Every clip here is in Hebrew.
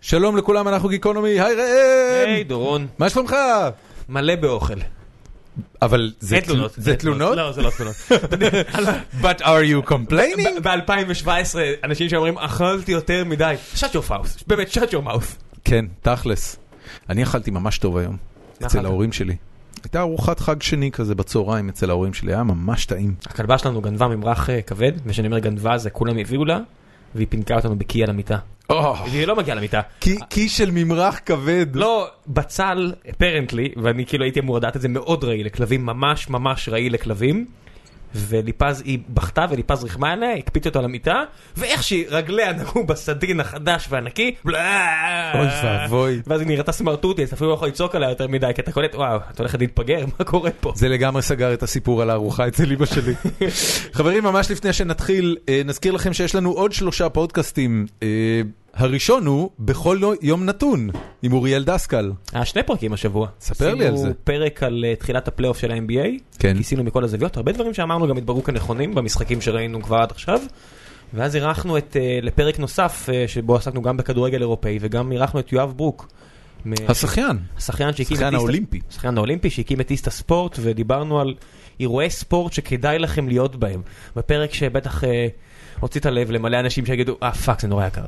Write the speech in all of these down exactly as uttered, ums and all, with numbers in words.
שלום לכולם, אנחנו גיקונומי, היי ראם! היי דורון. מה שלומך? מלא באוכל. אבל זה תלונות. זה תלונות? לא, זה לא תלונות. But are you complaining? ב-אלפיים שבע עשרה אנשים שאומרים, אכלתי יותר מדי. shut your mouth. באמת, shut your mouth. כן, תכלס. אני אכלתי ממש טוב היום. אצל ההורים שלי. הייתה ארוחת חג שני כזה בצהריים אצל ההורים שלי, היה ממש טעים. הכלבה שלנו גנבה ממרח כבד, ושאני אומר גנבה זה כולם הביאו לה, והיא פינקה אותנו בקי על המיטה. היא לא מגיעה למיטה. קי של ממרח כבד. לא, בצל, apparently, ואני כאילו הייתי אמור לדעת את זה מאוד רעיל לכלבים, ממש ממש רעיל לכלבים, וליפז היא בכתה וליפז רחמה עליה, הקפיץ אותו על המיטה, ואיך שרגליה נגעו בסדין החדש והנקי, אוי ואבוי. ואז היא נראתה סמרטוטי, אז אפילו לא יכול לצעוק עליה יותר מדי, כי אתה קולט, וואו, אתה הולך להתפגר, מה קורה פה? זה לגמרי סגר את הסיפור על הארוחה אצל אמא שלי. חברים, ממש לפני שנתחיל, נזכיר לכם שיש לנו עוד שלושה פודקאסטים. הראשון הוא בכל יום נתון, עם אוריאל דסקל. היה שני פרקים השבוע. ספר לי על זה. עשינו פרק על תחילת הפלייאוף של ה-אן בי איי, כן. כיסינו מכל הזוויות, הרבה דברים שאמרנו גם התברו כנכונים במשחקים שראינו כבר עד עכשיו, ואז אירחנו את, לפרק נוסף, שבו עסקנו גם בכדורגל אירופאי, וגם אירחנו את יואב ברוק. השחיין. השחיין שהקים השחיין האולימפי. השחיין האולימפי שהקים את איסטה ספורט, ודיברנו על אירועי ספורט שכדאי לכם להיות בהם. בפרק שבטח הוציא את הלב למלא אנשים שיגידו, אה, פאק, זה נורא יקר.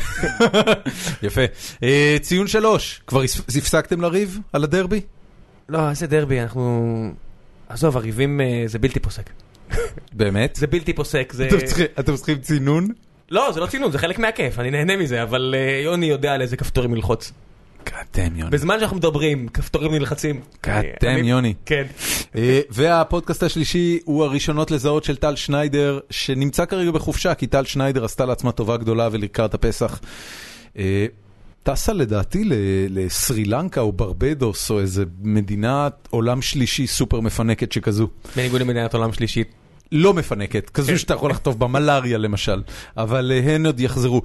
יפה. ציון שלוש, כבר הפסקתם לריב על הדרבי? לא, איזה דרבי, אנחנו... עזוב, הריבים זה בלתי פוסק. באמת? זה בלתי פוסק, זה... אתם צריכים צינון? לא, זה לא צינון, זה חלק מהכיף, אני נהנה מזה, אבל יוני יודע על איזה כפתורים ללחוץ. קאטם יוני. בזמן שאנחנו מדברים, כפתורים נלחצים. קאטם יוני. כן. והפודקאסט השלישי הוא הראשונות לזהות של טל שניידר, שנמצא כרגע בחופשה, כי טל שניידר עשתה לעצמה טובה גדולה ולקראת הפסח. טסה לדעתי לסרילנקה או ברבדוס, או איזה מדינת עולם שלישי סופר מפנקת שכזו. בניגוד למדינת עולם שלישית. לא מפנקת, כזו שאתה יכול לחטוף במלאריה למשל, אבל הן עוד יחזרו.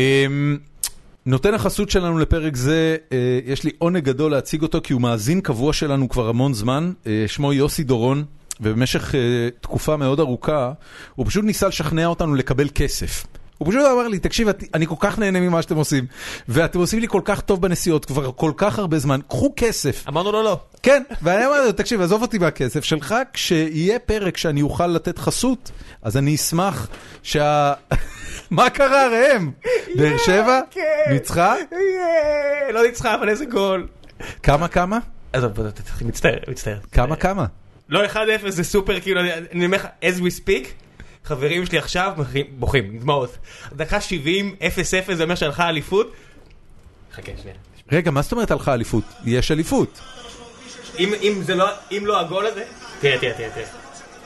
נותן החסות שלנו לפרק זה, יש לי עונג גדול להציג אותו, כי הוא מאזין קבוע שלנו כבר המון זמן, שמו יוסי דורון, ובמשך תקופה מאוד ארוכה, הוא פשוט ניסה לשכנע אותנו לקבל כסף. הוא פשוט אמר לי, תקשיב, אני כל כך נהנה ממה שאתם עושים, ואתם עושים לי כל כך טוב בנסיעות, כבר כל כך הרבה זמן, קחו כסף. אמרנו לו לא. כן, ואני אמרתי לו, תקשיב, עזוב אותי מהכסף שלך, כשיהיה פרק שאני אוכל לתת חסות, אז אני אשמח שה... מה קרה, ראם? באר שבע? ניצחה? לא ניצחה, אבל איזה גול. כמה, כמה? עזוב, מצטער, מצטער. כמה, כמה? לא, אחד אפס זה סופר, כאילו, אני אומר לך, as we speak, חברים שלי עכשיו בוכים, דמעות. דקה שבעים, אפס אפס, זה אומר שהלכה אליפות. חכה, שנייה. רגע, מה זאת אומרת הלכה אליפות? יש אליפות. אם זה לא, אם לא הגול הזה, תראה, תראה, תראה, תראה.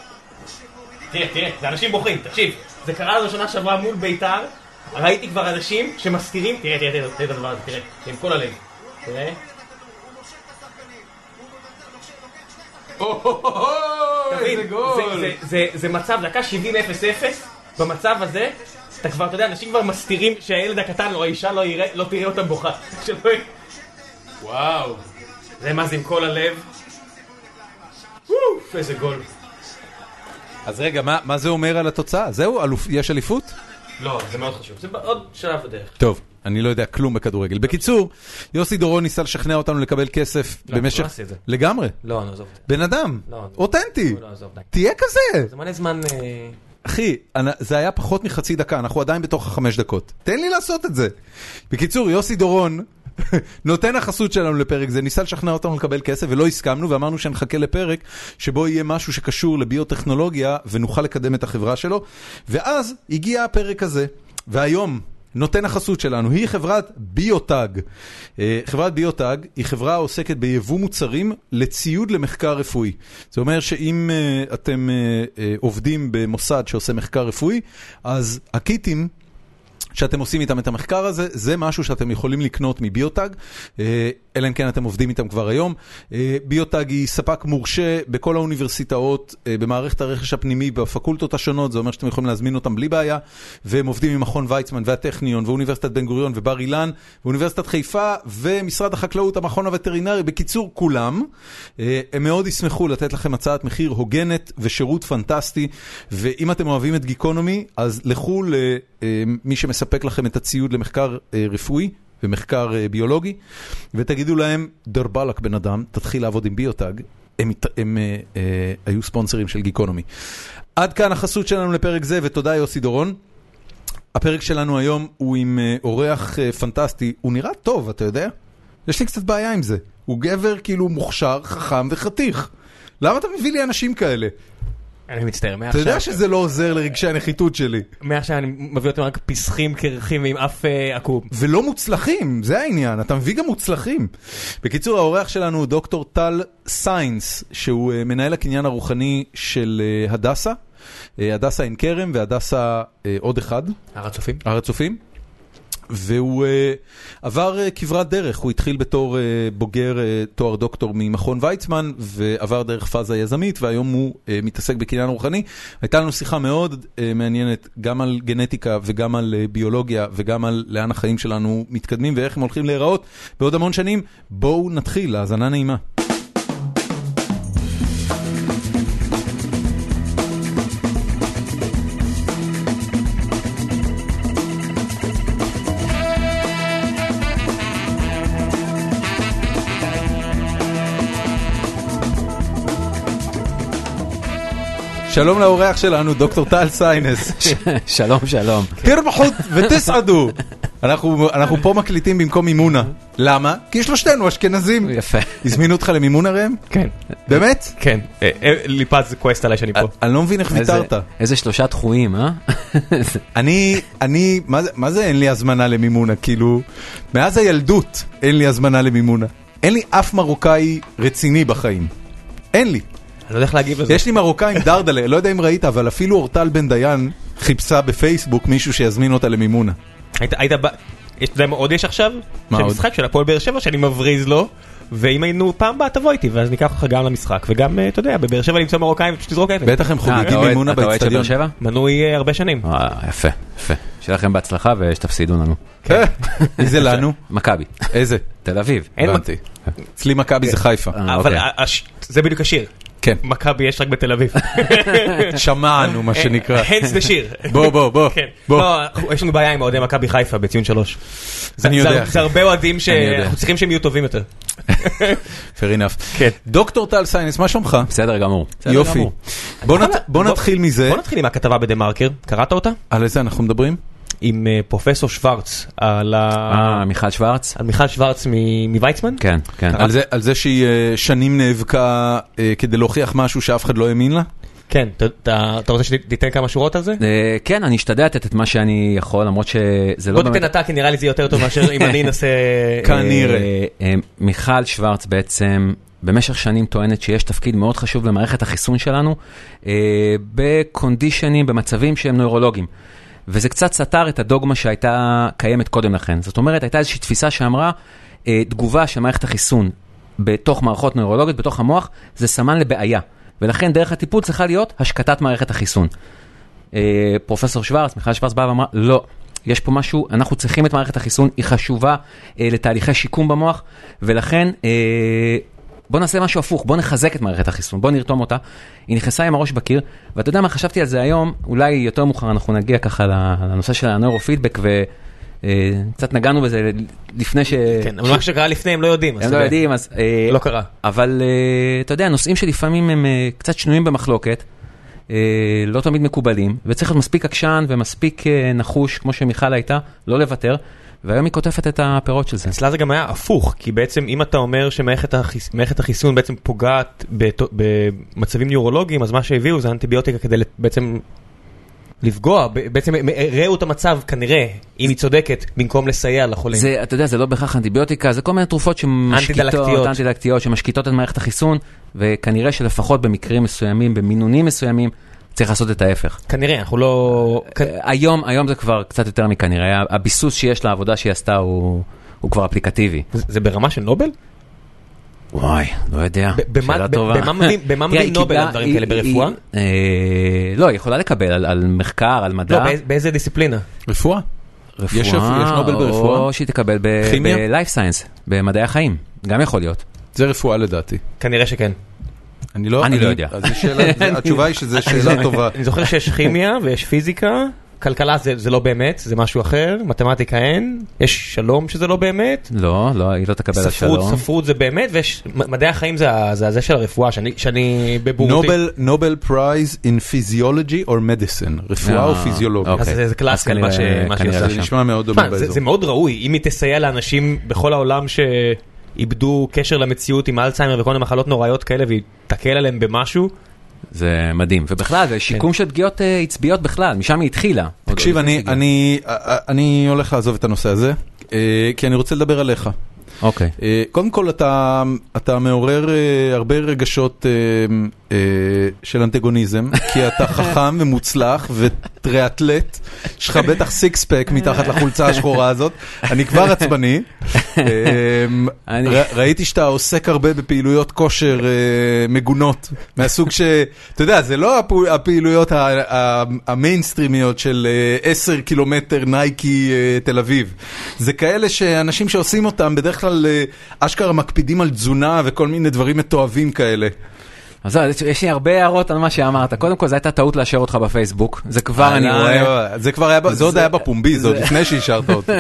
תראה, תראה, זה אנשים בוכים, תקשיב. זה קרה לראשונה שעברה מול ביתר, ראיתי כבר אנשים שמסתירים, תראה, תראה, תראה, תראה את הדבר הזה, תראה, עם כל הלב. תראה. זה מצב, דקה שבעים אפס אפס, במצב הזה, אתה כבר, אתה יודע, אנשים כבר מסתירים שהילד הקטן או האישה לא תראה אותם בוכה. וואו. זה מה זה עם כל הלב. אוף, איזה גול. אז רגע, מה זה אומר על התוצאה? זהו? יש אליפות? לא, זה מאוד חשוב. זה עוד שלב בדרך. טוב. אני לא יודע כלום בכדורגל. בקיצור, יוסי דורון ניסה לשכנע אותנו לקבל כסף במשך... לא עשי את זה. לגמרי. לא, נעזוב. בן אדם. אותנטי. תהיה כזה. זה מלא זמן... אחי, זה היה פחות מחצי דקה, אנחנו עדיין בתוך החמש דקות. תן לי לעשות את זה. בקיצור, יוסי דורון נותן החסות שלנו לפרק זה, ניסה לשכנע אותנו לקבל כסף ולא הסכמנו, ואמרנו שנחכה לפרק שבו יהיה משהו שקשור לביוטכנולוגיה ונוכל לקדם את החברה שלו, ואז הגיע הפרק הזה, והיום נותן החסות שלנו היא חברת ביוטאג. חברת ביוטאג היא חברה העוסקת ביבוא מוצרים לציוד למחקר רפואי. זה אומר שאם אתם עובדים במוסד שעושה מחקר רפואי, אז הקיטים שאתם עושים איתם את המחקר הזה, זה משהו שאתם יכולים לקנות מביוטאג, אלא אם כן אתם עובדים איתם כבר היום. ביוטאג היא ספק מורשה בכל האוניברסיטאות, במערכת הרכש הפנימי, בפקולטות השונות, זה אומר שאתם יכולים להזמין אותם בלי בעיה, והם עובדים עם מכון ויצמן והטכניון, ואוניברסיטת בן גוריון ובר אילן, ואוניברסיטת חיפה, ומשרד החקלאות, המכון הווטרינרי, בקיצור כולם. הם מאוד ישמחו לתת לכם הצעת מחיר הוגנת ושירות פנטסטי, ואם אתם אוהבים את גיקונומי, אז לכו למי שמספק לכם את הציוד למחקר רפואי, ומחקר ביולוגי, ותגידו להם, דרבלק בן אדם, תתחיל לעבוד עם ביוטאג, הם, הם אה, אה, היו ספונסרים של גיקונומי. עד כאן החסות שלנו לפרק זה, ותודה יוסי דורון. הפרק שלנו היום הוא עם אה, אורח אה, פנטסטי, הוא נראה טוב, אתה יודע? יש לי קצת בעיה עם זה. הוא גבר כאילו מוכשר, חכם וחתיך. למה אתה מביא לי אנשים כאלה? אני מצטער, מעכשיו... אתה יודע שזה לא עוזר לרגשי הנחיתות שלי. מעכשיו אני מביא אותם רק פסחים קרחים ועם אף עקום. ולא מוצלחים, זה העניין, אתה מביא גם מוצלחים. בקיצור, האורח שלנו הוא דוקטור טל סיינס, שהוא מנהל הקניין הרוחני של הדסה, הדסה עין כרם והדסה עוד אחד. הר הצופים. הר הצופים. והוא uh, עבר uh, כברת דרך, הוא התחיל בתור uh, בוגר uh, תואר דוקטור ממכון ויצמן, ועבר דרך פאזה יזמית, והיום הוא uh, מתעסק בקניין רוחני. הייתה לנו שיחה מאוד uh, מעניינת, גם על גנטיקה וגם על uh, ביולוגיה, וגם על לאן החיים שלנו מתקדמים, ואיך הם הולכים להיראות בעוד המון שנים. בואו נתחיל, האזנה נעימה. שלום לאורח שלנו, דוקטור טל סיינס. שלום, שלום. תרבחו ותסעדו. אנחנו אנחנו פה מקליטים במקום מימונה. למה? כי שלושתנו אשכנזים. יפה. הזמינו אותך למימונה ראם? כן. באמת? כן. ליפז כועסת עליי שאני פה. אני לא מבין איך ויתרת. איזה שלושה דחויים, אה? אני, אני, מה זה אין לי הזמנה למימונה? כאילו, מאז הילדות אין לי הזמנה למימונה. אין לי אף מרוקאי רציני בחיים. אין לי. אני לא יודע איך להגיב לזה. יש לי מרוקאים דרדלה, לא יודע אם ראית, אבל אפילו אורטל בן דיין חיפשה בפייסבוק מישהו שיזמין אותה למימונה. היית בא... אתה יודע מה עוד יש עכשיו? מה עוד? משחק של הפועל באר שבע שאני מבריז לו, ואם היינו פעם באה תבוא איתי, ואז ניקח אותך גם למשחק, וגם, אתה יודע, בבאר שבע למצוא מרוקאים ושתזרוק אבן. בטח הם חוגגים מימונה באצטדיון. אתה אוהד של באר שבע? מנוי הרבה שנים. יפה, יפה. שיהיה לכם בהצלחה ושתפסידו לנו. איזה לנו? מכבי. איזה? תל אביב. הבנתי. אצלי מכבי זה חיפה. אבל זה בדיוק השיר. כן. מכבי יש רק בתל אביב. שמענו מה שנקרא. הנס בשיר. בוא, בוא, בוא. לא, יש לנו בעיה עם אוהדי מכבי חיפה בציון שלוש. אני יודע. זה הרבה אוהדים שאנחנו צריכים שהם יהיו טובים יותר. fair enough. כן. דוקטור טל סיינס, מה שלומך? בסדר גמור. יופי. בוא נתחיל מזה. בוא נתחיל עם הכתבה בדה מרקר. קראת אותה? על איזה אנחנו מדברים? עם פרופסור שוורץ על אה, מיכל שוורץ? על מיכל שוורץ מוויצמן? כן, כן. על זה שהיא שנים נאבקה כדי להוכיח משהו שאף אחד לא האמין לה? כן, אתה רוצה שתיתן כמה שורות על זה? כן, אני אשתדע לתת את מה שאני יכול, למרות שזה לא... בוא תתן אתה, כי נראה לי זה יותר טוב מאשר אם אני אנסה... כנראה. מיכל שוורץ בעצם... במשך שנים טוענת שיש תפקיד מאוד חשוב למערכת החיסון שלנו, בקונדישנים, במצבים שהם נוירולוגיים. וזה קצת סתר את הדוגמה שהייתה קיימת קודם לכן. זאת אומרת, הייתה איזושהי תפיסה שאמרה, תגובה של מערכת החיסון בתוך מערכות נוירולוגיות, בתוך המוח, זה סמן לבעיה. ולכן דרך הטיפול צריכה להיות השקטת מערכת החיסון. פרופסור שוורץ, מיכל שוורץ באה ואמרה, לא, יש פה משהו, אנחנו צריכים את מערכת החיסון, היא חשובה לתהליכי שיקום במוח, ולכן... בוא נעשה משהו הפוך, בוא נחזק את מערכת החיסון, בוא נרתום אותה. היא נכנסה עם הראש בקיר, ואתה יודע מה, חשבתי על זה היום, אולי יותר מאוחר אנחנו נגיע ככה לנושא של הנוירופידבק, וקצת נגענו בזה לפני ש... כן, אבל מה שקרה לפני הם לא יודעים. הם לא יודעים, אז... לא קרה. אבל אתה יודע, נושאים שלפעמים הם קצת שנויים במחלוקת, לא תמיד מקובלים, וצריך להיות מספיק עקשן ומספיק נחוש, כמו שמיכל הייתה, לא לוותר. והיום היא כותפת את הפירות של זה. אצלה זה גם היה הפוך, כי בעצם אם אתה אומר שמערכת החיסון בעצם פוגעת במצבים ניורולוגיים, אז מה שהביאו זה אנטיביוטיקה כדי בעצם לפגוע, בעצם ראו את המצב כנראה, אם היא צודקת, במקום לסייע לחולים. זה, אתה יודע, זה לא בהכרח אנטיביוטיקה, זה כל מיני תרופות שמשקיטות, אנטי-דלקתיות, שמשקיטות את מערכת החיסון, וכנראה שלפחות במקרים מסוימים, במינונים מסוימים, צריך לעשות את ההפך. כנראה, אנחנו לא... היום, היום זה כבר קצת יותר מכנראה. הביסוס שיש לעבודה שהיא עשתה הוא, הוא כבר אפליקטיבי. זה ברמה של נובל? וואי, לא יודע. שאלה טובה. במה מביאים נובל על דברים כאלה ברפואה? לא, היא יכולה לקבל על מחקר, על מדע. לא, באיזה דיסציפלינה? רפואה. רפואה, יש נובל ברפואה? או שהיא תקבל ב-life science, במדעי החיים. גם יכול להיות. זה רפואה לדעתי. כנראה שכן. אני לא, אני לא יודע. התשובה היא שזו שאלה טובה. אני זוכר שיש כימיה ויש פיזיקה כלכלה זה, זה לא באמת, זה משהו אחר, מתמטיקה אין, יש שלום שזה לא באמת. לא, לא, היא לא תקבל על שלום. ספרות, ספרות זה באמת, ויש, מדעי החיים זה, זה, זה של הרפואה, שאני, שאני בבורותי. נובל, נובל פרייז in physiology or medicine, רפואה או פיזיולוגיה. אז זה קלאסי, מה שעושה. זה נשמע מאוד דומה באזור. זה מאוד ראוי, אם היא תסייע לאנשים בכל העולם שאיבדו קשר למציאות עם אלצהיימר וכל מיני מחלות נוראיות כאלה, והיא תקל עליהם במשהו, זה מדהים, ובכלל זה שיקום של פגיעות עצביות בכלל, משם היא התחילה. תקשיב, אני הולך לעזוב את הנושא הזה, כי אני רוצה לדבר עליך. אוקיי. קודם כל אתה מעורר הרבה רגשות של אנטגוניזם, כי אתה חכם ומוצלח וטריאטלט, יש לך בטח סיקס פק מתחת לחולצה השחורה הזאת, אני כבר עצבני, ראיתי שאתה עוסק הרבה בפעילויות כושר מגונות, מהסוג ש, אתה יודע, זה לא הפעילויות המיינסטרימיות של עשר קילומטר נייקי תל אביב, זה כאלה שאנשים שעושים אותם בדרך כלל אשכרה מקפידים על תזונה וכל מיני דברים מתועבים כאלה. אז יש לי הרבה הערות על מה שאמרת. קודם כל, זו הייתה טעות לאשר אותך בפייסבוק. זה כבר אני רואה. זה כבר היה, זה עוד היה בפומבי, זה עוד לפני שהשארת אותי.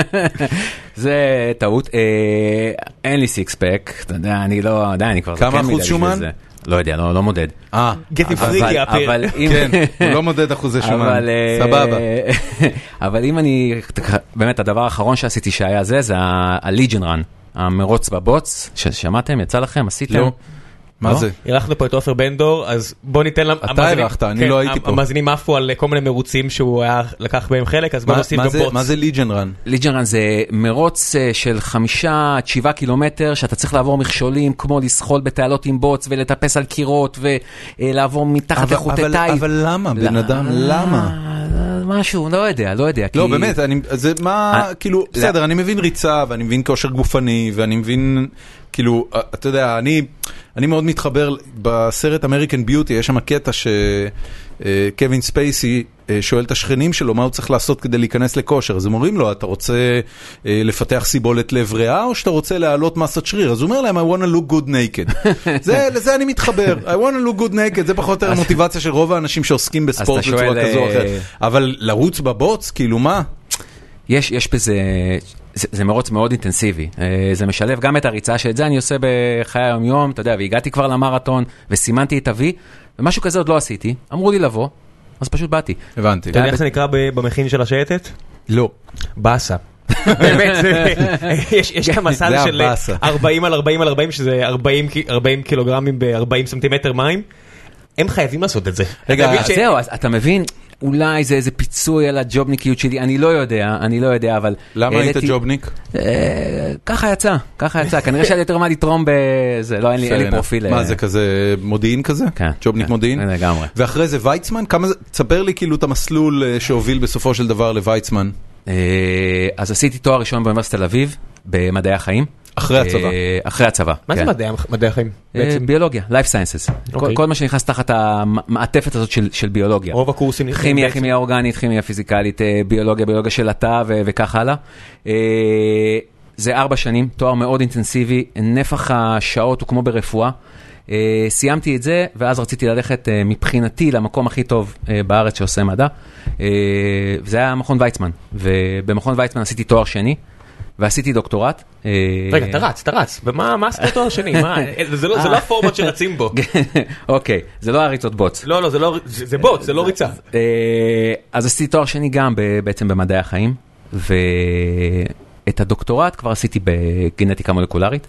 זה טעות. אין לי סיקס פק, אתה יודע, אני לא, יודע, אני כבר... כמה אחוז שומן? לא יודע, לא מודד. אה, גטי פריקי הפיר. כן, הוא לא מודד אחוזי שומן. סבבה. אבל אם אני, באמת, הדבר האחרון שעשיתי שהיה זה, זה הליג'ן רן, המרוץ בבוץ, ששמעתם, יצא לכם, עשיתם? לא. מה זה? אירחנו פה את עופר בן דור, אז בוא ניתן להם... אתה אירחת, אני לא הייתי פה. המאזינים עפו על כל מיני מרוצים שהוא היה לקח בהם חלק, אז בוא נוסיף גם בוץ. מה זה ליג'ן רן? ליג'ן רן זה מרוץ של חמישה עד שבעה קילומטר, שאתה צריך לעבור מכשולים, כמו לסחול בתעלות עם בוץ, ולטפס על קירות, ולעבור מתחת לחוטי תיל. אבל למה, בן אדם? למה? משהו, לא יודע, לא יודע. לא, באמת, זה מה, כאילו, בסדר, אני מבין ריצה, ואני מבין כושר גופני, ואני מבין, כאילו, אתה יודע, אני... אני מאוד מתחבר, בסרט אמריקן ביוטי, יש שם הקטע שקווין ספייסי שואל את השכנים שלו מה הוא צריך לעשות כדי להיכנס לכושר. אז הם אומרים לו, אתה רוצה לפתח סיבולת לב ריאה, או שאתה רוצה להעלות מסת שריר? אז הוא אומר להם, I want to look good naked. לזה אני מתחבר. I want to look good naked, זה פחות או יותר המוטיבציה של רוב האנשים שעוסקים בספורט בצורה כזו או אחרת. אבל לרוץ בבוץ, כאילו מה? יש, יש בזה... זה, זה מרוץ מאוד אינטנסיבי, זה משלב גם את הריצה שאת זה אני עושה בחיי היום יום, אתה יודע, והגעתי כבר למרתון וסימנתי את אבי, ומשהו כזה עוד לא עשיתי, אמרו לי לבוא, אז פשוט באתי. הבנתי. אתה יודע איך זה נקרא במכין של השייטת? לא. באסה. באמת, יש גם מסל של ארבעים על ארבעים על ארבעים, שזה ארבעים קילוגרמים ב-ארבעים סנטימטר מים, הם חייבים לעשות את זה. רגע, זהו, אז אתה מבין... אולי זה איזה פיצוי על הג'ובניקיות שלי, אני לא יודע, אני לא יודע, אבל... למה היית ג'ובניק? ככה יצא, ככה יצא, כנראה שהיה יותר מה לתרום בזה, לא, אין לי פרופיל. מה זה כזה, מודיעין כזה? כן. ג'ובניק מודיעין? לגמרי. ואחרי זה ויצמן? תספר לי כאילו את המסלול שהוביל בסופו של דבר לויצמן. אז עשיתי תואר ראשון באוניברסיטת תל אביב, במדעי החיים. אחרי הצבא. אחרי הצבא. מה זה מדעי החיים? ביולוגיה, life sciences. כל מה שנכנס תחת המעטפת הזאת של ביולוגיה. רוב הקורסים. כימיה, כימיה אורגנית, כימיה פיזיקלית, ביולוגיה, ביולוגיה של התא וכך הלאה. זה ארבע שנים, תואר מאוד אינטנסיבי, נפח השעות הוא כמו ברפואה. סיימתי את זה, ואז רציתי ללכת מבחינתי למקום הכי טוב בארץ שעושה מדע. וזה היה מכון ויצמן. ובמכון ויצמן עשיתי תואר שני. ועשיתי דוקטורט. רגע, אתה רץ, אתה רץ. ומה עשית תואר שני? זה לא הפורמט שרצים בו. אוקיי, זה לא הריצות בוץ. לא, לא, זה בוץ, זה לא ריצה. אז עשיתי תואר שני גם בעצם במדעי החיים, ואת הדוקטורט כבר עשיתי בגנטיקה מולקולרית,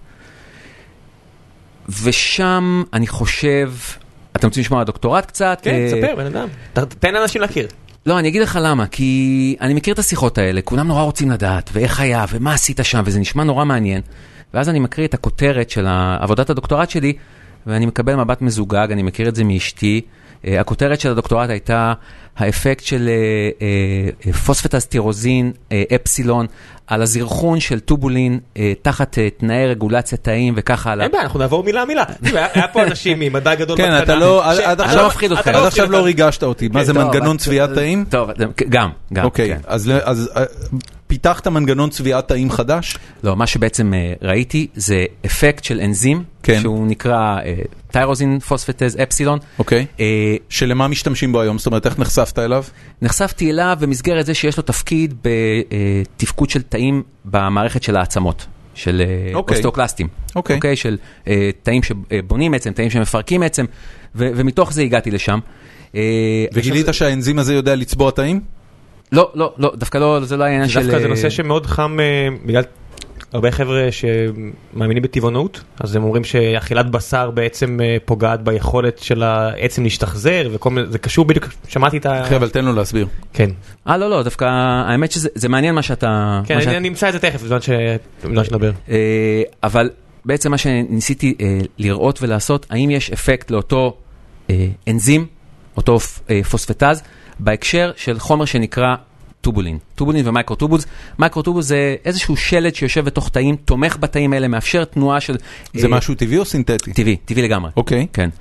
ושם אני חושב, אתם רוצים לשמוע על הדוקטורט קצת? כן, תספר, בן אדם. תן אנשים להכיר. לא, אני אגיד לך למה, כי אני מכיר את השיחות האלה, כולם נורא רוצים לדעת, ואיך היה, ומה עשית שם, וזה נשמע נורא מעניין. ואז אני מקריא את הכותרת של עבודת הדוקטורט שלי, ואני מקבל מבט מזוגג, אני מכיר את זה מאשתי. הכותרת של הדוקטורט הייתה האפקט של פוספטסטירוזין, אפסילון, על הזרחון של טובולין, תחת תנאי רגולציה תאים וכך הלאה. אין בעיה, אנחנו נעבור מילה מילה. היה פה אנשים ממדע גדול בקטנה. כן, אתה לא, עד עכשיו לא ריגשת אותי. מה זה מנגנון צביעת תאים? טוב, גם, גם. אוקיי, אז פיתחת מנגנון צביעת תאים חדש? לא, מה שבעצם ראיתי זה אפקט של אנזים, שהוא נקרא טיירוזין פוספטז אפסילון. אוקיי. שלמה משתמשים בו היום? זאת אומרת, איך נחשפת אליו? נחשפתי אליו במסגרת זה שיש לו תפקיד בתפקוד של תאים במערכת של העצמות, של אוסטאוקלסטים. אוקיי. של תאים שבונים עצם, תאים שמפרקים עצם, ומתוך זה הגעתי לשם. וגילית שהאנזים הזה יודע לצבוע תאים? לא, לא, לא, דווקא לא, זה לא העניין של... דווקא זה נושא שמאוד חם, בגלל הרבה חבר'ה שמאמינים בטבעונות, אז הם אומרים שאכילת בשר בעצם פוגעת ביכולת של העצם להשתחזר, וכל מיני, זה קשור בדיוק, שמעתי את ה... אחרי, אבל תן לו להסביר. כן. אה, לא, לא, דווקא, האמת שזה מעניין מה שאתה... כן, אני נמצא את זה תכף, בזמן שנדבר. אבל בעצם מה שניסיתי לראות ולעשות, האם יש אפקט לאותו אנזים, אותו פוספטז, בהקשר של חומר שנקרא טובולין. טובולין ומייקרוטובולס. מייקרוטובולס זה איזשהו שלד שיושב בתוך תאים, תומך בתאים האלה, מאפשר תנועה של... זה משהו טבעי או סינתטי? טבעי, טבעי לגמרי. אוקיי. כן.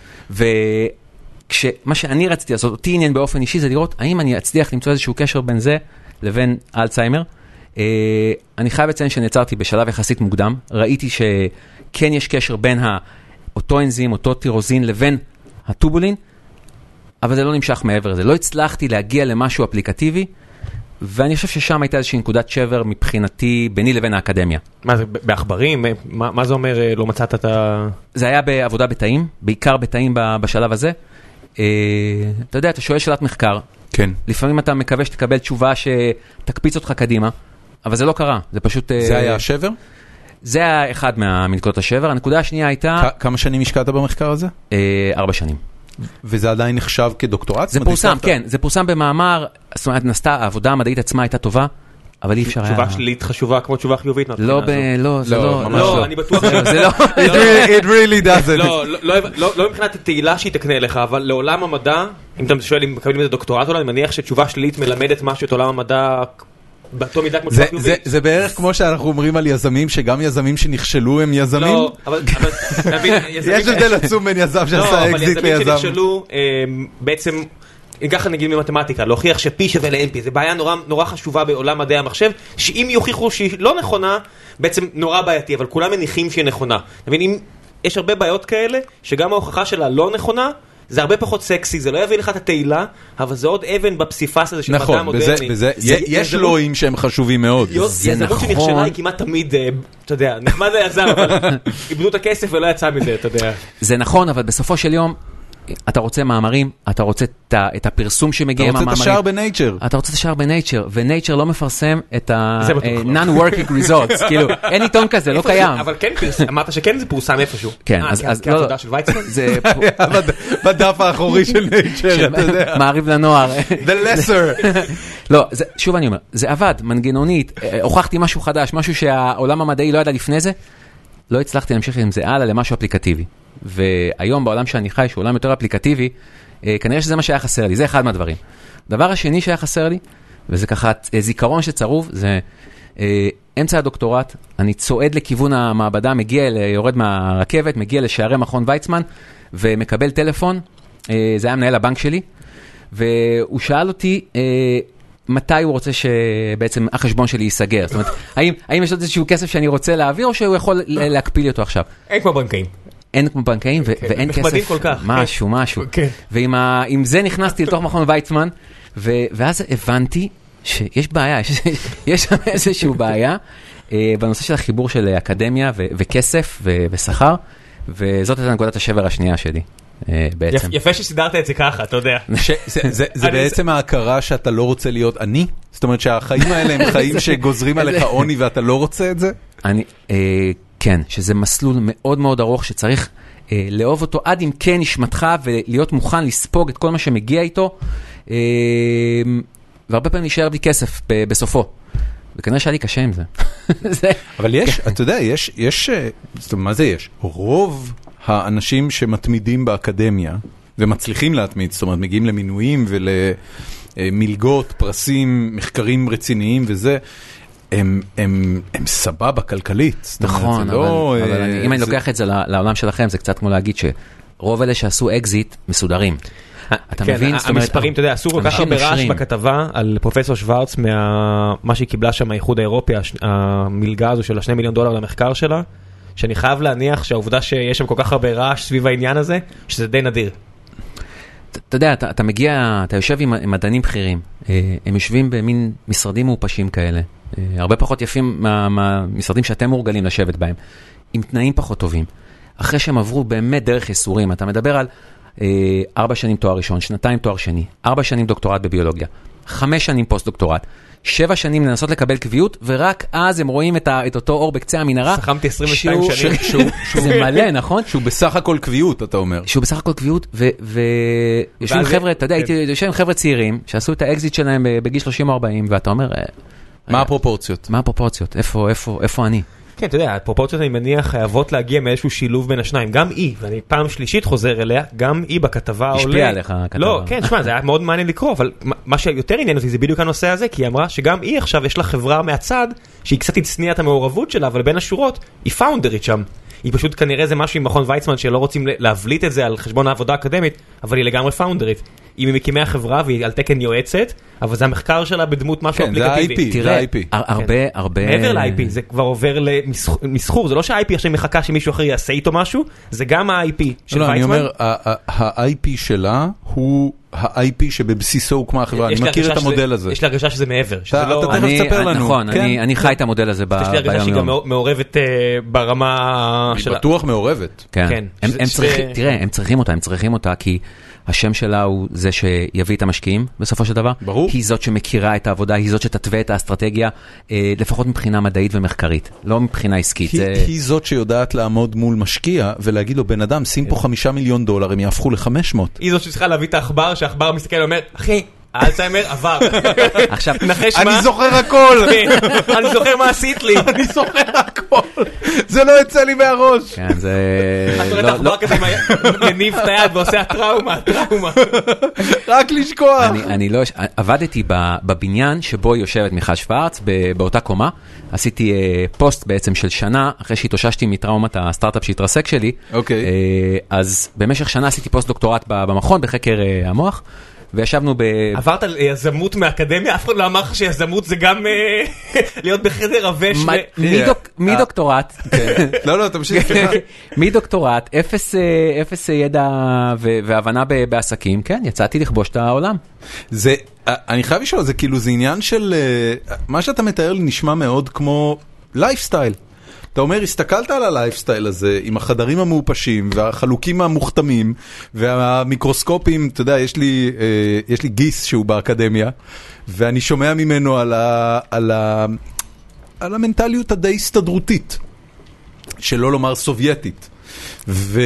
וכשמה שאני רציתי לעשות, אותי עניין באופן אישי, זה לראות האם אני אצליח למצוא איזשהו קשר בין זה לבין אלצהיימר. אני חייב לציין שנעצרתי בשלב יחסית מוקדם. ראיתי שכן יש קשר בין אותו אנזים, אותו טירוזין, לבין הטובולין, אבל זה לא נמשך מעבר לזה. לא הצלחתי להגיע למשהו אפליקטיבי, ואני חושב ששם הייתה איזושהי נקודת שבר מבחינתי ביני לבין האקדמיה. מה זה, באחברים? מה, מה זה אומר לא מצאת את ה... זה היה בעבודה בתאים, בעיקר בתאים בשלב הזה. אתה יודע, אתה שואל שאלת מחקר. כן. לפעמים אתה מקווה שתקבל תשובה שתקפיץ אותך קדימה, אבל זה לא קרה. זה פשוט... זה היה השבר? זה היה אחד מהנקודות השבר. הנקודה השנייה הייתה... כמה שנים השקעת במחקר הזה? ארבע שנים. וזה עדיין נחשב כדוקטורט? זה פורסם, כן, זה פורסם במאמר, זאת אומרת, נסתה, העבודה המדעית עצמה הייתה טובה, אבל אי אפשר היה... תשובה שלילית חשובה כמו תשובה חיובית? לא, לא, זה לא... לא, אני בטוח... זה לא... It really doesn't. לא מבחינת התהילה שהיא תקנה לך, אבל לעולם המדע, אם אתה שואל אם מקבלים את הדוקטורט, אני מניח שתשובה שלילית מלמדת משהו את עולם המדע... באותו מידה כמו תשובה חיובית. זה בערך כמו שאנחנו אומרים על יזמים, שגם יזמים שנכשלו הם יזמים. לא, אבל... יש הבדל עצום בין יזם שעשה אקזיט ליזם. לא, אבל יזמים שנכשלו, בעצם, ככה נגיד ממתמטיקה, להוכיח שפי שווה ל-אן פי, זה בעיה נורא חשובה בעולם מדעי המחשב, שאם יוכיחו שהיא לא נכונה, בעצם נורא בעייתי, אבל כולם מניחים שהיא נכונה. יש הרבה בעיות כאלה, שגם ההוכחה שלה לא נכונה, זה הרבה פחות סקסי, זה לא יביא לך את התהילה, אבל זה עוד אבן בפסיפס הזה של מדע מודרני. נכון, יש לואים שהם חשובים מאוד. יזמות שנכשלה היא כמעט תמיד, אתה יודע, נחמד היזם, אבל איבדו את הכסף ולא יצא מזה, אתה יודע. זה נכון, אבל בסופו של יום, אתה רוצה מאמרים, אתה רוצה את הפרסום שמגיע עם המאמרים. אתה רוצה את השער בנייצ'ר. אתה רוצה את השער בנייצ'ר, ונייצ'ר לא מפרסם את ה-non-working results, כאילו, אין עיתון כזה, לא קיים. אבל כן, אמרת שכן זה פורסם איפשהו. כן, אז כעבודה של ויצמן? זה... בדף האחורי של נייצ'ר, אתה יודע. מעריב לנוער. The lesser. לא, שוב אני אומר, זה עבד, מנגנונית, הוכחתי משהו חדש, משהו שהעולם המדעי לא ידע לפני זה, לא הצלחתי להמשיך עם זה הלאה למשהו אפליקטיבי. והיום בעולם שאני חי, שהוא עולם יותר אפליקטיבי, כנראה שזה מה שהיה חסר לי, זה אחד מהדברים. הדבר השני שהיה חסר לי, וזה ככה זיכרון שצרוב, זה אמצע הדוקטורט, אני צועד לכיוון המעבדה, מגיע, יורד מהרכבת, מגיע לשערי מכון ויצמן, ומקבל טלפון, זה היה מנהל הבנק שלי, והוא שאל אותי, מתי הוא רוצה שבעצם החשבון שלי ייסגר? זאת אומרת, האם, האם יש עוד איזשהו כסף שאני רוצה להעביר, או שהוא יכול להקפיל לי אותו עכשיו? אין כמו בנקאים. אין כמו בנקאים, ואין כסף, משהו, משהו. ועם זה נכנסתי לתוך מכון ויצמן, ואז הבנתי שיש בעיה, יש שם איזשהו בעיה, בנושא של החיבור של אקדמיה וכסף ושכר, וזאת הייתה נקודת השבר השנייה שלי. יפה שסידרת את זה ככה, אתה יודע. זה בעצם ההכרה שאתה לא רוצה להיות עני? זאת אומרת שהחיים האלה הם חיים שגוזרים עליך עוני ואתה לא רוצה את זה? אני, כן, שזה מסלול מאוד מאוד ארוך שצריך לאהוב אותו עד אם כן נשמתך ולהיות מוכן לספוג את כל מה שמגיע איתו, והרבה פעמים נשאר בלי כסף בסופו. וכנראה שהיה לי קשה עם זה. אבל יש, אתה יודע, יש, יש, זאת אומרת, מה זה יש? רוב האנשים שמתמידים באקדמיה, ומצליחים להתמיד, זאת אומרת, מגיעים למינויים ולמלגות, פרסים, מחקרים רציניים וזה, הם, הם, הם סבבה כלכלית. נכון, אבל, אבל אני, אם אני לוקח את זה לעולם שלכם, זה קצת כמו להגיד שרוב אלה שעשו אקזיט מסודרים. אתה מבין? המספרים, אתה יודע, עשו כל כך הרבה רעש בכתבה על פרופסור שוורץ, מה שהיא קיבלה שם מהאיחוד האירופי, המלגה הזו של השני מיליון דולר למחקר שלה, שאני חייב להניח שהעובדה שיש שם כל כך הרבה רעש סביב העניין הזה, שזה די נדיר. אתה יודע, אתה מגיע, אתה יושב עם מדענים בכירים, הם יושבים במין משרדים מאופשים כאלה, הרבה פחות יפים מהמשרדים שאתם מורגלים לשבת בהם, עם תנאים פחות טובים. אחרי שהם עברו באמת דרך יסורים, אתה מדבר על ארבע שנים תואר ראשון, שנתיים תואר שני, ארבע שנים דוקטורט בביולוגיה, חמש שנים פוסט דוקטורט, שבע שנים לנסות לקבל קביעות, ורק אז הם רואים את, ה, את אותו אור בקצה המנהרה. סחמתי עשרים ושתיים שנים. שהוא, שהוא, זה מלא, נכון? שהוא בסך הכל קביעות, אתה אומר. שהוא בסך הכל קביעות, ויושבים חבר'ה, אתה יודע, הייתי יושב עם חבר'ה צעירים, שעשו את האקזיט שלהם בגיל שלושים או ארבעים, ואתה אומר, מה הפרופורציות? מה הפרופורציות? איפה, איפה, איפה אני? כן, אתה יודע, הפרופורציות אני מניח חייבות להגיע מאיזשהו שילוב בין השניים. גם היא, ואני פעם שלישית חוזר אליה, גם היא בכתבה עולה... השפיע עליך הכתבה. לא, כן, שמע, זה היה מאוד מעניין לקרוא, אבל מה שיותר עניין אותי זה בדיוק הנושא הזה, כי היא אמרה שגם היא עכשיו יש לה חברה מהצד, שהיא קצת הצניעה את המעורבות שלה, אבל בין השורות, היא פאונדרית שם. היא פשוט כנראה זה משהו עם מכון ויצמן שלא רוצים להבליט את זה על חשבון העבודה האקדמית, אבל היא לגמרי פאונדרית. היא ממקימי החברה והיא על תקן יועצת, אבל זה המחקר שלה בדמות משהו אפליקטיבי. כן, זה ה-איי פי. הרבה, הרבה... מעבר ל-איי פי, זה כבר עובר למסחור, זה לא שה-איי פי עכשיו מחכה שמישהו אחר יעשה איתו משהו, זה גם ה-איי פי של ויצמן. אני אומר, ה-איי פי שלה הוא ה-איי פי שבבסיסו הוקמה החברה, אני מכיר את המודל הזה. יש לי הרגשה שזה מעבר. אתה תכף תספר לנו. נכון, אני חי את המודל הזה ביום יום. יש לי הרגשה שהיא גם מעורבת ברמה שלה. היא בטוח מעורבת. כן. תראה, הם צריכים אותה, הם צריכים אותה, כי השם שלה הוא זה שיביא את המשקיעים בסופו של דבר. ברור. היא זאת שמכירה את העבודה, היא זאת שתתווה את האסטרטגיה, לפחות מבחינה מדעית ומחקרית, לא מבחינה עסקית. היא זאת שיודעת לעמוד מול משקיע ולהגיד לו, בן אדם, שים פה חמישה מיליון דולר, הם יהפכו ל-חמש מאות. היא זאת שצריכה להביא את האחבר, שהאחבר מסתכל ואומר, אחי, האלצהיימר עבר. עכשיו, נחש מה? אני זוכר הכל. אני זוכר מה עשית לי. אני זוכר הכל. זה לא יצא לי מהראש. כן, זה... אתה רואה את האחבר כזה מניב את היד ועושה הטראומה, הטראומה. רק לשכוח. אני לא... עבדתי בבניין שבו יושבת מיכל שוורץ, באותה קומה. עשיתי פוסט בעצם של שנה, אחרי שהתאוששתי מטראומת הסטארט-אפ שהתרסק שלי. אוקיי. אז במשך שנה עשיתי פוסט דוקטורט במכון, בחקר המוח. וישבנו ב... עברת יזמות מהאקדמיה? אף אחד לא אמר שיזמות זה גם להיות בחדר רבש. מדוקטורט. לא, לא, תמשיך. מדוקטורט, אפס ידע והבנה בעסקים, כן, יצאתי לכבוש את העולם. זה, אני חייב לשאול, זה כאילו, זה עניין של... מה שאתה מתאר לי נשמע מאוד כמו לייפסטייל. אתה אומר, הסתכלת על הלייפסטייל הזה, עם החדרים המאופשים, והחלוקים המוכתמים, והמיקרוסקופים, אתה יודע, יש לי, יש לי גיס שהוא באקדמיה, ואני שומע ממנו על ה, על ה, על המנטליות הדי הסתדרותית, שלא לומר סובייטית. ו...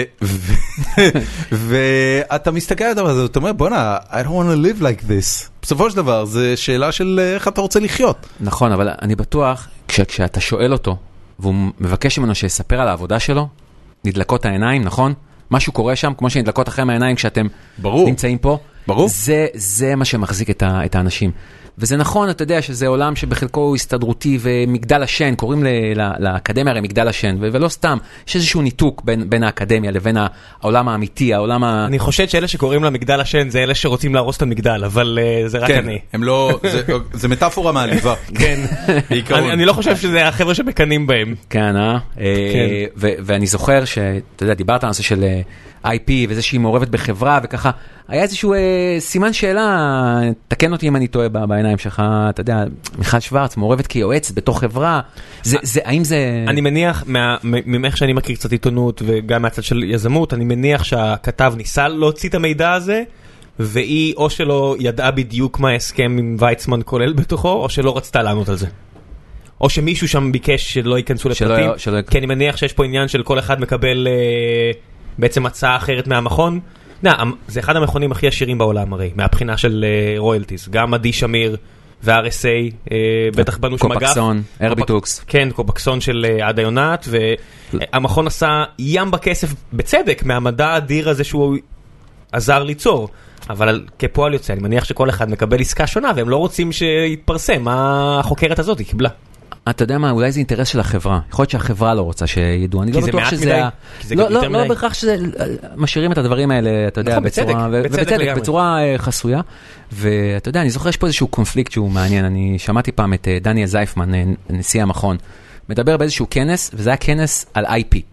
ואתה מסתכל על הדבר הזה, אתה אומר, בוא'נה, I don't want to live like this. בסופו של דבר, זה שאלה של איך אתה רוצה לחיות. נכון, אבל אני בטוח, כשאתה שואל אותו, והוא מבקש ממנו שיספר על העבודה שלו, נדלקות העיניים, נכון? משהו קורה שם, כמו שנדלקות אחרי מהעיניים כשאתם ברור. נמצאים פה. ברור. זה, זה מה שמחזיק את, ה, את האנשים. וזה נכון, אתה יודע, שזה עולם שבחלקו הוא הסתדרותי ומגדל השן, קוראים ל, ל, לאקדמיה הרי מגדל השן, ו, ולא סתם, יש איזשהו ניתוק בין, בין האקדמיה לבין העולם האמיתי, העולם ה... אני חושב שאלה שקוראים לה מגדל השן, זה אלה שרוצים להרוס את המגדל, אבל uh, זה רק כן, אני. הם לא, זה, זה מטאפורה מעליבה. כן. אני, אני לא חושב שזה החבר'ה שמקנים בהם. כן, אה? כן. ו, ואני זוכר שאתה יודע, דיברת על הנושא של איי פי, וזה שהיא מעורבת בחברה, וככה, היה איזשהו אה, סימן שאלה, תקן אותי אם אני טועה בעיניים שלך, אתה יודע, מיכל שוורץ, מעורבת כיועץ בתוך חברה, זה, זה, האם זה... אני מניח, מה, ממך שאני מכיר קצת עיתונות, וגם מהצד של יזמות, אני מניח שהכתב ניסה להוציא את המידע הזה, והיא או שלא ידעה בדיוק מה ההסכם עם ויצמן כולל בתוכו, או שלא רצתה לענות על זה. או שמישהו שם ביקש שלא ייכנסו לפרטים, שלא... כי אני מניח שיש פה עניין של כל אחד מקבל... אה, בעצם הצעה אחרת מהמכון. נה, זה אחד המכונים הכי עשירים בעולם הרי, מהבחינה של רויאלטיז. גם עדי שמיר וה-אר אס איי, בטח בנו שם אגף. קופקסון, ארביטוקס. כן, קופקסון של עדה יונת, והמכון עשה ים בכסף, בצדק, מהמדע האדיר הזה שהוא עזר ליצור. אבל כפועל יוצא, אני מניח שכל אחד מקבל עסקה שונה, והם לא רוצים שיתפרסם מה החוקרת הזאת היא קיבלה. אתה יודע מה, אולי זה אינטרס של החברה. יכול להיות שהחברה לא רוצה שידעו. אני לא בטוח שזה... לא, לא בהכרח שזה... משאירים את הדברים האלה, אתה יודע, בצורה... ובצדק, בצורה חסויה. ואתה יודע, אני זוכר יש פה איזשהו קונפליקט שהוא מעניין. אני שמעתי פעם את דניאל זייפמן, נשיא המכון, מדבר באיזשהו כנס, וזה היה כנס על איי פי.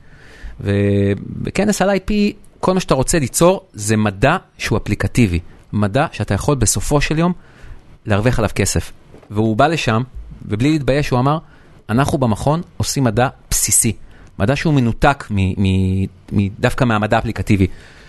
ובכנס על איי פי, כל מה שאתה רוצה ליצור, זה מדע שהוא אפליקטיבי. מדע שאתה יכול בסופו של יום להרוויח עליו כסף. והוא בא לשם, ובלי להתבייש הוא אמר, אנחנו במכון עושים מדע בסיסי. מדע שהוא מנותק דווקא מהמדע האפליקטיבי.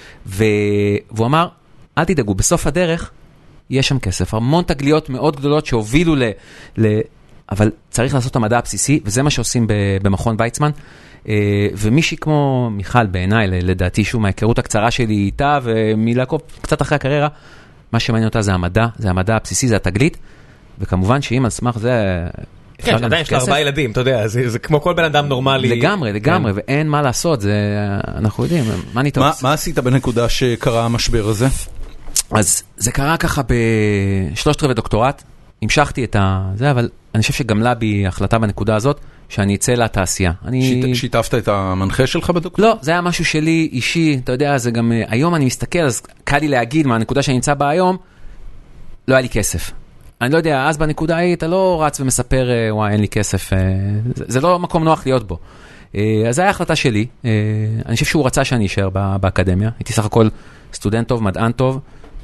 והוא אמר, אל תדאגו, בסוף הדרך יש שם כסף. המון תגליות מאוד גדולות שהובילו ל... ל... אבל צריך לעשות את המדע הבסיסי, וזה מה שעושים במכון ויצמן. ומישהי כמו מיכל בעיניי, לדעתי שהוא מההיכרות הקצרה שלי איתה, ומלעקוב קצת אחרי הקריירה, מה שמעניין אותה זה המדע, זה המדע הבסיסי, זה התגלית, וכמובן שאם על סמך זה... כן, שעדיין יש לה ארבעה ילדים, אתה יודע, זה כמו כל בן אדם נורמלי. לגמרי, לגמרי, ואין מה לעשות, זה, אנחנו יודעים, מה ניתוץ? מה עשית בנקודה שקרה המשבר הזה? אז זה קרה ככה בשלושת רבעי דוקטורט, המשכתי את זה, אבל אני חושב שגמלה בי החלטה בנקודה הזאת, שאני אצא לתעשייה. שיתפת את המנחה שלך בדוקטורט? לא, זה היה משהו שלי אישי, אתה יודע, זה גם, היום אני מסתכל, אז קל לי להגיד מהנקודה שאני נמצא בה היום, לא היה לי כסף. אני לא יודע, אז בנקודה ההיא, אתה לא רץ ומספר, וואי, אין לי כסף, זה לא מקום נוח להיות בו. אז זו הייתה החלטה שלי, אני חושב שהוא רצה שאני אשאר באקדמיה, הייתי סך הכל סטודנט טוב, מדען טוב,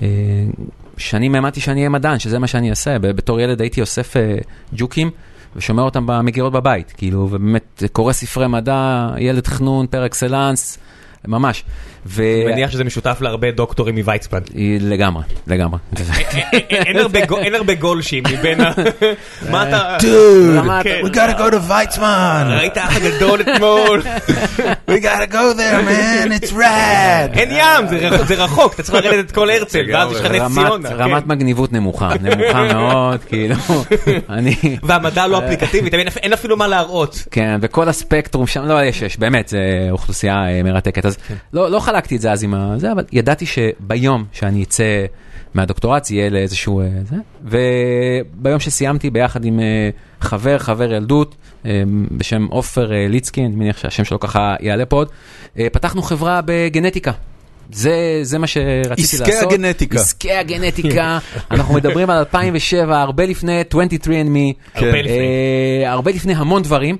שנים האמנתי שאני אהיה מדען, שזה מה שאני אעשה, בתור ילד הייתי אוסף ג'וקים, ושומע אותם במגירות בבית, כאילו, ובאמת קורא ספרי מדע, ילד תכנון, פר אקסלנס, ממש. אני מניח שזה משותף להרבה דוקטורים מוויצמן. לגמרי, לגמרי. אין הרבה גולשים מבין ה... מה אתה... Dude, we gotta go to ויצמן. ראית אח הגדול אתמול. We gotta go there, man, it's rad. אין ים, זה רחוק, אתה צריך לרדת את כל הרצל, ואז יש לך נס ציונה. רמת מגניבות נמוכה, נמוכה מאוד, כאילו, אני... והמדע לא אפליקטיבית, אין אפילו מה להראות. כן, וכל הספקטרום שם, לא, יש, יש, באמת, זה אוכלוסייה מרתקת, אז לא חלקתי את זה אז עם זה, אבל ידעתי שביום שאני אצא מהדוקטורט, זה יהיה לאיזשהו... וביום שסיימתי ביחד עם חבר, חבר ילדות, בשם עופר ליצקי, אני מניח שהשם שלו ככה יעלה פה עוד, פתחנו חברה בגנטיקה. זה, זה מה שרציתי עסקי לעשות. עסקי הגנטיקה. עסקי הגנטיקה. אנחנו מדברים על אלפיים ושבע, הרבה לפני עשרים ושלוש אנד מי. הרבה לפני. הרבה לפני המון דברים.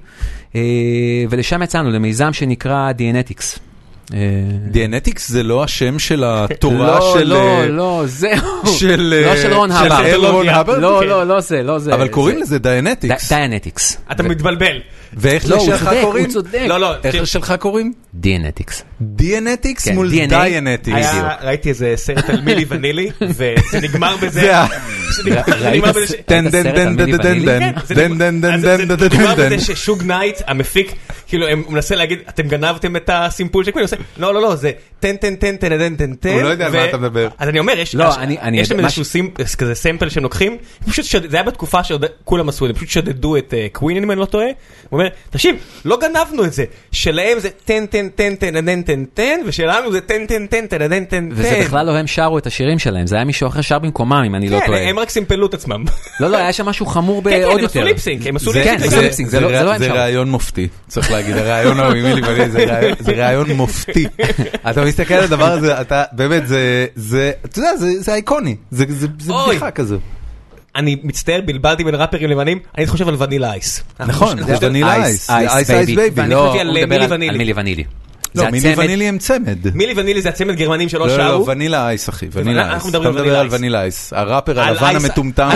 ולשם יצאנו למייזם שנקרא דיאנטיקס. דיאנטיקס זה לא השם של התורה של... לא, לא, זהו. לא של רון הבר. לא, לא, לא זה, לא זה. אבל קוראים לזה דיאנטיקס. דיאנטיקס. אתה מתבלבל. ואיך לשלך קוראים? הוא צודק. לא, לא. איך לשלך קוראים? דיאנטיקס. דיאנטיקס מול דיאנטיקס. ראיתי איזה סרט על מילי ונילי, וזה נגמר בזה. ראית דן דן דן דן דן דן דן דן דן דן דן זה נגמר בזה ששוג נייט, המפיק, כאילו, הוא מנסה להגיד, אתם גנבתם את הסימפול שלי, לא, לא, לא, זה טן טן טן טן טן טן טן. הוא לא יודע על מה אתה מדבר. אז אני אומר, יש להם איזשהו כזה סמפל שהם לוקחים, פשוט זה היה בתקופה שכולם עשו את זה, פשוט שדדו את קווין, אם אני לא טועה. הוא אומר, תקשיב, לא גנבנו את זה, שלהם זה טן טן טן טן טן טן טן, ושלנו זה טן טן טן טן טן טן. וזה בכלל לא הם שרו את השירים שלהם, זה היה מישהו אחר שר במקומם, אם אני לא טועה. כן, הם רק סימפלו את עצמם. לא, לא, היה שם משהו חמור בעוד יותר. הם עשו ליפסינק, זה לא הם שרו. זה רעיון מופתי, צריך להגיד, הרעיון המילי ולי, זה רעיון מופתי. אתה מסתכל על הדבר הזה, אתה, באמת, זה, אתה יודע, זה אייקוני, זה בדיחה כזו. אני מצטער, בלבלתי בין ראפרים לבנים, אני חושב על ונילה אייס. נכון, זה ונילה אייס, אייס אייס בייבי. ואני חושבתי על מילי ונילי. על מילי ונילי. לא, מילי ונילי הם צמד. מילי ונילי זה הצמד גרמנים שלא שרו. לא, לא, ונילה אייס, אחי, ונילה אייס. אנחנו מדברים על ונילה אייס. הראפר הלבן המטומטם,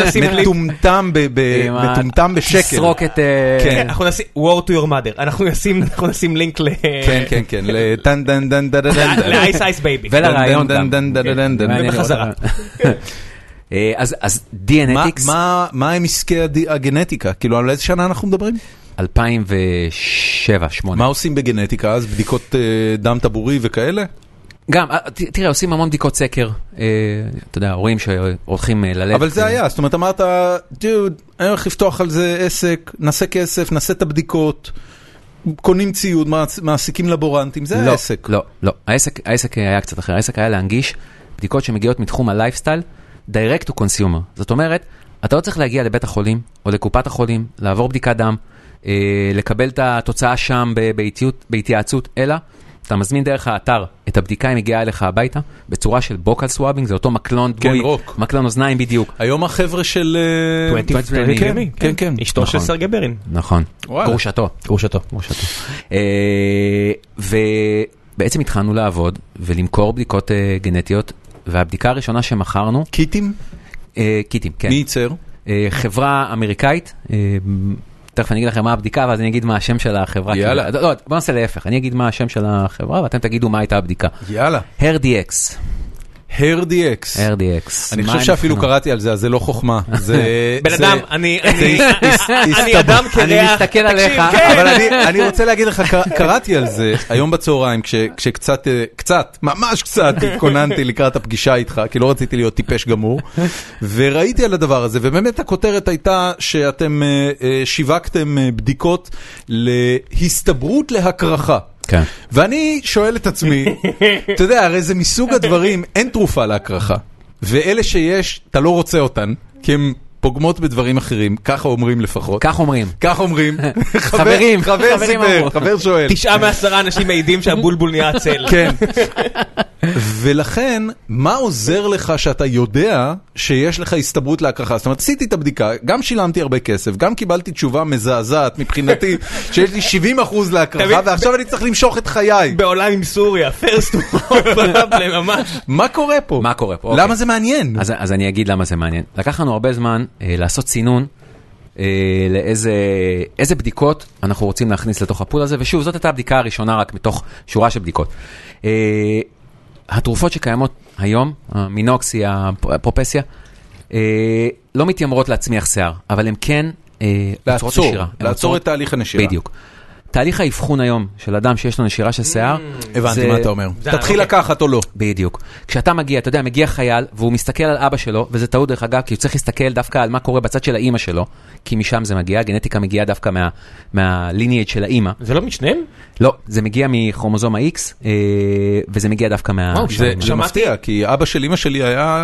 מטומטם בשקל. תסרוק את... אנחנו נשים, War to your mother. אנחנו נשים לינק ל... כן, כן, כן, לטן דן דן דן דן. לאייס אייס בייבי. ולרעיון גם. דן דן דן דן. ובחזרה. אז דיאנטיקס... מה הם עסקי הגנטיקה? כאילו, על איזה שנה אנחנו מדברים? אלפיים ושבע שמונה. מה עושים בגנטיקה אז? בדיקות דם טבורי וכאלה? גם, תראה, עושים המון בדיקות סקר. אתה יודע, הורים שהולכים ללב. אבל זה היה, זאת אומרת, אמרת, דוד, אני הולך לפתוח על זה עסק, נעשה כסף, נעשה את הבדיקות, קונים ציוד, מעסיקים לבורנטים, זה היה עסק. לא, לא, העסק היה קצת אחר. העסק היה להנגיש בדיקות שמגיעות מתחום הלייפסטייל, direct to consumer. זאת אומרת, אתה לא צריך להגיע לבית החולים, או לקופת החולים, לעבור בדיקת דם, לקבל את התוצאה שם בהתייעצות, אלא אתה מזמין דרך האתר את הבדיקה, היא מגיעה אליך הביתה, בצורה של בוקל סוואבינג, זה אותו מקלון דבוי, מקלון אוזניים בדיוק. היום החבר'ה של... כן, כן. אשתו של סרגי ברין. נכון. גרושתו. גרושתו. ובעצם התחלנו לעבוד ולמכור בדיקות גנטיות, והבדיקה הראשונה שמכרנו... קיטים? קיטים, כן. מי ייצר? חברה אמריקאית, תכף אני אגיד לכם מה הבדיקה, ואז אני אגיד מה השם של החברה. יאללה. לא, בוא נעשה להפך, אני אגיד מה השם של החברה, ואתם תגידו מה הייתה הבדיקה. יאללה. הרדי-אקס. הרדי-אקס. הרדי-אקס. אני חושב שאפילו קראתי על זה, אז זה לא חוכמה. בן אדם, אני אדם קרח. אני מסתכל עליך. אבל אני רוצה להגיד לך, קראתי על זה היום בצהריים, כשקצת, קצת, ממש קצת, התכוננתי לקראת הפגישה איתך, כי לא רציתי להיות טיפש גמור, וראיתי על הדבר הזה, ובאמת הכותרת הייתה שאתם שיווקתם בדיקות להסתברות להקרחה. כן. ואני שואל את עצמי, אתה יודע, הרי זה מסוג הדברים, אין תרופה להקרחה. ואלה שיש, אתה לא רוצה אותן, כי הן פוגמות בדברים אחרים, ככה אומרים לפחות. כך אומרים. כך אומרים. חברים, חבר סיפר, חבר שואל. תשעה מעשרה אנשים מעידים שהבולבול נהיה עצל. כן. ולכן, מה עוזר לך שאתה יודע שיש לך הסתברות להקרחה? זאת אומרת, עשיתי את הבדיקה, גם שילמתי הרבה כסף, גם קיבלתי תשובה מזעזעת מבחינתי, שיש לי שבעים אחוז להקרחה, ועכשיו אני צריך למשוך את חיי. בעולם עם סוריה, first problem, ממש. מה קורה פה? מה קורה פה? למה זה מעניין? אז, אז אני אגיד למה זה מעניין. לקח לנו הרבה זמן אה, לעשות צינון, אה, לאיזה איזה בדיקות אנחנו רוצים להכניס לתוך הפול הזה, ושוב, זאת הייתה הבדיקה הראשונה רק מתוך שורה של בדיקות. אה, התרופות שקיימות היום, המינוקסי, הפרופסיה, לא מתיימרות להצמיח שיער, אבל הם כן עוצרות נשירה. לעצור את תהליך הנשירה. בדיוק. תהליך האבחון היום של אדם שיש לו נשירה של שיער, הבנתי מה אתה אומר. תתחיל לקחת או לא. בדיוק. כשאתה מגיע, אתה יודע, מגיע חייל, והוא מסתכל על אבא שלו, וזה טעות דרך אגב, כי הוא צריך להסתכל דווקא על מה קורה בצד של האמא שלו, כי משם זה מגיע, הגנטיקה מגיעה דווקא מהליניאג' של האמא. זה לא משניהם? לא, זה מגיע מכרומוזום ה-X, וזה מגיע דווקא מה... זה מפתיע, כי אבא של אמא שלי היה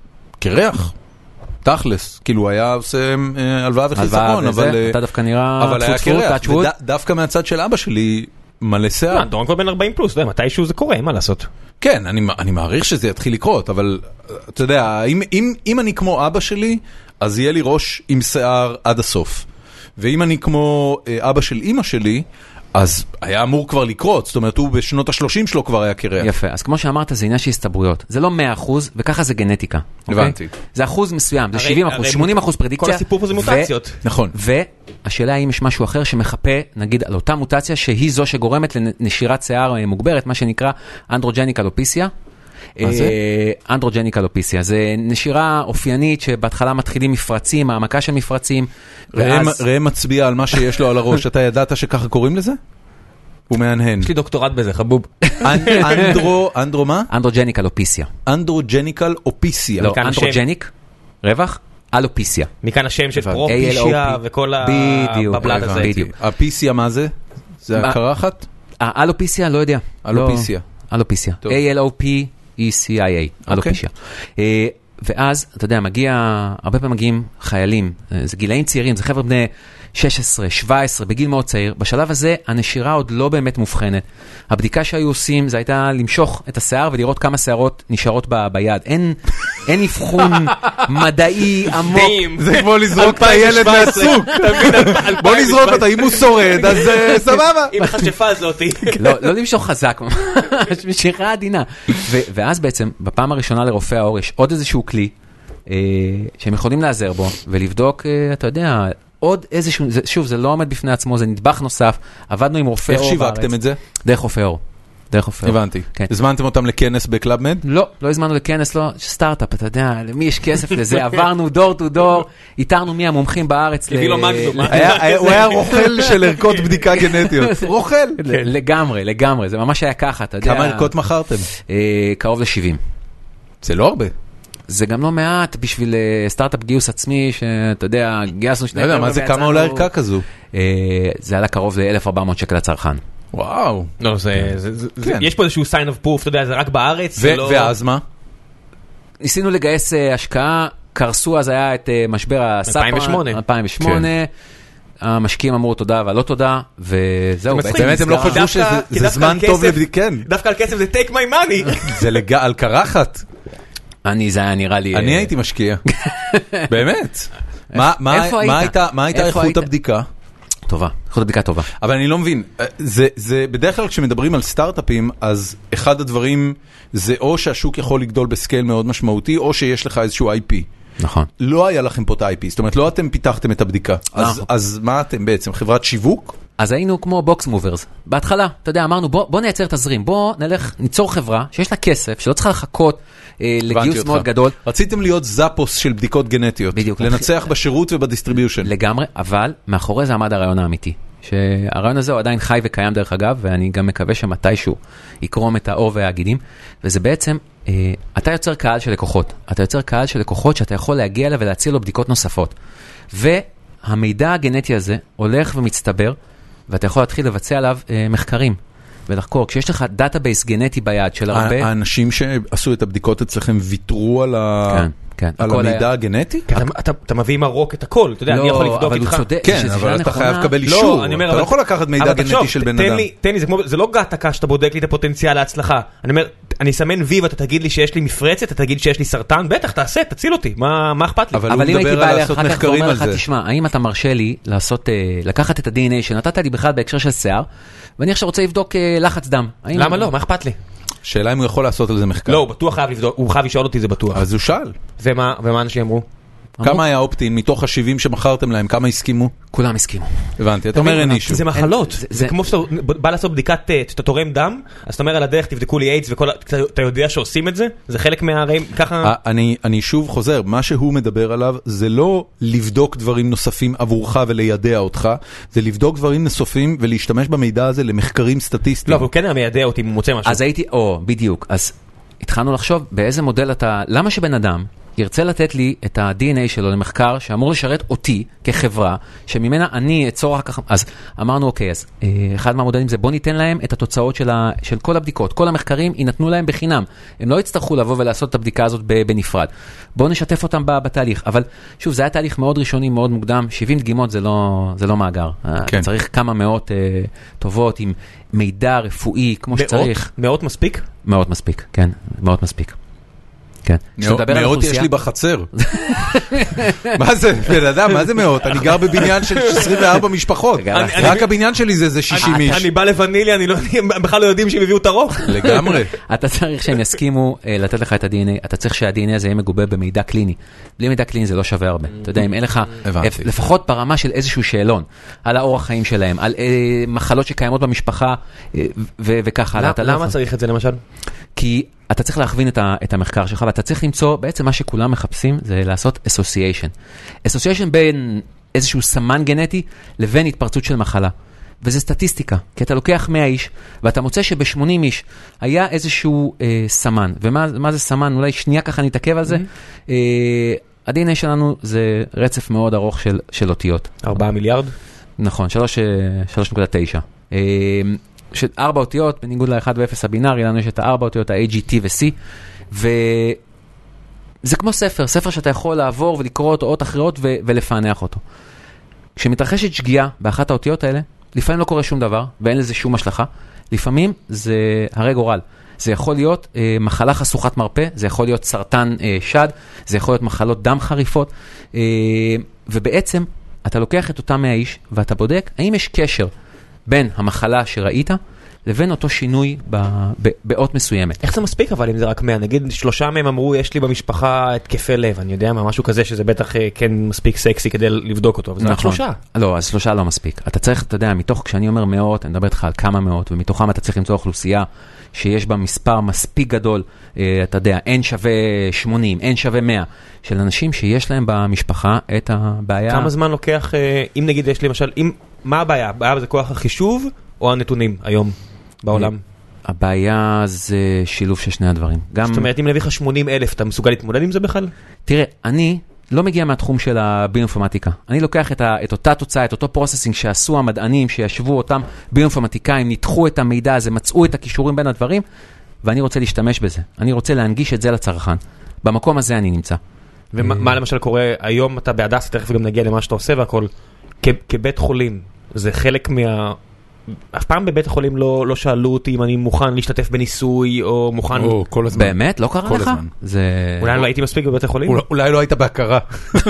קרח. תכלס, כאילו הוא היה עושה הלוואה וחיסכון, אבל אתה דווקא נראה אבל היה קרח, ודווקא מהצד של אבא שלי מלא שיער. דורון כבר בן ארבעים פלוס, מתישהו זה קורה, מה לעשות? כן, אני מעריך שזה יתחיל לקרות, אבל אתה יודע, אם אני כמו אבא שלי, אז יהיה לי ראש עם שיער עד הסוף. ואם אני כמו אבא של אמא שלי, אז היה אמור כבר לקרות, זאת אומרת, הוא בשנות ה-שלושים שלו כבר היה קרח. יפה, אז כמו שאמרת, זה עניין של הסתברויות. זה לא מאה אחוז, וככה זה גנטיקה. הבנתי. זה אחוז מסוים, זה שבעים אחוז, שמונים אחוז פרדיקציה. כל הסיפור פה זה מוטציות. נכון. והשאלה האם יש משהו אחר שמחפה, נגיד, על אותה מוטציה, שהיא זו שגורמת לנשירת שיער מוגברת, מה שנקרא אנדרוג'ניק אלופיסיה. מה זה? אנדרוג'ניק אלופיסיה. זה נשירה אופיינית שבהתחלה מתחילים מפרצים, העמקה של מפרצים. ראם מצביע על מה שיש לו על הראש. אתה ידעת שככה קוראים לזה? הוא מהנהן. יש לי דוקטורט בזה, חבוב. אנדרו, אנדרו מה? אנדרוג'ניק אלופיסיה. אנדרוג'ניקל אופיסיה. לא, אנדרוג'ניק, רווח, אלופיסיה. מכאן השם של פרופישיה וכל הבבלד הזה. בדיוק. אפיסיה מה זה? זה הקרחת? אלופיסיה, לא יודע. אלופיסיה. אלופיסיה. A-L-O-P-E-C-I-A. אלופיסיה. ואז, אתה יודע, מגיע, הרבה פעמים מגיעים חיילים, זה גילאים צעירים, זה חבר'ה בני שש עשרה, שבע עשרה, בגיל מאוד צעיר. בשלב הזה, הנשירה עוד לא באמת מובחנת. הבדיקה שהיו עושים, זה הייתה למשוך את השיער ולראות כמה שערות נשארות ב- ביד. אין, אין אבחון מדעי עמוק. זה כמו לזרוק את הילד מהסוג. בוא נזרוק אותה, אם הוא שורד, אז סבבה. אם חשפה אז לא אותי. לא, לא למשוך חזק, משיכה עדינה. ואז בעצם, בפעם הראשונה לרופא העור, יש עוד איזשהו כלי, שהם יכולים לעזר בו, ולבדוק, אתה יודע, עוד איזשהו, שוב, זה לא עומד בפני עצמו, זה נדבך נוסף, עבדנו עם רופא אור בארץ. איך שיווקתם את זה? דרך רופא אור. דרך רופא אור. הבנתי. הזמנתם אותם לכנס בקלאב מד? לא, לא הזמנו לכנס, לא, סטארט-אפ, אתה יודע, למי יש כסף לזה, עברנו דור טו דור, איתרנו מי המומחים בארץ. הביא לו מגדום. הוא היה רוכל של ערכות בדיקה גנטיות. רוכל. לגמרי, לגמרי, זה ממש היה ככה, אתה יודע. כמה ערכות מכרתם? קרוב ל-שבעים. זה לא הרבה. זה גם לא מעט בשביל סטארט-אפ גיוס עצמי, שאתה יודע, גייסנו שני... לא יודע, מה זה, כמה עולה ערכה כזו? זה עלה קרוב ל-אלף וארבע מאות שקל לצרכן. וואו. לא, יש פה איזשהו sign of proof, אתה יודע, זה רק בארץ. ואז מה? ניסינו לגייס השקעה, קרסו, אז היה את משבר הסאפ אלפיים ושמונה. אלפיים ושמונה, המשקיעים אמרו תודה אבל לא תודה, וזהו. באמת הם לא חשבו שזה זמן טוב לבדיק, כן. דווקא על כסף זה take my money. זה על קרחת. אני, זה היה נראה לי... אני הייתי משקיע. באמת. מה הייתה איכות הבדיקה? טובה, איכות הבדיקה טובה. אבל אני לא מבין, זה בדרך כלל כשמדברים על סטארט-אפים, אז אחד הדברים זה או שהשוק יכול לגדול בסקייל מאוד משמעותי, או שיש לך איזשהו איי פי. נכון. לא היה לכם פה את ה-איי פי, זאת אומרת, לא אתם פיתחתם את הבדיקה. אז, אז מה אתם בעצם? חברת שיווק? אז היינו כמו בוקס מוברס. בהתחלה, אתה יודע, אמרנו, בוא, בוא נייצר תזרים, בוא נלך, ניצור חברה שיש לה כסף, שלא צריכה לחכות אה, לגיוס מאוד גדול. רציתם להיות זאפוס של בדיקות גנטיות. בדיוק. לנצח בשירות ובדיסטריביושן. לגמרי, אבל מאחורי זה עמד הרעיון האמיתי. שהרעיון הזה הוא עדיין חי וקיים דרך אגב, ואני גם מקווה שמתישהו יקרום את האור והגידים, וזה בעצם, אה, אתה יוצר קהל של לקוחות. אתה יוצר קהל של לקוחות שאתה יכול להגיע אליו ולהציע לו בדיקות נוספות. והמידע הגנטי הזה הולך ומצטבר, ואתה יכול להתחיל לבצע עליו אה, מחקרים ולחקור. כשיש לך דאטאבייס גנטי ביד של הרבה... האנשים שעשו את הבדיקות אצלכם ויתרו על ה... כן. כן, על המידע הגנטי? אתה מביא מרוק את הכל, אתה יודע, אני יכול לבדוק איתך. כן, אבל אתה חייב לקבל אישור. אתה לא יכול לקחת מידע גנטי של בן אדם. תן לי, זה לא גאטה שאתה בודק לי את הפוטנציאל להצלחה. אני אומר, אני אסמן וי ואתה תגיד לי שיש לי מפרצת, אתה תגיד שיש לי סרטן, בטח, תעשה, תציל אותי, מה אכפת לי? אבל הוא מדבר על לעשות מחקרים על זה. תשמע, האם אתה מרשה לי לקחת את ה-די אן איי שנתת לי בכלל בהקשר של שיער, ואני עכשיו רוצה לבדוק לחץ דם. למה לא? מה אכפת לי? שאלה אם הוא יכול לעשות על זה מחקר. לא, הוא בטוח חייב לבדוק, הוא חייב לשאול אותי, זה בטוח. אז הוא שאל. ומה, ומה אנשים אמרו? כמה היה אופטין מתוך ה-שבעים שמכרתם להם, כמה הסכימו? כולם הסכימו. הבנתי, אתה אומר אין אישו. זה מחלות, זה כמו שאתה בא לעשות בדיקת, שאתה תורם דם, אז אתה אומר על הדרך, תבדקו לי איידס, ואתה יודע שעושים את זה? זה חלק מהרעים, ככה... אני שוב חוזר, מה שהוא מדבר עליו, זה לא לבדוק דברים נוספים עבורך וליידע אותך, זה לבדוק דברים נוספים ולהשתמש במידע הזה למחקרים סטטיסטיים. לא, אבל הוא כן מיידע אותי אם הוא מוצא משהו. אז הייתי, או, בדיוק, אז התחלנו לחשוב באיזה מודל אתה, למה שבן אדם ירצה לתת לי את ה-די אן איי שלו למחקר שאמור לשרת אותי כחברה, שממנה אני אצור רק כך, אז אמרנו אוקיי, אז אה, אחד מהמודלים זה בוא ניתן להם את התוצאות של, ה, של כל הבדיקות, כל המחקרים ינתנו להם בחינם, הם לא יצטרכו לבוא ולעשות את הבדיקה הזאת בנפרד, בוא נשתף אותם בתהליך, אבל שוב זה היה תהליך מאוד ראשוני, מאוד מוקדם, שבעים דגימות זה לא, זה לא מאגר, כן. צריך כמה מאות אה, טובות עם מידע רפואי כמו מאות? שצריך. מאות מספיק? מאות מספיק, כן, מאות מספיק. מאות יש לי בחצר. מה זה, בן אדם, מה זה מאות? אני גר בבניין של עשרים וארבע משפחות. רק הבניין שלי זה שישים איש. אני בא לווניליה, הם בכלל לא יודעים שהם הביאו את הרוק. לגמרי. אתה צריך שהם יסכימו לתת לך את ה-די אן איי, אתה צריך שה-די אן איי הזה יהיה מגובה במידע קליני. בלי מידע קליני זה לא שווה הרבה. אתה יודע, אם אין לך, לפחות ברמה של איזשהו שאלון, על האורח חיים שלהם, על מחלות שקיימות במשפחה, וככה. למה צריך את זה למשל? כי אתה צריך להכווין את, ה, את המחקר שלך, ואתה צריך למצוא, בעצם מה שכולם מחפשים, זה לעשות association. association בין איזשהו סמן גנטי, לבין התפרצות של מחלה. וזה סטטיסטיקה, כי אתה לוקח מאה איש, ואתה מוצא שב-שמונים איש היה איזשהו אה, סמן. ומה מה זה סמן? אולי שנייה ככה נתעכב על זה. Mm-hmm. אה, ה-די אן איי שלנו זה רצף מאוד ארוך של, של אותיות. ארבעה מיליארד? נכון, שלוש נקודה תשע. אה, של ארבע אותיות, בניגוד ל-אחד ו-אפס הבינארי, לנו יש את הארבע אותיות, ה-A, G, T ו-C, וזה כמו ספר, ספר שאתה יכול לעבור ולקרוא אותו אות אחרות ו- ולפענח אותו. כשמתרחשת שגיאה באחת האותיות האלה, לפעמים לא קורה שום דבר, ואין לזה שום השלכה, לפעמים זה הרי גורל. זה יכול להיות אה, מחלה חשוכת מרפא, זה יכול להיות סרטן אה, שד, זה יכול להיות מחלות דם חריפות, אה, ובעצם אתה לוקח את אותם מאה איש, ואתה בודק האם יש קשר בין המחלה שראית, לבין אותו שינוי באות מסוימת. איך זה מספיק אבל אם זה רק מאה? נגיד שלושה מהם אמרו, יש לי במשפחה התקפי לב, אני יודע מה, משהו כזה שזה בטח כן מספיק סקסי כדי לבדוק אותו, אבל זה רק שלושה. לא, אז שלושה לא מספיק. אתה צריך, אתה יודע, מתוך, כשאני אומר מאות, אני מדבר איתך על כמה מאות, ומתוכם אתה צריך למצוא אוכלוסייה שיש בה מספר מספיק גדול, אתה יודע, אין שווה שמונים, אין שווה מאה, של אנשים שיש להם במשפחה את הבעיה. כמה זמן לוקח, אם נגיד יש למשל, מה הבעיה? הבעיה זה כוח החישוב או הנתונים היום בעולם? הבעיה זה שילוב של שני הדברים. זאת אומרת, אם נביא לך שמונים אלף, אתה מסוגל להתמודד עם זה בכלל? תראה, אני לא מגיע מהתחום של הביואינפורמטיקה. אני לוקח את, ה, את אותה תוצאה, את אותו פרוססינג שעשו המדענים, שישבו אותם ביואינפורמטיקאים, ניתחו את המידע הזה, מצאו את הקישורים בין הדברים, ואני רוצה להשתמש בזה. אני רוצה להנגיש את זה לצרכן. במקום הזה אני נמצא. ומה למשל קורה היום, אתה בהדסה, תכף גם נגיע למה שאתה עושה והכל, כבית חולים, זה חלק מה... אף פעם בבית החולים לא, לא שאלו אותי אם אני מוכן להשתתף בניסוי, או מוכן... או, כל הזמן. באמת? לא קרה לך? זה... אולי לא הייתי מספיק בבית החולים? אולי, אולי לא היית בהכרה.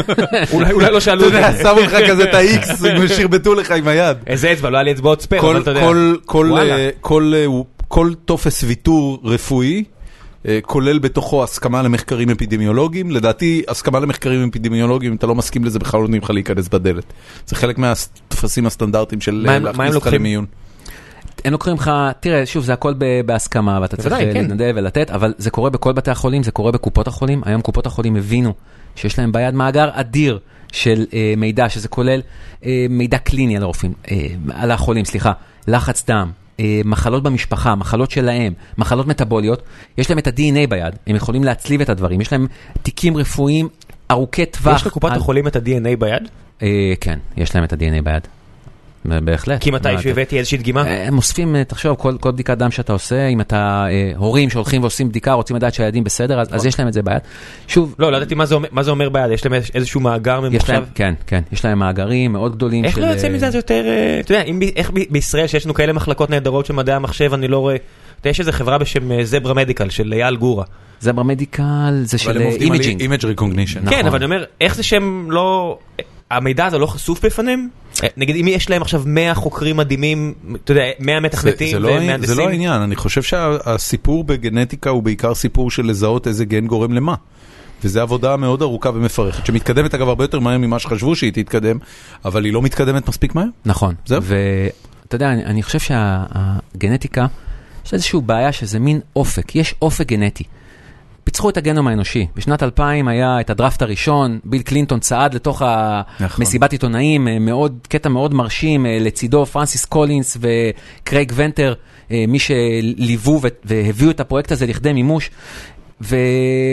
אולי, אולי לא שאלו אותי. אתה יודע, שמו לך כזה את ה-X, שרבטו לך עם היד. איזה אצבע, לא היה לי אצבעות ספר, כל, אבל אתה יודע. כל, כל, כל, כל, כל טופס ויתור רפואי, כולל בתוכו הסכמה למחקרים אפידמיולוגיים. לדעתי, הסכמה למחקרים אפידמיולוגיים, אם אתה לא מסכים לזה, בכלל לא נותנים לך להיכנס בדלת. זה חלק מהתפסים הסטנדרטיים של להכניס אותך למיון. הם לוקחים לך, תראה, שוב, זה הכל בהסכמה, ואתה צריך להתנדב ולתת, אבל זה קורה בכל בתי החולים, זה קורה בקופות החולים. היום קופות החולים הבינו שיש להם ביד מאגר אדיר של מידע, שזה כולל מידע קליני על הרופאים, על החולים, סליחה, לחץ דם, מחלות במשפחה, מחלות שלהם, מחלות מטאבוליות, יש להם את ה-די אן איי ביד, הם יכולים להצליב את הדברים, יש להם תיקים רפואיים ארוכי טווח. יש לקופת החולים את ה-די אן איי ביד? כן, יש להם את ה-די אן איי ביד. בהחלט. כי מתי שהבאתי איזושהי דגימה? הם אוספים, תחשוב, כל, כל בדיקת דם שאתה עושה, אם אתה הורים שהולכים ועושים בדיקה, רוצים לדעת שהילדים בסדר, אז, אז יש להם את זה ביד. שוב... לא, לא ידעתי מה זה אומר, מה זה אומר ביד, יש להם איזשהו מאגר ממוחשב? כן, כן, יש להם מאגרים מאוד גדולים. איך של... לא יוצא מזה יותר, אתה יודע, אם, איך ב, בישראל שיש לנו כאלה מחלקות נהדרות של מדעי המחשב, אני לא רואה, אתה יודע, יש איזו חברה בשם זברה מדיקל, של אייל גורה. זברה מדיקל, זה של אימג'ינג. אימג' ריקוגנישן. כן, אבל אני אומר, איך זה שהם לא... המידע הזה לא חשוף בפניהם? נגיד, אם יש להם עכשיו מאה חוקרים מדהימים, אתה יודע, מאה מתכנתים ומהנדסים? זה לא העניין, אני חושב שהסיפור בגנטיקה הוא בעיקר סיפור של לזהות איזה גן גורם למה. וזו עבודה מאוד ארוכה ומפרכת, שמתקדמת אגב הרבה יותר מהר ממה שחשבו שהיא תתקדם, אבל היא לא מתקדמת מספיק מהר. נכון. ואתה יודע, אני חושב שהגנטיקה, יש איזושהי בעיה שזה מין אופק, יש אופק גנטי. פיצחו את הגנום האנושי. בשנת אלפיים היה את הדרפט הראשון, ביל קלינטון צעד לתוך המסיבת עיתונאים, מאוד, קטע מאוד מרשים, לצידו פרנסיס קולינס וקרייג ונטר, מי שליוו והביאו את הפרויקט הזה לכדי מימוש, והוא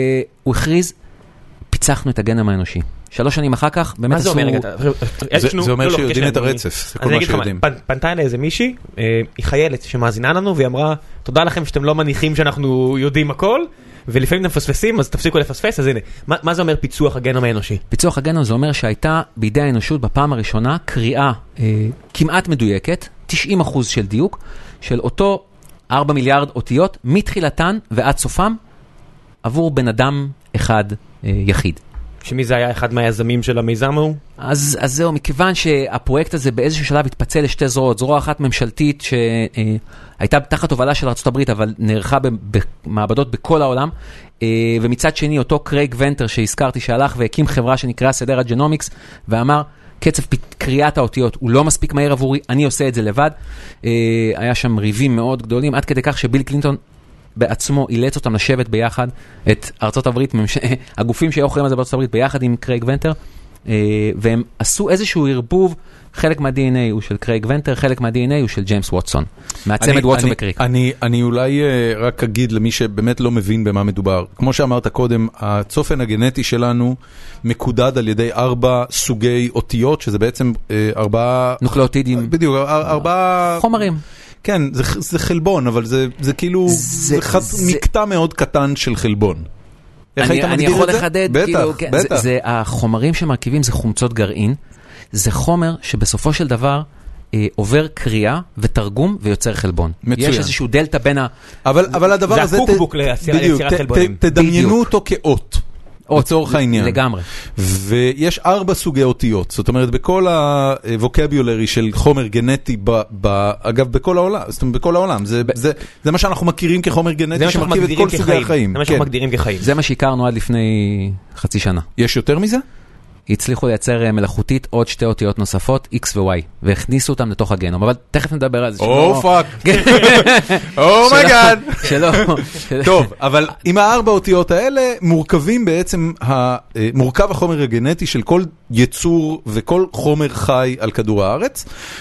הכריז, פיצחנו את הגנום האנושי. שלוש שנים אחר כך, באמת עשו... מה זה אומר? זה אומר שיודעים את הרצף, זה כל מה שיודעים. פנתה אלה איזה מישהי, היא חיילת שמאזינה לנו, והיא אמרה, תודה לכם שאתם לא מניחים שאנחנו יודעים הכל, ולפעמים נפספסים, אז תפסיקו לפספס, אז הנה, מה, מה זה אומר פיצוח הגנום האנושי? פיצוח הגנום זה אומר שהייתה בידי האנושות בפעם הראשונה קריאה אה, כמעט מדויקת, תשעים אחוז של דיוק, של אותו ארבע מיליארד אותיות, מתחילתן ועד סופם, עבור בן אדם אחד אה, יחיד. שמי זה היה אחד מהיזמים של המיזם הוא? אז, אז זהו, מכיוון שהפרויקט הזה באיזשהו שלב התפצל לשתי זרועות, זרוע אחת ממשלתית שהייתה תחת הובלה של ארצות הברית, אבל נערכה במעבדות בכל העולם, ומצד שני אותו קרייג ונטר שהזכרתי שהלך והקים חברה שנקראה סדרה ג'נומיקס, ואמר, קצב קריאת האותיות הוא לא מספיק מהיר עבורי, אני עושה את זה לבד. היה שם ריבים מאוד גדולים, עד כדי כך שביל קלינטון בעצמו אילץ אותם לשבת ביחד, את ארצות הברית, הגופים שהיו אחראים על זה בארצות הברית ביחד עם קרייג ונטר, והם עשו איזשהו ערבוב, חלק מה-די אן איי הוא של קרייג ונטר, חלק מה-די אן איי הוא של ג'יימס ווטסון, מהצמד ווטסון וקריק. אני, אני אולי רק אגיד למי שבאמת לא מבין במה מדובר. כמו שאמרת קודם, הצופן הגנטי שלנו מקודד על ידי ארבע סוגי אותיות, שזה בעצם ארבעה... נוקלאוטידים. בדיוק, ארבעה... חומרים. כן, זה, זה חלבון, אבל זה, זה כאילו זה, זה חת, זה... מקטע מאוד קטן של חלבון. איך אני, היית אני יכול לחדד, בטח, כאילו, בטח. זה, זה, החומרים שמרכיבים זה חומצות גרעין, זה חומר שבסופו של דבר אה, עובר קריאה ותרגום ויוצר חלבון. מצוין. יש איזשהו דלטה בין ה... אבל, אבל הדבר זה הזה... זה הקוקבוק ליצירת חלבונים. ת, תדמיינו אותו כאות. לצורך העניין. לגמרי. ויש ארבע סוגי אותיות. זאת אומרת, בכל הווקבולרי של חומר גנטי, ב, ב, אגב, בכל העולם, זאת אומרת, בכל העולם. זה, ב... זה, זה מה שאנחנו מכירים כחומר גנטי שמרכיב את כל סוגי החיים. זה מה שאנחנו מגדירים כחיים. זה מה שהכרנו עד לפני חצי שנה. יש יותר מזה? הצליחו לייצר מלאכותית עוד שתי אותיות נוספות, X ו-Y, והכניסו אותם לתוך הגנום, אבל תכף נדבר על זה. או פאק. או מייגאד. שלא. טוב, אבל עם הארבע אותיות האלה מורכבים בעצם, מורכב החומר הגנטי של כל יצור וכל חומר חי על כדור הארץ,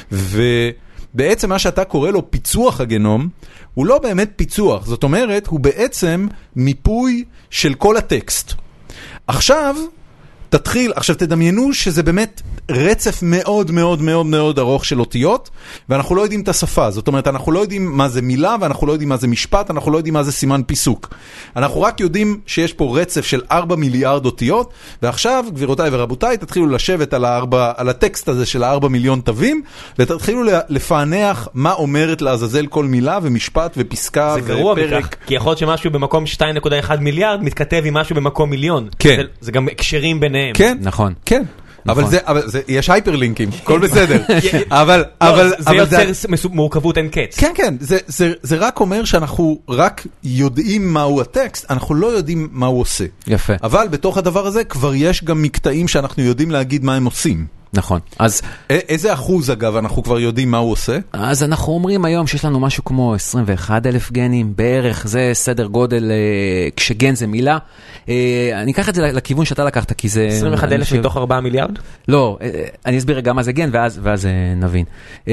ובעצם מה שאתה קורא לו פיצוח הגנום, הוא לא באמת פיצוח, זאת אומרת, הוא בעצם מיפוי של כל הטקסט. עכשיו, תתחיל, עכשיו תדמיינו שזה באמת רצף מאוד מאוד מאוד מאוד ארוך של אותיות, ואנחנו לא יודעים את השפה, זאת אומרת, אנחנו לא יודעים מה זה מילה, ואנחנו לא יודעים מה זה משפט, אנחנו לא יודעים מה זה סימן פיסוק. אנחנו רק יודעים שיש פה רצף של ארבע מיליארד אותיות, ועכשיו, גבירותיי ורבותיי, תתחילו לשבת על, הארבע, על הטקסט הזה של הארבע מיליון תווים, ותתחילו לפענח מה אומרת לעזאזל כל מילה, ומשפט ופסקה ופרק. זה גרוע בכך, כי יכול להיות שמשהו במקום שתיים נקודה אחת מיליארד, מתכתב עם משהו במקום מיליון. כן. זה, זה גם הקשרים ביניהם. כן. נכון. כן. אבל זה, אבל זה, יש הייפרלינקים, הכל בסדר. אבל, לא, אבל, זה אבל יוצר זה... מורכבות אין קץ. כן, כן, זה, זה, זה רק אומר שאנחנו רק יודעים מהו הטקסט, אנחנו לא יודעים מה הוא עושה. יפה. אבל בתוך הדבר הזה כבר יש גם מקטעים שאנחנו יודעים להגיד מה הם עושים. נכון. אז א- איזה אחוז אגב אנחנו כבר יודעים מה הוא עושה? אז אנחנו אומרים היום שיש לנו משהו כמו עשרים ואחד אלף גנים, בערך זה סדר גודל, אה, כשגן זה מילה. אה, אני אקח את זה לכיוון שאתה לקחת, כי זה... עשרים ואחד אלף חושב... מתוך ארבעה מיליארד? לא, אה, אני אסביר רגע מה זה גן, ואז, ואז אה, נבין. אה,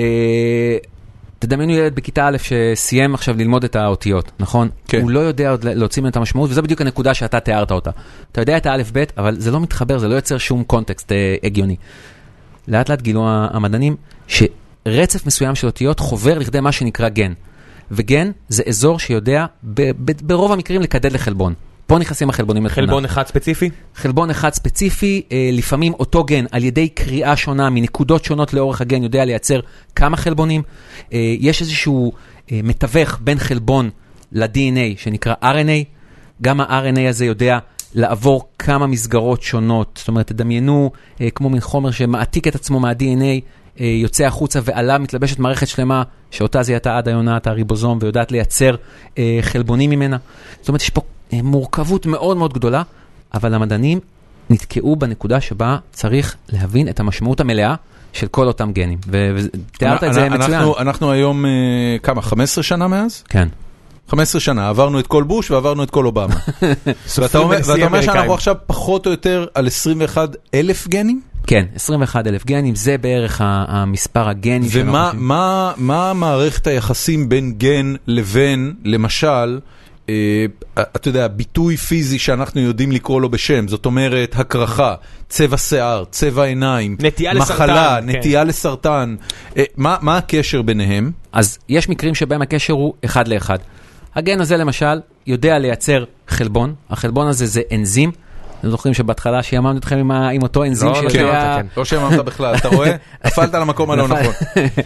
תדמיינו ילד בכיתה א' שסיים עכשיו ללמוד את האותיות, נכון? כן. הוא לא יודע עוד להוציא ממנו את המשמעות, וזו בדיוק הנקודה שאתה תיארת אותה. אתה יודע את האלף ב', אבל זה לא מתחבר, זה לא יוצר שום קונטקסט אה, הגיוני. לאט לאט גילו המדענים שרצף מסוים של אותיות חובר לכדי מה שנקרא גן. וגן זה אזור שיודע ב- ב- ברוב המקרים לקדד לחלבון. פה נכנסים החלבונים לתמונה. חלבון אחד ספציפי? חלבון אחד ספציפי, אה, לפעמים אותו גן על ידי קריאה שונה מנקודות שונות לאורך הגן יודע לייצר כמה חלבונים. אה, יש איזשהו אה, מתווך בין חלבון ל-די אן איי שנקרא אר אן איי. גם ה-אר אן איי הזה יודע לעבור כמה מסגרות שונות, זאת אומרת, תדמיינו אה, כמו מין חומר שמעתיק את עצמו מה-די אן איי, אה, יוצא החוצה ועליו מתלבשת מערכת שלמה, שאותה זיהתה עד היונת הריבוזום, ויודעת לייצר אה, חלבונים ממנה. זאת אומרת, יש פה אה, מורכבות מאוד מאוד גדולה, אבל המדענים נתקעו בנקודה שבה צריך להבין את המשמעות המלאה של כל אותם גנים. ותיארת את זה מצוין. אנחנו, אנחנו היום, אה, כמה, חמש עשרה שנה מאז? כן. חמש עשרה שנה, עברנו את כל בוש ועברנו את כל אובמה. ואתה אומר, ואתה אומר שאנחנו עכשיו פחות או יותר על עשרים ואחד אלף גנים? כן, עשרים ואחד אלף גנים, זה בערך המספר הגנים. ומה מה, מה מערכת היחסים בין גן לבין, למשל, אה, אתה יודע, ביטוי פיזי שאנחנו יודעים לקרוא לו בשם, זאת אומרת, הקרחה, צבע שיער, צבע עיניים, נטייה מחלה, לסרטן, נטייה כן. לסרטן. אה, מה, מה הקשר ביניהם? אז יש מקרים שבהם הקשר הוא אחד לאחד. הגן הזה למשל יודע לייצר חלבון, החלבון הזה זה אנזים, אתם זוכרים שבהתחלה שיאמרנו אתכם עם, ה... עם אותו אנזים לא, שיודע... כן. לא שיאמרת בכלל, אתה רואה? נפלת למקום הלא נכון.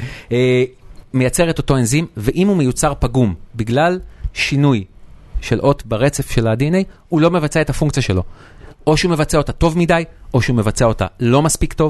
מייצר את אותו אנזים, ואם הוא מיוצר פגום, בגלל שינוי של אות ברצף של ה-די אן איי, הוא לא מבצע את הפונקציה שלו. או שהוא מבצע אותה טוב מדי, או שהוא מבצע אותה לא מספיק טוב.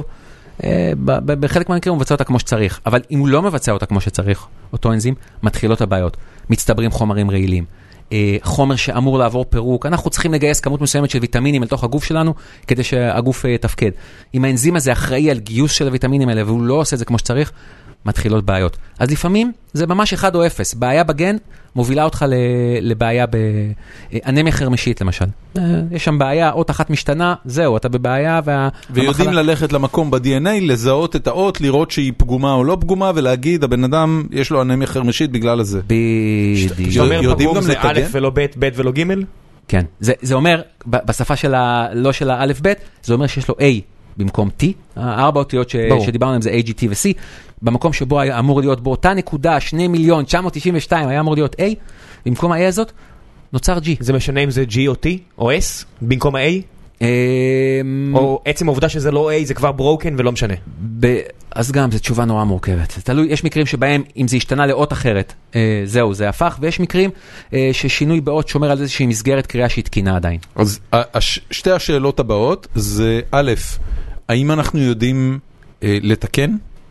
בחלק מהמקרים הוא מבצע אותה כמו שצריך, אבל אם הוא לא מבצע אותה כמו שצריך, אותו אנזים, מתחילות הבעיות. מצטברים חומרים רעילים. חומר שאמור לעבור פירוק, אנחנו צריכים לגייס כמות מסוימת של ויטמינים לתוך הגוף שלנו, כדי שהגוף יתפקד. אם האנזים הזה אחראי על גיוס של הוויטמינים האלה, והוא לא עושה את זה כמו שצריך, מתחילות בעיות. אז לפעמים זה ממש אחד או אפס. בעיה בגן מובילה אותך לבעיה באנמיה חרמשית למשל. יש שם בעיה, אות אחת משתנה, זהו, אתה בבעיה וה... ויודעים ללכת למקום ב-די אן איי, לזהות את האות, לראות שהיא פגומה או לא פגומה, ולהגיד, הבן אדם יש לו אנמיה חרמשית בגלל הזה. בדיוק. זאת אומרת, פגום זה א' ולא ב', ב' ולא ג'? כן. זה אומר, בשפה של ה... לא של האלף ב', זה אומר שיש לו A במקום T, הארבע אותיות שדיברנו עליהם זה A, G, T ו-C, במקום שבו היה אמור להיות באותה נקודה, שני מיליון תשע מאות תשעים ושתיים, היה אמור להיות A, במקום ה-A הזאת, נוצר G. זה משנה אם זה G או T או S, במקום ה-A? או עצם העובדה שזה לא A, זה כבר ברוקן ולא משנה. אז גם, זו תשובה נורא מורכבת. תלוי, יש מקרים שבהם, אם זה השתנה לאות אחרת, זהו, זה הפך, ויש מקרים ששינוי באות שומר על איזושהי מסגרת קריאה שהיא תקינה עדיין. אז שתי השאלות הבאות זה, א', האם אנחנו יודעים לתקן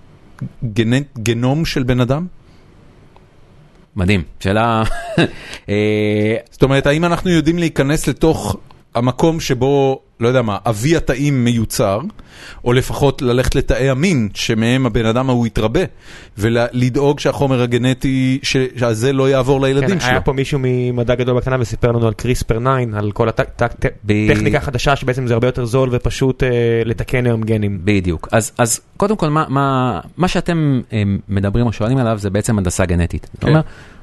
גנום של בן אדם? מדהים, שאלה... זאת אומרת, האם אנחנו יודעים להיכנס לתוך המקום שבו, לא יודע מה, אבי התאים מיוצר, או לפחות ללכת לתאי המין, שמהם הבן אדם הוא יתרבה, ולדאוג שהחומר הגנטי, שזה לא יעבור לילדים שלו. היה פה מישהו ממדע גדול בקטנה וסיפר לנו על קריספר תשע, על כל הטכניקה החדשה, שבעצם זה הרבה יותר זול ופשוט לתקן היום גנים. בדיוק. אז קודם כל, מה שאתם מדברים או שואלים עליו, זה בעצם הנדסה גנטית. זאת אומרת,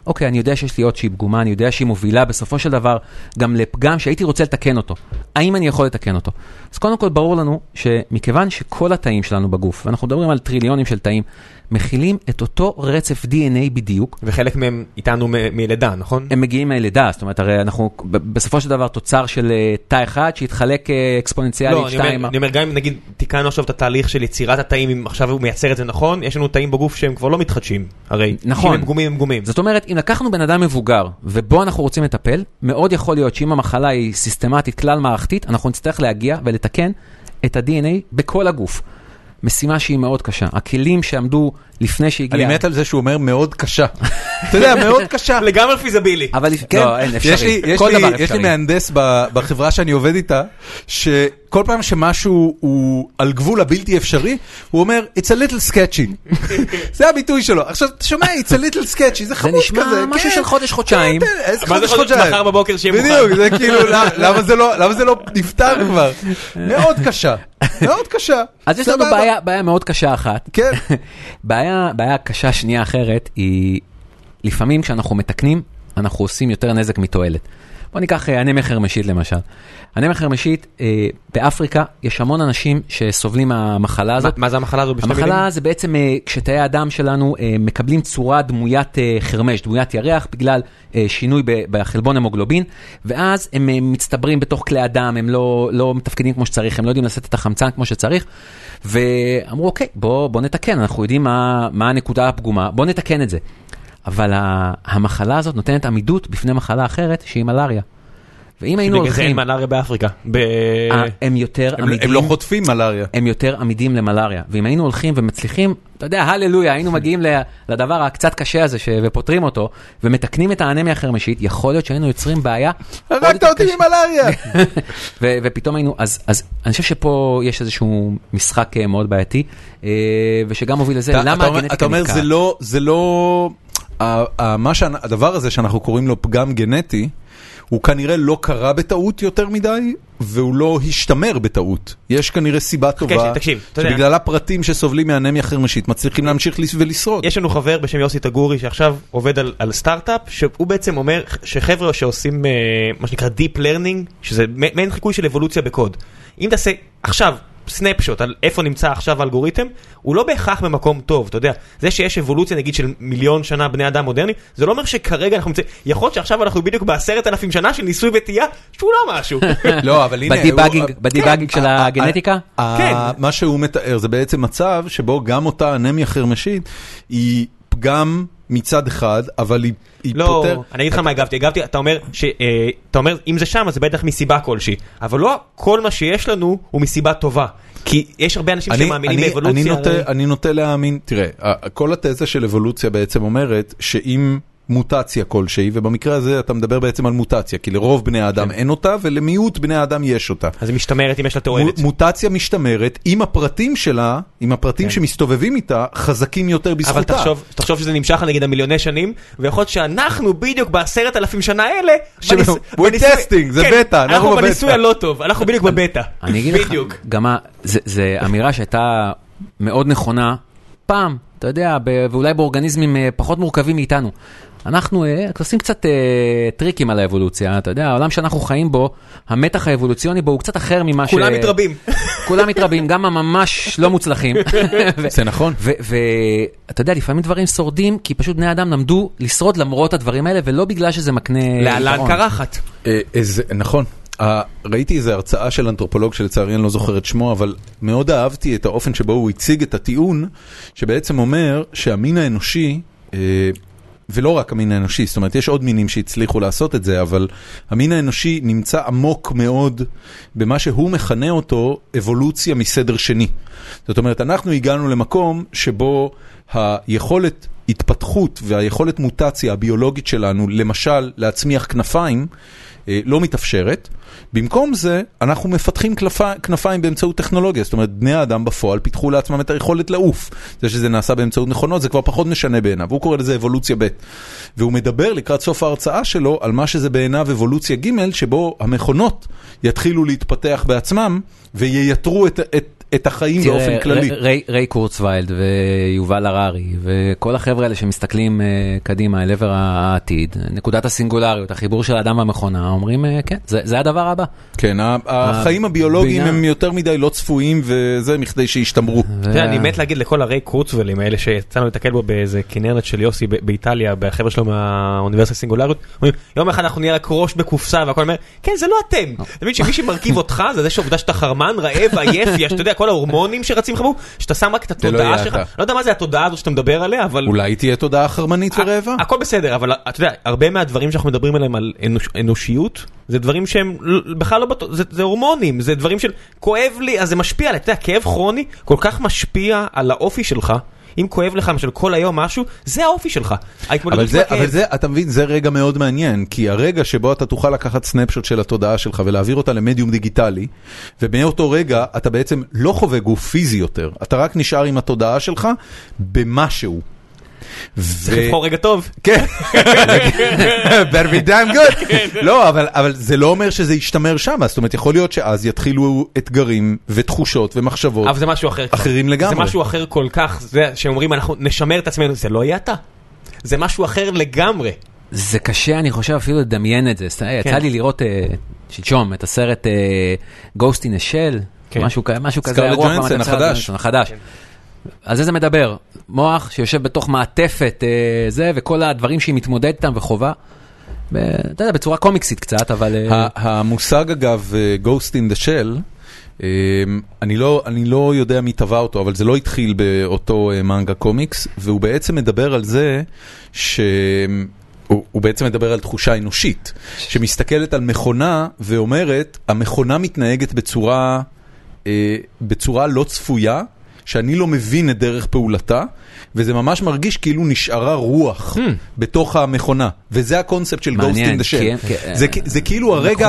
אוקיי, אני יודע שיש לי עוד שהיא פגומה, אני יודע שהיא מובילה בסופו של דבר גם לפגם שהייתי רוצה לתקן אותו. האם אני יכול לתקן אותו? אז קודם כל ברור לנו שמכיוון שכל התאים שלנו בגוף, ואנחנו מדברים על טריליונים של תאים, מכילים את אותו רצף די אן איי בדיוק. וחלק מהם איתנו מלידה, נכון? הם מגיעים מהלידה, זאת אומרת, הרי אנחנו בסופו של דבר תוצר של תא אחד שהתחלק אקספוננציאלית. לא, אני אומר, אני אומר, גם אם נגיד תיקנו עכשיו את התהליך של יצירת התאים, אם עכשיו הוא מייצר את זה נכון, יש לנו תאים בגוף שהם כבר לא מתחדשים, הרי. נכון. אם הם פגומים, הם פגומים. זאת אומרת, אם לקחנו בן אדם מבוגר, ובו אנחנו רוצים לטפל, מאוד יכול להיות שאם המחלה היא סיסטמטית, כלל מערכתית, אנחנו נצטרך להגיע ולתקן את ה-די אן איי בכל הגוף. משימה שהיא מאוד קשה. הכלים שעמדו לפני שהגיע... אני מת על זה שהוא אומר מאוד קשה. אתה יודע, מאוד קשה. לגמרי פיזבילי. אבל לא, אין אפשרי. כל דבר אפשרי. יש לי מהנדס בחברה שאני עובד איתה, שכל פעם שמשהו הוא על גבול הבלתי אפשרי, הוא אומר, it's a little sketchy. זה הביטוי שלו. עכשיו, אתה שומע, it's a little sketchy, זה חמוד כזה. זה נשמע משהו של חודש-חודשיים. מה זה חודש מחר בבוקר שיהיה מוכן? בדיוק, זה כאילו, למה זה לא נפטר כבר? מאוד קשה. מאוד קשה. אז יש לנו בעיה, בעיה מאוד קשה אחת. כן. בעיה, בעיה קשה שנייה אחרת היא, לפעמים כשאנחנו מתקנים, אנחנו עושים יותר נזק מתועלת. בוא ניקח אנמיה חרמשית למשל. אנמיה חרמשית, אה, באפריקה יש המון אנשים שסובלים מהמחלה הזאת. מה, מה זה המחלה הזאת בשתי המחלה מילים? זה בעצם אה, כשתאי האדם שלנו אה, מקבלים צורה דמוית אה, חרמש, דמוית ירח, בגלל אה, שינוי ב- בחלבון המוגלובין, ואז הם אה, מצטברים בתוך כלי הדם, הם לא, לא מתפקדים כמו שצריך, הם לא יודעים לשאת את החמצן כמו שצריך, ואמרו, אוקיי, בוא, בוא נתקן, אנחנו יודעים מה, מה הנקודה הפגומה, בוא נתקן את זה. אבל המחלה הזאת נותנת עמידות בפני מחלה אחרת, שהיא מלאריה. ואם היינו הולכים... שבגלל זה אין מלאריה באפריקה. הם יותר עמידים... הם לא חוטפים מלאריה. הם יותר עמידים למלאריה. ואם היינו הולכים ומצליחים, אתה יודע, הללויה, היינו מגיעים לדבר הקצת קשה הזה ופותרים אותו, ומתקנים את האנמיה החרמשית, יכול להיות שהיינו יוצרים בעיה... הרגת אותי ממלאריה! ופתאום היינו... אז אני חושב שפה יש איזשהו משחק מאוד בעייתי, ושגם מוביל לזה, למה הגנטיקה אתה אומר, זה לא... הדבר הזה שאנחנו קוראים לו פגם גנטי, הוא כנראה לא קרה בטעות יותר מדי, והוא לא השתמר בטעות. יש כנראה סיבה טובה, שבגלל הפרטים שסובלים מהאנמיה חרמשית, מצליחים להמשיך ולשרוד. יש לנו חבר בשם יוסי תגורי, שעכשיו עובד על, על סטארט-אפ, שהוא בעצם אומר שחבר'ה שעושים מה שנקרא Deep Learning, שזה מעין חיקוי של אבולוציה בקוד. אם תעשה עכשיו, סנפשוט על איפה נמצא עכשיו האלגוריתם, הוא לא בהכרח במקום טוב, אתה יודע. זה שיש אבולוציה נגיד של מיליון שנה בני אדם מודרני, זה לא אומר שכרגע אנחנו נמצאים, יכול להיות שעכשיו אנחנו בדיוק בעשרת אלפים שנה של ניסוי וטעייה, שהוא לא משהו. לא, אבל הנה... בדיבאגינג של הגנטיקה? כן. מה שהוא מתאר זה בעצם מצב שבו גם אותה אנמיה חרמשית היא פגם מצד אחד, אבל היא לא, פותר... אני אגיד לך מה הגבתי, הגבתי, אתה אומר, ש, אה, אתה אומר, אם זה שם, אז זה בטח מסיבה כלשהי, אבל לא כל מה שיש לנו הוא מסיבה טובה, כי יש הרבה אנשים אני, שמאמינים אני, באבולוציה. אני נוטה, הרי... אני נוטה להאמין, תראה, כל התזה של אבולוציה בעצם אומרת, שאם מוטציה כלשהי, ובמקרה הזה אתה מדבר בעצם על מוטציה, כי לרוב בני האדם אין אותה, ולמיעוט בני האדם יש אותה. אז היא משתמרת אם יש לה תועלת. מוטציה משתמרת, עם הפרטים שלה, עם הפרטים שמסתובבים איתה, חזקים יותר בזכותה. אבל תחשוב, תחשוב שזה נמשך נגיד המיליוני שנים, ויכול להיות שאנחנו בדיוק בעשרת אלפים שנה האלה, we're testing, זה בטא, אנחנו בניסוי הלא טוב, אנחנו בדיוק בבטא. אני אגיד לך, גם זה אמירה שהייתה מאוד נכונה, פעם, אתה יודע, ואולי באורגניזמים פחות מורכבים מאיתנו. אנחנו עושים קצת טריקים על האבולוציה, אתה יודע, העולם שאנחנו חיים בו, המתח האבולוציוני בו הוא קצת אחר ממה ש... כולם מתרבים. כולם מתרבים, גם הממש לא מוצלחים. זה נכון. ואתה יודע, לפעמים דברים שורדים, כי פשוט בני אדם למדו לשרוד למרות הדברים האלה, ולא בגלל שזה מקנה... להלן קרחת. נכון. ראיתי איזו הרצאה של אנתרופולוג שלצערי אני לא זוכר את שמו, אבל מאוד אהבתי את האופן שבו הוא הציג את הטיעון, שבעצם אומר שהמין האנושי, ולא רק המין האנושי, זאת אומרת יש עוד מינים שהצליחו לעשות את זה, אבל המין האנושי נמצא עמוק מאוד במה שהוא מכנה אותו אבולוציה מסדר שני. זאת אומרת, אנחנו הגענו למקום שבו היכולת התפתחות והיכולת מוטציה הביולוגית שלנו, למשל להצמיח כנפיים, לא מתאפשרת. במקום זה, אנחנו מפתחים כנפיים באמצעות טכנולוגיה. זאת אומרת, בני האדם בפועל פיתחו לעצמם את היכולת לעוף. זה שזה נעשה באמצעות מכונות, זה כבר פחות משנה בעיניו. הוא קורא לזה אבולוציה ב'. והוא מדבר לקראת סוף ההרצאה שלו על מה שזה בעיניו אבולוציה ג', שבו המכונות יתחילו להתפתח בעצמם, וייתרו את, את, את החיים באופן כללי. ריי קורצוויילד ויובל הררי וכל החבר'ה האלה שמסתכלים קדימה אל עבר העתיד, נקודת הסינגולריות, החיבור של האדם והמכונה, אומרים כן, זה הדבר הבא. כן, החיים הביולוגיים הם יותר מדי לא צפויים וזה מכדי שישתמרו. אני מת להגיד לכל הריי קורצווילים האלה שיצאנו לתקל בו באיזה כנרת של יוסי באיטליה, בחבר'ה שלו מהאוניברסיטת הסינגולריות, יום אחד אנחנו נהיה רק ראש בקופסה והכל אומר, כן, זה לא אתם. אתה מבין שמי שמרכיב אותך זה זה שעובדה שאתה חרמן, רעב, עייף, יש, אתה יודע, כל ההורמונים שרצים חמו, שאתה שם רק את התודעה שלך. לא יודע מה זה התודעה הזו שאתה מדבר עליה, אבל... אולי תהיה תודעה חרמנית ורעבה. הכל בסדר, אבל אתה יודע, הרבה מהדברים שאנחנו מדברים עליהם על אנושיות, זה דברים שהם בכלל לא בטוח, זה הורמונים, זה דברים של כואב לי, אז זה משפיע עליי. אתה יודע, כאב כרוני כל כך משפיע על האופי שלך. אם כואב לך של כל היום משהו, זה האופי שלך. אבל זה, אבל זה, אתה מבין, זה רגע מאוד מעניין, כי הרגע שבו אתה תוכל לקחת סנפשוט של התודעה שלך ולהעביר אותה למדיום דיגיטלי, ומאותו רגע אתה בעצם לא חווה גוף פיזי יותר, אתה רק נשאר עם התודעה שלך במשהו. צריך לבחור רגע טוב. כן. better be damn good. לא, אבל זה לא אומר שזה ישתמר שם, זאת אומרת, יכול להיות שאז יתחילו אתגרים ותחושות ומחשבות. אבל זה משהו אחר. אחרים לגמרי. זה משהו אחר כל כך, זה שאומרים אנחנו נשמר את עצמנו, זה לא יהיה אתה. זה משהו אחר לגמרי. זה קשה, אני חושב אפילו לדמיין את זה. יצא לי לראות שלשום את הסרט Ghost in a Shell, משהו כזה. סקרלט ג'והנסון החדש. החדש. על זה זה מדבר, מוח שיושב בתוך מעטפת אה, זה, וכל הדברים שהיא מתמודדת איתם וחובה, ב, אתה יודע, בצורה קומיקסית קצת, אבל... המושג אגב, Ghost in the Shell, אה, אני, לא, אני לא יודע מי טבע אותו, אבל זה לא התחיל באותו אה, מנגה קומיקס, והוא בעצם מדבר על זה ש... הוא, הוא בעצם מדבר על תחושה אנושית, שמסתכלת על מכונה ואומרת, המכונה מתנהגת בצורה, אה, בצורה לא צפויה, שאני לא מבין את דרך פעולתה, וזה ממש מרגיש כאילו נשארה רוח בתוך המכונה, וזה הקונספט של Ghost in the Shell. זה כאילו הרגע,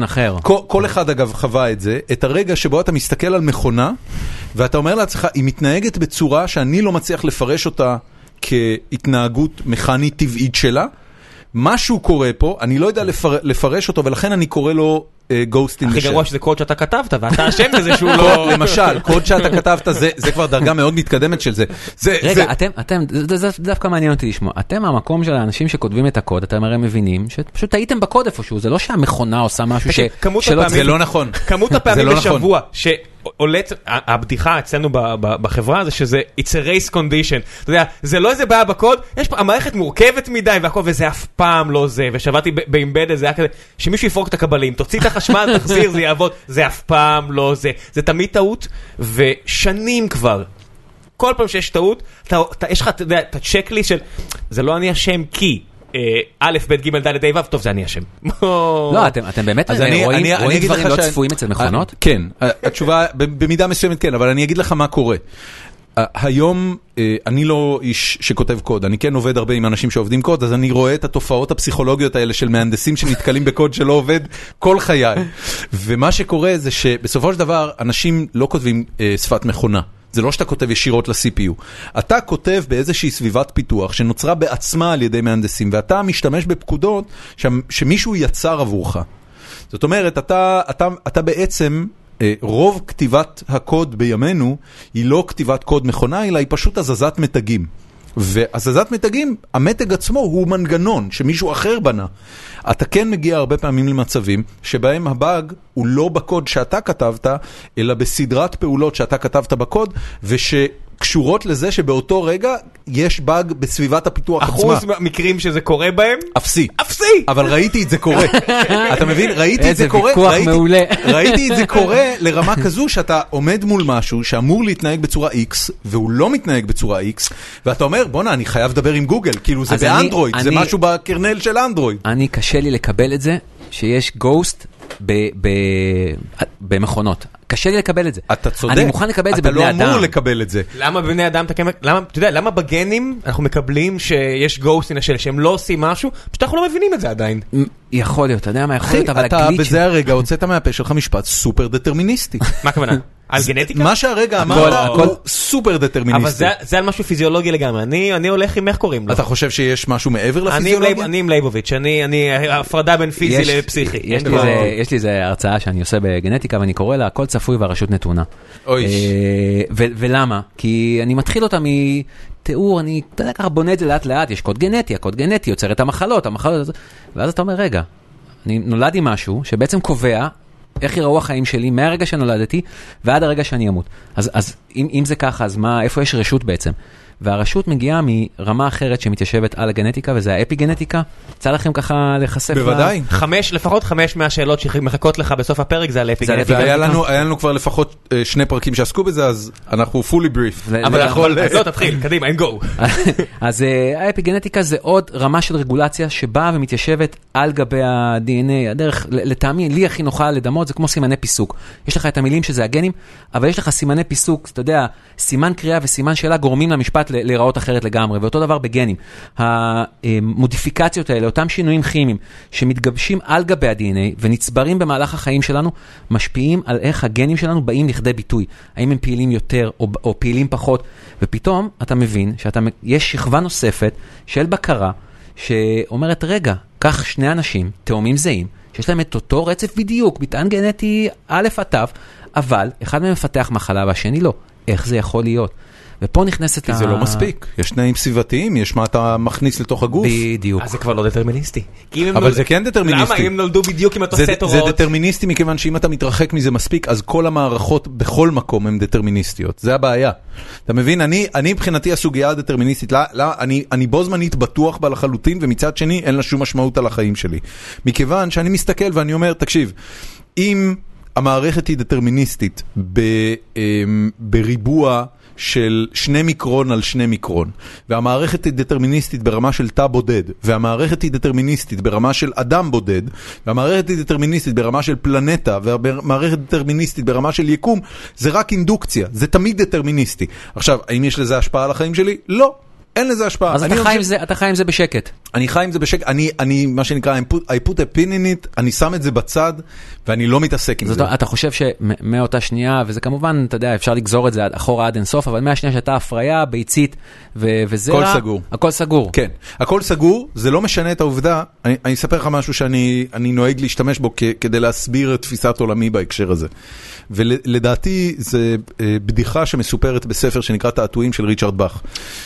כל אחד אגב חווה את זה, את הרגע שבו אתה מסתכל על מכונה, ואתה אומר לעצמך, היא מתנהגת בצורה שאני לא מצליח לפרש אותה כהתנהגות מכנית טבעית שלה, משהו קורה פה, אני לא יודע לפרש אותו, ולכן אני קורא לו Ghost in the Shell. הכי גרוע שזה קוד שאתה כתבת, ואתה אשם בזה שהוא לא... למשל, קוד שאתה כתבת, זה כבר דרגה מאוד מתקדמת של זה. רגע, אתם, זה דווקא מעניין אותי לשמוע, אתם המקום של האנשים שכותבים את הקוד, אתם הרי מבינים שפשוט הייתם בקוד איפשהו, זה לא שהמכונה עושה משהו שלא... זה לא נכון. כמות הפעמים בשבוע ש... עולת, הבדיחה אצלנו בחברה זה שזה it's a race condition, אתה יודע, זה לא איזה בעיה בקוד, יש פה, המערכת מורכבת מדי והכל, וזה אף פעם לא זה, ושבאתי באימבדד, זה היה כזה, שמישהו יפרוק את הקבלים, תוציא את החשמל, תחזיר, זה יעבוד, זה אף פעם לא זה, זה תמיד טעות, ושנים כבר, כל פעם שיש טעות, יש לך, אתה יודע, את הצ'קליסט של, זה לא אני אשם כי, א', ב', ג', ד', ה', ו', טוב, זה אני אשם. לא, אתם באמת רואים דברים לא צפויים אצל מכונות? כן, התשובה במידה מסוימת כן, אבל אני אגיד לך מה קורה. היום אני לא איש שכותב קוד, אני כן עובד הרבה עם אנשים שעובדים קוד, אז אני רואה את התופעות הפסיכולוגיות האלה של מהנדסים שנתקלים בקוד שלא עובד כל חיי. ומה שקורה זה שבסופו של דבר אנשים לא כותבים שפת מכונה. זה לא שאתה כותב ישירות ל-סי פי יו. אתה כותב באיזושהי סביבת פיתוח שנוצרה בעצמה על ידי מהנדסים, ואתה משתמש בפקודות שמישהו יצר עבורך. זאת אומרת, אתה, אתה, אתה בעצם, רוב כתיבת הקוד בימינו היא לא כתיבת קוד מכונה, אלא היא פשוט הזזת מתגים. והזזת מתגים, המתג עצמו הוא מנגנון שמישהו אחר בנה. אתה כן מגיע הרבה פעמים למצבים שבהם הבאג הוא לא בקוד שאתה כתבת, אלא בסדרת פעולות שאתה כתבת בקוד, ושקשורות לזה שבאותו רגע יש באג בסביבת הפיתוח עצמה. אחוז מקרים שזה קורה בהם? אפסי. אפסי! אבל ראיתי את זה קורה. אתה מבין? ראיתי את זה קורה. איזה ויכוח מעולה. ראיתי את זה קורה לרמה כזו שאתה עומד מול משהו שאמור להתנהג בצורה X, והוא לא מתנהג בצורה X, ואתה אומר, בונה, אני חייב לדבר עם גוגל, כאילו זה באנדרואיד, זה משהו בקרנל של אנדרואיד. אני קשה לי לקבל את זה, שיש גוסט במכונות. קשה לי לקבל את זה. אתה צודק. אני מוכן לקבל את זה בבני אדם. אתה לא אמור לקבל את זה. למה בבני אדם, למה, אתה יודע, למה בגנים אנחנו מקבלים שיש גוסט אין השאלה, שהם לא עושים משהו, פשוט אנחנו לא מבינים את זה עדיין. יכול להיות, אתה יודע מה יכול להיות, אבל אתה בזה הרגע הוצאת מהפה שלך משפט סופר דטרמיניסטי. מה הכוונה? על גנטיקה? מה שהרגע אמרת הוא סופר דטרמיניסטי. אבל זה על משהו פיזיולוגי לגמרי. אני הולך עם איך קוראים לו. אתה חושב שיש משהו מעבר לפיזיולוגיה? אני עם לייבוביץ', אני הפרדה בין פיזי לפסיכי. יש לי איזו הרצאה שאני עושה בגנטיקה, ואני קורא לה, הכל צפוי והרשות נתונה. אוי. ולמה? כי אני מתחיל אותה מתיאור, אני ככה בונה את זה לאט לאט, יש קוד גנטי, הקוד גנטי יוצר את המחלות, המחלות, ואז אתה אומר, רגע, אני נולד עם משהו שבעצם קובע איך יראו החיים שלי מהרגע שנולדתי ועד הרגע שאני אמות. אז, אז אם, אם זה ככה, אז מה, איפה יש רשות בעצם? והרשות מגיעה מרמה אחרת שמתיישבת על הגנטיקה, וזה האפיגנטיקה. יצא לכם ככה לחשף? בוודאי. לה... חמש, לפחות חמש מהשאלות שמחכות לך בסוף הפרק, זה על האפיגנטיקה. והיה לנו, היה לנו כבר לפחות שני פרקים שעסקו בזה, אז אנחנו fully brief. אבל יכול... אז לא, תתחיל, קדימה, אין גו. אז האפיגנטיקה זה עוד רמה של רגולציה שבאה ומתיישבת על גבי ה-די אן איי. הדרך, לטעמי, לי הכי נוחה לדמות, זה כמו סימני פיסוק. יש לך את המילים שזה הגנים, אבל יש לך סימני פיסוק, אתה יודע, סימן קריאה וסימן שאלה גורמים למשפט להיראות אחרת לגמרי, ואותו דבר בגנים. המודיפיקציות האלה, אותם שינויים כימיים שמתגבשים על גבי ה-די אן איי ונצברים במהלך החיים שלנו, משפיעים על איך הגנים שלנו באים לכדי ביטוי. האם הם פעילים יותר או, או פעילים פחות, ופתאום אתה מבין שיש שכבה נוספת של בקרה שאומרת, רגע, כך שני אנשים, תאומים זהים, שיש להם את אותו רצף בדיוק, מטען גנטי א' עד ת', אבל אחד מהם מפתח מחלה והשני לא. איך זה יכול להיות? ופה נכנסת... כי זה לא מספיק. יש תנאים סביבתיים, יש מה אתה מכניס לתוך הגוף. בדיוק. אז זה כבר לא דטרמיניסטי. אבל זה כן דטרמיניסטי. למה? אם נולדו בדיוק עם אותו סט הוראות. זה דטרמיניסטי מכיוון שאם אתה מתרחק מזה מספיק, אז כל המערכות בכל מקום הן דטרמיניסטיות. זה הבעיה. אתה מבין? אני, אני מבחינתי הסוגיה הדטרמיניסטית, לא, לא, אני, אני בו זמנית בטוח בה לחלוטין, ומצד שני אין לה שום משמעות על החיים שלי. מכיוון שאני מסתכל ואני אומר, תקשיב, אם המערכת היא דטרמיניסטית ב, בריבוע של שני מיקרון על שני מיקרון, והמערכת היא דטרמיניסטית ברמה של תא בודד, והמערכת היא דטרמיניסטית ברמה של אדם בודד, והמערכת היא דטרמיניסטית ברמה של פלנטה, והמערכת דטרמיניסטית ברמה של יקום, זה רק אינדוקציה, זה תמיד דטרמיניסטי. עכשיו, האם יש לזה השפעה על החיים שלי? לא. אין לזה השפעה. אז אתה חי עם זה, אתה חי עם זה בשקט. אני חי עם זה בשקט. אני, אני, מה שנקרא, I put a pin in it, אני שם את זה בצד, ואני לא מתעסק עם זה. אתה חושב שמאותה שנייה, וזה כמובן, אתה יודע, אפשר לגזור את זה אחורה עד אינסוף, אבל מהשנייה שאתה הפריה, ביצית וזרע, הכל סגור. הכל סגור. כן. הכל סגור, זה לא משנה את העובדה. אני, אני אספר לך משהו שאני, אני נוהג להשתמש בו כדי להסביר את תפיסת עולמי בהקשר הזה. ולדעתי, זה בדיחה שמסופרת בספר שנקרא תעתועים של ריצ'רד באך.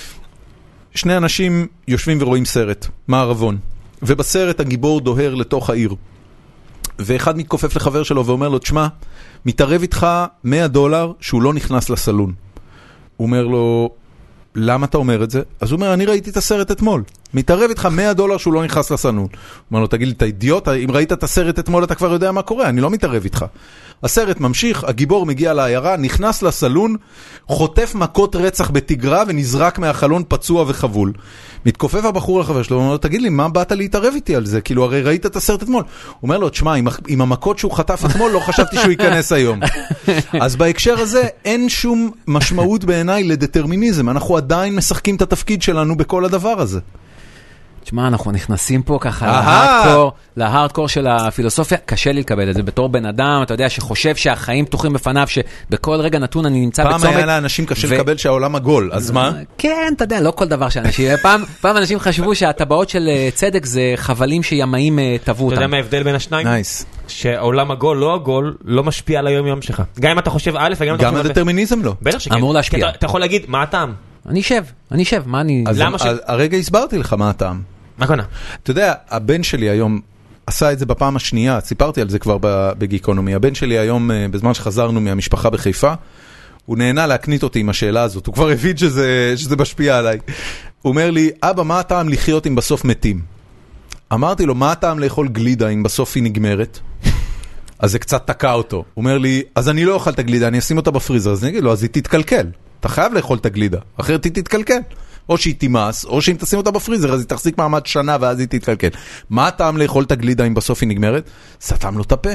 שני אנשים יושבים ורואים סרט, מערבון, ובסרט הגיבור דוהר לתוך העיר. ואחד מתכופף לחבר שלו ואומר לו, תשמע, מתערב איתך מאה דולר שהוא לא נכנס לסלון. הוא אומר לו, למה אתה אומר את זה? אז הוא אומר, אני ראיתי את הסרט אתמול. מתערב איתך מאה דולר שהוא לא נכנס לסלון. הוא אומר לו, תגיד לי, אתה אידיוט? אם ראית את הסרט אתמול, אתה כבר יודע מה קורה, אני לא מתערב איתך. הסרט ממשיך, הגיבור מגיע לעיירה, נכנס לסלון, חוטף מכות רצח בתגרה ונזרק מהחלון פצוע וחבול. מתכופף הבחור לחבר שלו, הוא אומר לו, תגיד לי, מה באת להתערב איתי על זה? כאילו, הרי ראית את הסרט אתמול. הוא אומר לו, תשמע, עם, עם המכות שהוא חטף אתמול, לא חשבתי שהוא ייכנס היום. אז בהקשר הזה, אין שום משמעות בעיניי לדטרמיניזם. אנחנו עדיין משחקים את התפקיד שלנו בכל הדבר הזה. תשמע, אנחנו נכנסים פה ככה להארדקור, להארדקור של הפילוסופיה, קשה לי לקבל את זה בתור בן אדם, אתה יודע, שחושב שהחיים פתוחים בפניו, שבכל רגע נתון אני נמצא בצומת. פעם היה לאנשים קשה לקבל שהעולם עגול, אז מה? כן, אתה יודע, לא כל דבר שאנשים, פעם, פעם אנשים חשבו שהטבעות של צדק זה חבלים שימאים טבעו אותם. אתה יודע מה ההבדל בין השניים? נייס. שהעולם עגול, לא עגול, לא משפיע על היום יום שלך. גם אם אתה חושב א' וגם אם אתה חושב... גם הדטרמיניזם לא. בטח שכן. אמור להשפיע. אתה יכול להגיד, מה הטעם? אני אשב, אני אשב, מה אני... למה ש... הרגע הסברתי לך מה הטעם. מה קונה? אתה יודע, הבן שלי היום עשה את זה בפעם השנייה, סיפרתי על זה כבר בגיקונומי. הבן שלי היום, בזמן שחזרנו מהמשפחה בחיפה, הוא נהנה להקנית אותי עם השאלה הזאת. הוא כבר הבין שזה, שזה משפיע עליי. הוא אומר לי, אבא, מה הטעם לחיות אם בסוף מתים? אמרתי לו, מה הטעם לאכול גלידה אם בסוף היא נגמרת? אז זה קצת תקע אותו. הוא אומר לי, אז אני לא אוכל את הגלידה, אני אשים אותה בפריזר. אז אני אגיד לו, אז היא תתקלקל. אתה חייב לאכול את הגלידה, אחרת היא תתקלקל. או שהיא תימס, או שאם תשים אותה בפריזר, אז היא תחזיק מעמד שנה ואז היא תתקלקל. מה הטעם לאכול את הגלידה אם בסוף היא נגמרת? סתם לו את הפה.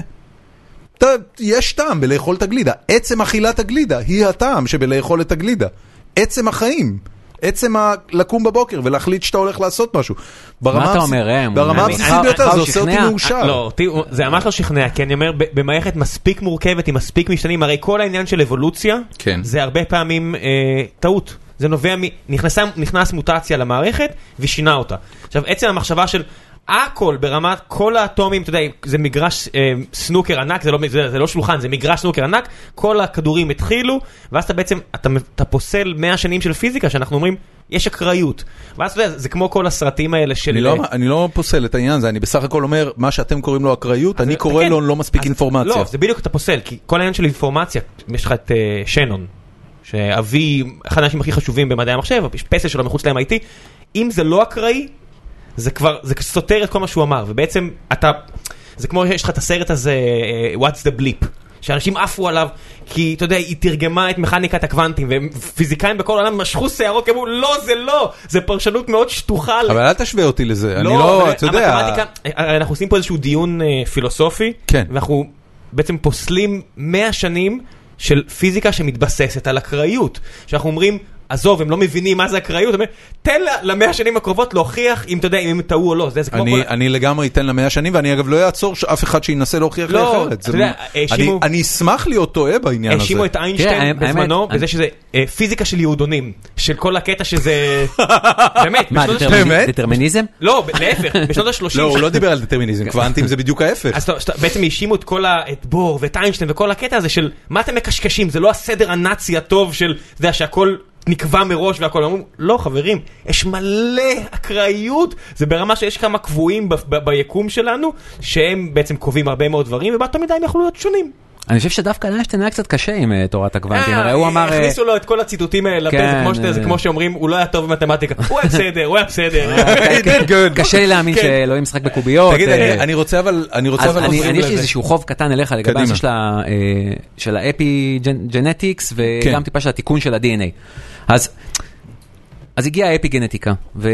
יש טעם בלאכול את הגלידה. עצם אכילת הגלידה היא הטעם שבלאכול את הגלידה. עצם החיים. עצם ה- לקום בבוקר ולהחליט שאתה הולך לעשות משהו. מה אתה אומר, ראם? ברמה הבסיסית ביותר, זה עושה אותי מאושר. לא, אותי, זה ממש לא שכנע, כי אני אומר, במערכת מספיק מורכבת, עם מספיק משתנים, הרי כל העניין של אבולוציה, כן. זה הרבה פעמים אה, טעות. זה נובע מ... נכנסה, נכנס מוטציה למערכת ושינה אותה. עכשיו, עצם המחשבה של הכל ברמת כל האטומים, אתה יודע, זה מגרש אה, סנוקר ענק, זה לא, זה, זה לא שלוחן, זה מגרש סנוקר ענק, כל הכדורים התחילו, ואז אתה בעצם, אתה, אתה פוסל מאה שנים של פיזיקה, שאנחנו אומרים, יש אקראיות. ואז אתה יודע, זה כמו כל הסרטים האלה של... אני לא, אני לא פוסל את העניין הזה, אני בסך הכל אומר, מה שאתם קוראים לו אקראיות, אני קורא לו לא מספיק אינפורמציה. לא, זה בדיוק אתה פוסל, כי כל העניין של אינפורמציה, יש לך את uh, שנון, שאבי, אחד האנשים הכי חשובים במדעי המחשב, יש פסל שלו מחוץ ל-אם איי טי, אם זה לא אקראי, זה כבר, זה סותר את כל מה שהוא אמר, ובעצם אתה, זה כמו שיש לך את הסרט הזה, uh, What's the Bleep, שאנשים עפו עליו, כי אתה יודע, היא תרגמה את מכניקת הקוונטים, ופיזיקאים בכל העולם משכו שערות, כי אמרו, לא, זה לא, זה פרשנות מאוד שטוחה. אבל אל תשווה אותי לזה, אני לא, אתה יודע. אנחנו עושים פה איזשהו דיון פילוסופי, ואנחנו בעצם פוסלים מאה שנים של פיזיקה שמתבססת על אקראיות, שאנחנו אומרים, עזוב, הם לא מבינים מה זה אקראיות, תן למאה שנים הקרובות להוכיח אם אתה יודע, אם הם טעו או לא. אני לגמרי אתן למאה שנים, ואני אגב לא אעצור אף אחד שינסה להוכיח לי אחרת. אני אשמח להיות טועה בעניין הזה. האשימו את איינשטיין בזמנו, בזה שזה פיזיקה של יהודונים, של כל הקטע שזה... באמת, מה, דטרמיניזם? לא, להפך, בשנות ה-שלושים... לא, הוא לא דיבר על דטרמיניזם, קוונטים זה בדיוק ההפך. אז בעצם האשימו את כל את בור ואת איינשטיין וכל הקטע הזה של מה אתם מקשקשים, זה לא הסדר הנאצי הטוב של זה שהכל נקבע מראש והכל, אמרו, לא חברים, יש מלא אקראיות, זה ברמה שיש כמה קבועים ב- ב- ביקום שלנו, שהם בעצם קובעים הרבה מאוד דברים, ובאותה מידה הם יכולו להיות שונים. אני חושב שדווקא איינשטיין היה קצת קשה עם תורת הקוונטים, הרי הוא אמר... הכניסו לו את כל הציטוטים האלה, זה כמו שאומרים, הוא לא היה טוב במתמטיקה, הוא היה בסדר, הוא היה בסדר. קשה לי להאמין שאלוהים משחק בקוביות. תגיד, אני רוצה אבל... אני יש לי איזשהו חוב קטן אליך לגבי הנושא של האפי ג'נטיקס, וגם טיפה של התיקון של ה-די אן איי. אז... אז הגיעה האפי גנטיקה,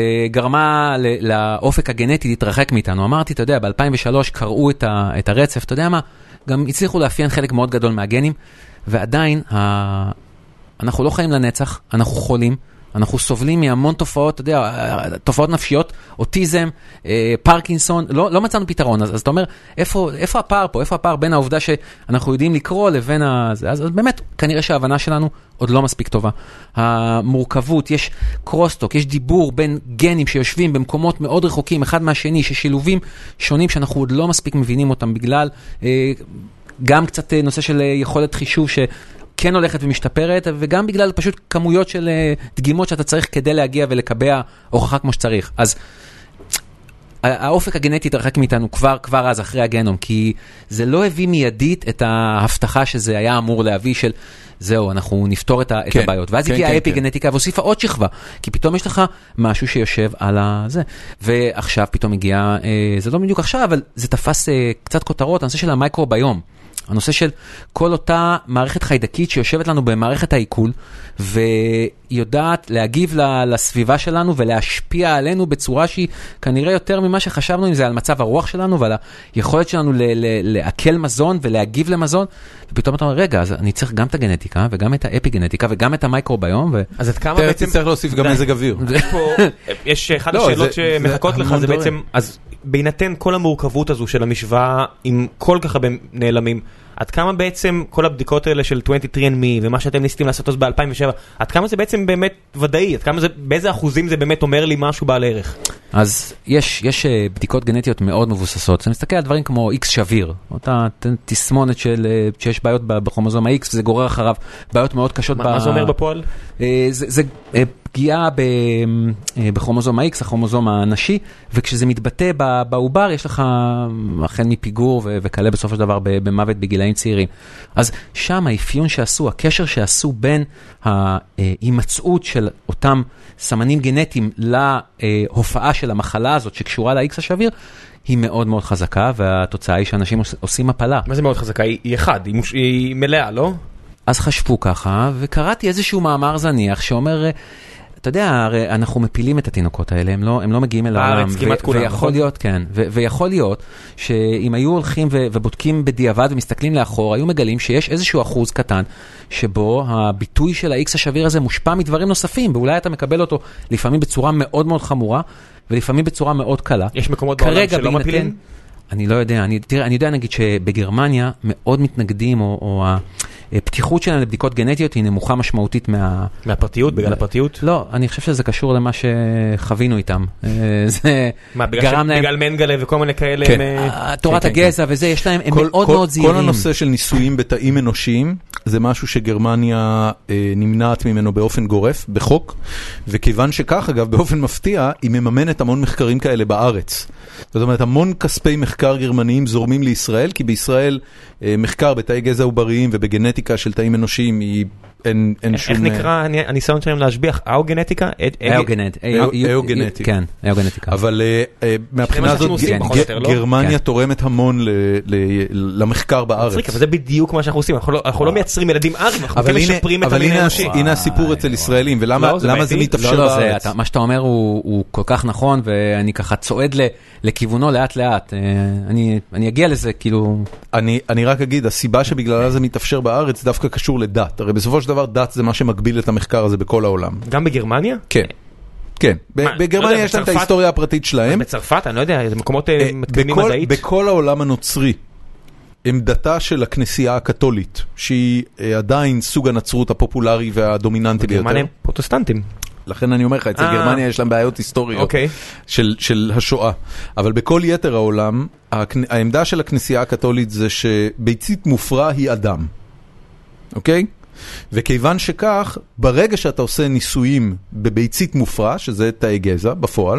וגרמה לאופק הגנטי להתרחק מאיתנו. אמרתי, אתה יודע, ב-אלפיים ושלוש קראו את הרצף, אתה יודע מה? גם הצליחו לאפיין חלק מאוד גדול מהגנים, ועדיין אנחנו לא חיים לנצח, אנחנו חולים, אנחנו סובלים מהמון תופעות, אתה יודע, תופעות נפשיות, אוטיזם, פרקינסון, לא, לא מצאנו פתרון. אז, אז אתה אומר, איפה, איפה הפער פה? איפה הפער בין העובדה שאנחנו יודעים לקרוא לבין ה... אז, אז באמת, כנראה שההבנה שלנו עוד לא מספיק טובה. המורכבות, יש קרוסטוק, יש דיבור בין גנים שיושבים במקומות מאוד רחוקים, אחד מהשני, ששילובים שונים שאנחנו עוד לא מספיק מבינים אותם, בגלל גם קצת נושא של יכולת חישוב ש... כן הולכת ומשתפרת, וגם בגלל פשוט כמויות של דגימות שאתה צריך כדי להגיע ולקבע הוכחה כמו שצריך. אז האופק הגנטי התרחק מאיתנו כבר, כבר אז אחרי הגנום, כי זה לא הביא מיידית את ההבטחה שזה היה אמור להביא של זהו, אנחנו נפתור את, כן, את הבעיות. ואז כן, הגיעה כן, האפי כן. גנטיקה והוסיפה עוד שכבה, כי פתאום יש לך משהו שיושב על הזה. ועכשיו פתאום הגיע, זה לא בדיוק עכשיו, אבל זה תפס קצת כותרות, הנושא של המייקרוביום. הנושא של כל אותה מערכת חיידקית שיושבת לנו במערכת העיכול, ויודעת להגיב לסביבה שלנו ולהשפיע עלינו בצורה שהיא כנראה יותר ממה שחשבנו, אם זה על מצב הרוח שלנו ועל היכולת שלנו לעכל מזון ולהגיב למזון, ופתאום אתה אומר, רגע, אז אני צריך גם את הגנטיקה וגם את האפי גנטיקה וגם את המייקרוביום. אז את כמה בעצם... צריך להוסיף גם מזג אוויר. יש אחד השאלות שמחכות לך, זה בעצם... בהינתן כל המורכבות הזו של המשוואה עם כל כך הרבה נעלמים, עד כמה בעצם כל הבדיקות האלה של עשרים ושלוש אנד מי ומה שאתם ניסיתם לעשות אז ב-אלפיים ושבע, עד כמה זה בעצם באמת ודאי? עד כמה זה, באיזה אחוזים זה באמת אומר לי משהו בעל ערך? אז יש, יש בדיקות גנטיות מאוד מבוססות. אני מסתכל על דברים כמו X שביר, אותה תסמונת של, שיש בעיות בכרומוזום ה-X, וזה גורר אחריו בעיות מאוד קשות. מה, ב... מה זה אומר בפועל? זה, זה פגיעה ב, בכרומוזום ה-X, הכרומוזום הנשי, וכשזה מתבטא בעובר, יש לך החל מפיגור ו- וכאלה בסופו של דבר במוות בגילאים צעירים. אז שם האפיון שעשו, הקשר שעשו בין ההימצאות של אותם סמנים גנטיים להופעה של המחלה הזאת שקשורה ל-X השביר, היא מאוד מאוד חזקה, והתוצאה היא שאנשים עושים הפלה. מה זה מאוד חזקה? היא אחד, היא, מוש... היא מלאה, לא? אז חשבו ככה, וקראתי איזשהו מאמר זניח שאומר, אתה יודע, הרי אנחנו מפילים את התינוקות האלה, הם לא, הם לא מגיעים אל העולם. בארץ, כמעט כולם, ויכול נכון? להיות, כן, ו- ויכול להיות שאם היו הולכים ו- ובודקים בדיעבד ומסתכלים לאחור, היו מגלים שיש איזשהו אחוז קטן, שבו הביטוי של ה-X השביר הזה מושפע מדברים נוספים, ואולי אתה מקבל אותו לפעמים בצורה מאוד מאוד חמורה, ולפעמים בצורה מאוד קלה. יש מקומות בעולם שלא בהינתן, מפילים? אני לא יודע, אני, תראה, אני יודע נגיד שבגרמניה מאוד מתנגדים, או, או הפתיחות שלהם לבדיקות גנטיות היא נמוכה משמעותית מה... מהפרטיות, בגלל הפרטיות? לא, אני חושב שזה קשור למה שחווינו איתם. זה מה, בגלל, גרם ש... להם... בגלל מנגלה וכל מיני כאלה? כן. הם... תורת כן, הגזע וזה, יש להם, הם כל, מאוד כל, מאוד זהירים. כל הנושא של ניסויים בתאים אנושיים, זה משהו שגרמניה אה, נמנעת ממנו באופן גורף, בחוק, וכיוון שכך, אגב, באופן מפתיע, היא מממנת המון מחקרים כאלה בארץ. זאת אומרת, המון כספי מחקר גרמניים זורמים לישראל, כי בישראל אה, מחקר בתאי גזע עובריים ובגנטיקה של תאים אנושיים היא... אין, אין איך שום... נקרא הניסיון שלהם להשביח? אאוגנטיקה? אאוגנטיקה. כן, אאוגנטיקה. אבל מהבחינה הזאת גרמניה תורמת המון למחקר בארץ. אבל זה בדיוק מה שאנחנו עושים, אנחנו לא מייצרים ילדים ארים, אנחנו משפרים את המין האנושי. אבל הנה הסיפור אצל ישראלים, ולמה זה מתאפשר בארץ? מה שאתה אומר הוא כל כך נכון, ואני ככה צועד לכיוונו לאט לאט. אני אגיע לזה, כאילו... אני רק אגיד, הסיבה שבגללה זה מתאפשר בארץ דווקא קשור לדת. הרי בסופו של דבר דת זה מה שמגביל את המחקר הזה בכל העולם. גם בגרמניה? כן. כן. בגרמניה יש להם את ההיסטוריה הפרטית שלהם. בצרפת, אני לא יודע, זה מקומות מתקדמים מדעית. בכל העולם הנוצרי, עמדתה של הכנסייה הקתולית, שהיא עדיין סוג הנצרות הפופולרי והדומיננטי ביותר. בגרמניה הם פרוטסטנטים. לכן אני אומר לך, אצל גרמניה יש להם בעיות היסטוריות של השואה. אבל בכל יתר העולם, העמדה של הכנסייה הקתולית זה שביצית מופרע היא אדם. אוקיי? וכיוון שכך, ברגע שאתה עושה ניסויים בביצית מופרע, שזה תאי גזע בפועל,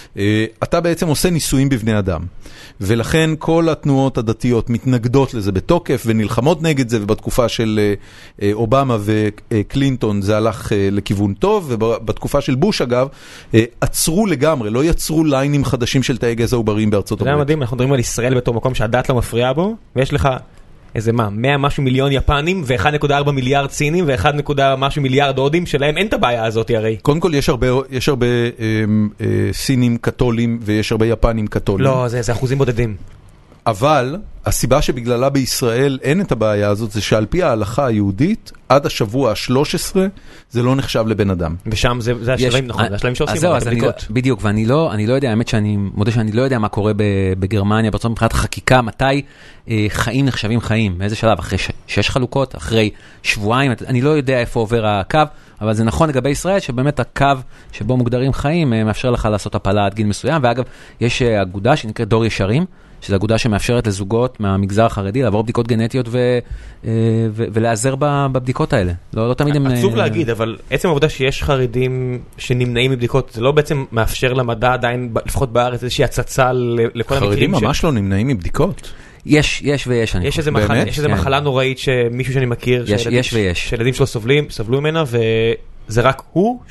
אתה בעצם עושה ניסויים בבני אדם. ולכן כל התנועות הדתיות מתנגדות לזה בתוקף ונלחמות נגד זה, ובתקופה של אובמה וקלינטון זה הלך לכיוון טוב, ובתקופה של בוש אגב, עצרו לגמרי, לא יצרו ליינים חדשים של תאי גזע עובריים בארצות הברית. זה מדהים, אנחנו מדברים על ישראל בתור מקום שהדת לא מפריעה בו, ויש לך איזה מה, מאה משהו מיליון יפנים ו-אחד נקודה ארבע מיליארד סינים ו-אחד נקודה משהו מיליארד הודים שלהם אין את הבעיה הזאת הרי. קודם כל יש הרבה, יש הרבה אה, אה, סינים קתולים ויש הרבה יפנים קתולים. לא, זה, זה אחוזים בודדים. אבל הסיבה שבגללה בישראל אין את הבעיה הזאת זה שעל פי ההלכה היהודית עד השבוע ה-שלוש עשרה זה לא נחשב לבן אדם. ושם זה, זה השלבים, נכון, זה השלבים שעושים. אז זהו, אז אני, בדיוק, ואני לא, אני לא יודע, האמת שאני מודה שאני לא יודע מה קורה בגרמניה, בעצם מבחינת חקיקה, מתי אה, חיים נחשבים חיים, באיזה שלב, אחרי ש, שש חלוקות, אחרי שבועיים, אני לא יודע איפה עובר הקו, אבל זה נכון לגבי ישראל, שבאמת הקו שבו מוגדרים חיים, מאפשר לך לעשות הפלה עד גיל מסוים, ואגב, יש אגודה שנקראת דור ישרים, שזו אגודה שמאפשרת לזוגות מהמגזר החרדי לעבור בדיקות גנטיות ו- ו- ולעזר בבדיקות האלה. לא, לא תמיד הם... עצוב להגיד, אבל עצם העובדה שיש חרדים שנמנעים מבדיקות, זה לא בעצם מאפשר למדע עדיין, לפחות בארץ, איזושהי הצצה לכל המקרים. חרדים ממש לא נמנעים מבדיקות. יש, יש ויש. יש איזו מחלה, יש איזו מחלה נוראית שמישהו שאני מכיר, יש, יש ויש. שילדים שלו סובלים, סבלו ממנה, וזה רק הוא,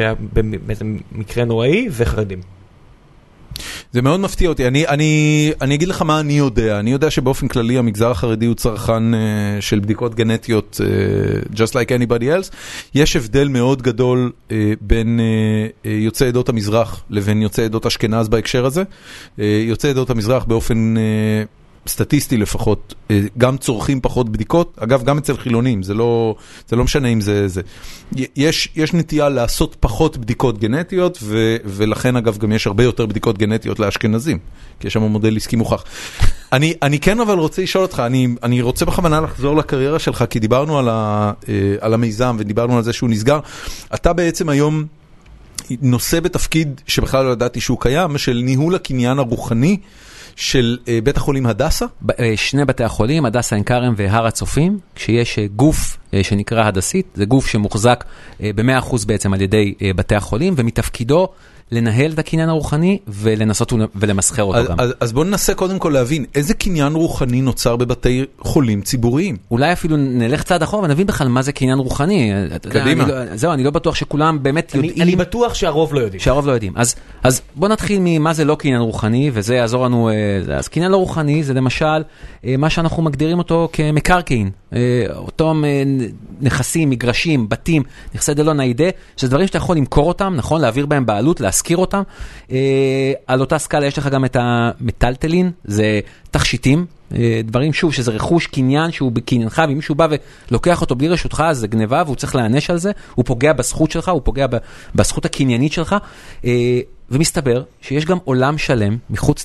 שבמקרה נוראי, וחרדים. זה מאוד מפתיע אותי. אני, אני, אני אגיד לך מה אני יודע. אני יודע שבאופן כללי המגזר החרדי הוא צרכן uh, של בדיקות גנטיות, uh, just like anybody else. יש הבדל מאוד גדול uh, בין uh, יוצאי עדות המזרח לבין יוצאי עדות אשכנז בהקשר הזה. Uh, יוצאי עדות המזרח באופן... Uh, סטטיסטי לפחות, גם צורכים פחות בדיקות, אגב גם אצל חילונים, זה לא, זה לא משנה אם זה, זה. יש, יש נטייה לעשות פחות בדיקות גנטיות, ו, ולכן אגב גם יש הרבה יותר בדיקות גנטיות לאשכנזים, כי יש שם מודל עסקי מוכח. אני, אני כן אבל רוצה לשאול אותך, אני, אני רוצה בכוונה לחזור לקריירה שלך, כי דיברנו על, ה, על המיזם, ודיברנו על זה שהוא נסגר. אתה בעצם היום נושא בתפקיד שבכלל לא ידעתי שהוא קיים, של ניהול הקניין הרוחני, של בית החולים הדסה? שני בתי החולים, הדסה עין כרם והר הצופים, כשיש גוף שנקרא הדסית, זה גוף שמוחזק ב-מאה אחוז בעצם על ידי בתי החולים, ומתפקידו לנהל את הקניין הרוחני ולנסות ולמסחר אותו אז, גם. אז, אז בואו ננסה קודם כל להבין, איזה קניין רוחני נוצר בבתי חולים ציבוריים? אולי אפילו נלך צעד אחורה ונבין בכלל מה זה קניין רוחני. קדימה. אני לא, זהו, אני לא בטוח שכולם באמת אני, יודעים. אני בטוח שהרוב לא יודעים. שהרוב לא יודעים. אז, אז בואו נתחיל ממה זה לא קניין רוחני, וזה יעזור לנו. אז קניין לא רוחני זה למשל מה שאנחנו מגדירים אותו כמקרקעין. אותו נכסים, מגרשים, בתים, נכסי דלא ניידה, שזה דברים שאתה יכול למכור אותם, נכון? להעביר בהם בעלות, להשכיר אותם. על אותה סקאלה יש לך גם את המטלטלין, זה תכשיטים, דברים שוב שזה רכוש קניין שהוא בקניינך, ואם מישהו בא ולוקח אותו בלי רשותך, אז זה גניבה והוא צריך להענש על זה, הוא פוגע בזכות שלך, הוא פוגע בזכות הקניינית שלך, ומסתבר שיש גם עולם שלם מחוץ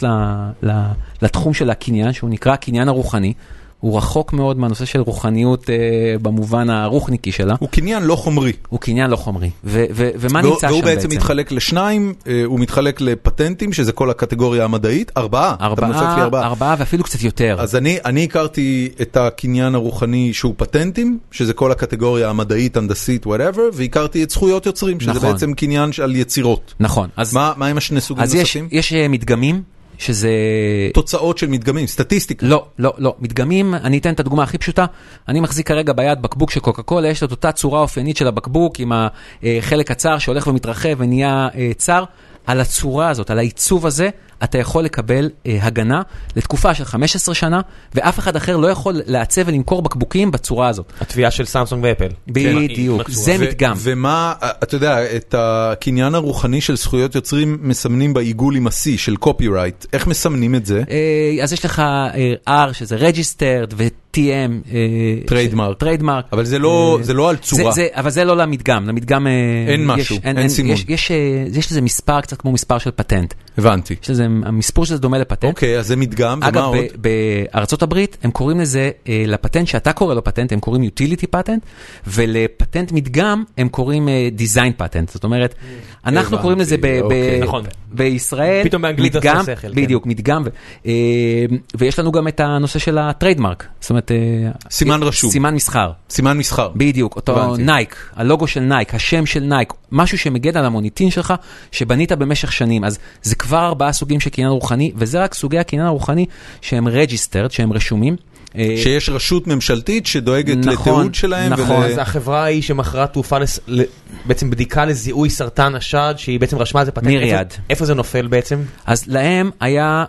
לתחום של הקניין, שהוא נקרא הקניין הרוחני, הוא רחוק מאוד מהנושא של רוחניות אה, במובן הרוחניקי שלה. הוא קניין לא חומרי. הוא קניין לא חומרי. ו- ו- ומה נמצא שם בעצם? והוא בעצם מתחלק לשניים, אה, הוא מתחלק לפטנטים, שזה כל הקטגוריה המדעית, ארבעה. ארבעה, ארבעה. ארבעה ואפילו קצת יותר. אז אני, אני הכרתי את הקניין הרוחני שהוא פטנטים, שזה כל הקטגוריה המדעית, הנדסית, whatever, והכרתי את זכויות יוצרים, שזה נכון. בעצם קניין על יצירות. נכון. אז, מה, מה עם השני סוגים אז נוספים? יש, יש מדגמים. שזה... תוצאות של מדגמים, סטטיסטיקה. לא, לא, לא. מדגמים, אני אתן את הדוגמה הכי פשוטה. אני מחזיק כרגע ביד בקבוק של קוקה קולה, יש את אותה צורה אופיינית של הבקבוק, עם החלק הצר שהולך ומתרחב ונהיה צר. על הצורה הזאת, על העיצוב הזה, אתה יכול לקבל אה, הגנה לתקופה של חמש עשרה שנה, ואף אחד אחר לא יכול לעצב ולמכור בקבוקים בצורה הזאת. התביעה של סמסונג ואפל. בדיוק, זה מדגם. ומה, אתה יודע, את הקניין הרוחני של זכויות יוצרים מסמנים בעיגול עם ה-C של copyright. איך מסמנים את זה? אה, אז יש לך אה, R, שזה registered, ו-T M. טריידמרק. טריידמרק. אבל זה לא, זה לא על צורה. זה, זה, אבל זה לא למדגם. למדגם... אין משהו, אין, אין סימון. יש, יש, יש לזה מספר קצת כמו מספר של פטנט. הבנתי. יש לזה, המספור שזה דומה לפטנט. אוקיי, אז זה מדגם, ומה עוד? אגב, בארצות הברית, הם קוראים לזה, לפטנט שאתה קורא לו פטנט, הם קוראים utility patent, ולפטנט מדגם, הם קוראים design patent. זאת אומרת, אנחנו קוראים לזה בישראל, פתאום באנגלית עושה שכל. בדיוק, מדגם, ויש לנו גם את הנושא של הטריידמרק. זאת אומרת, סימן רשום. סימן מסחר. סימן מסחר. בדיוק, אותו נייק, הלוגו של נייק, השם של נייק, משהו שמגן על המוניטין שלך, שבנית במשך שנים. אז זה כבר ארבעה סוגים של קניין רוחני, וזה רק סוגי הקניין הרוחני שהם registered, שהם רשומים. שיש רשות ממשלתית שדואגת לתיעוד שלהם. נכון, אז החברה היא שמכרה תרופה, בעצם בדיקה לזיהוי סרטן השד, שהיא בעצם רשמה על זה פטנט. מיריאד. איפה זה נופל בעצם? אז להם היה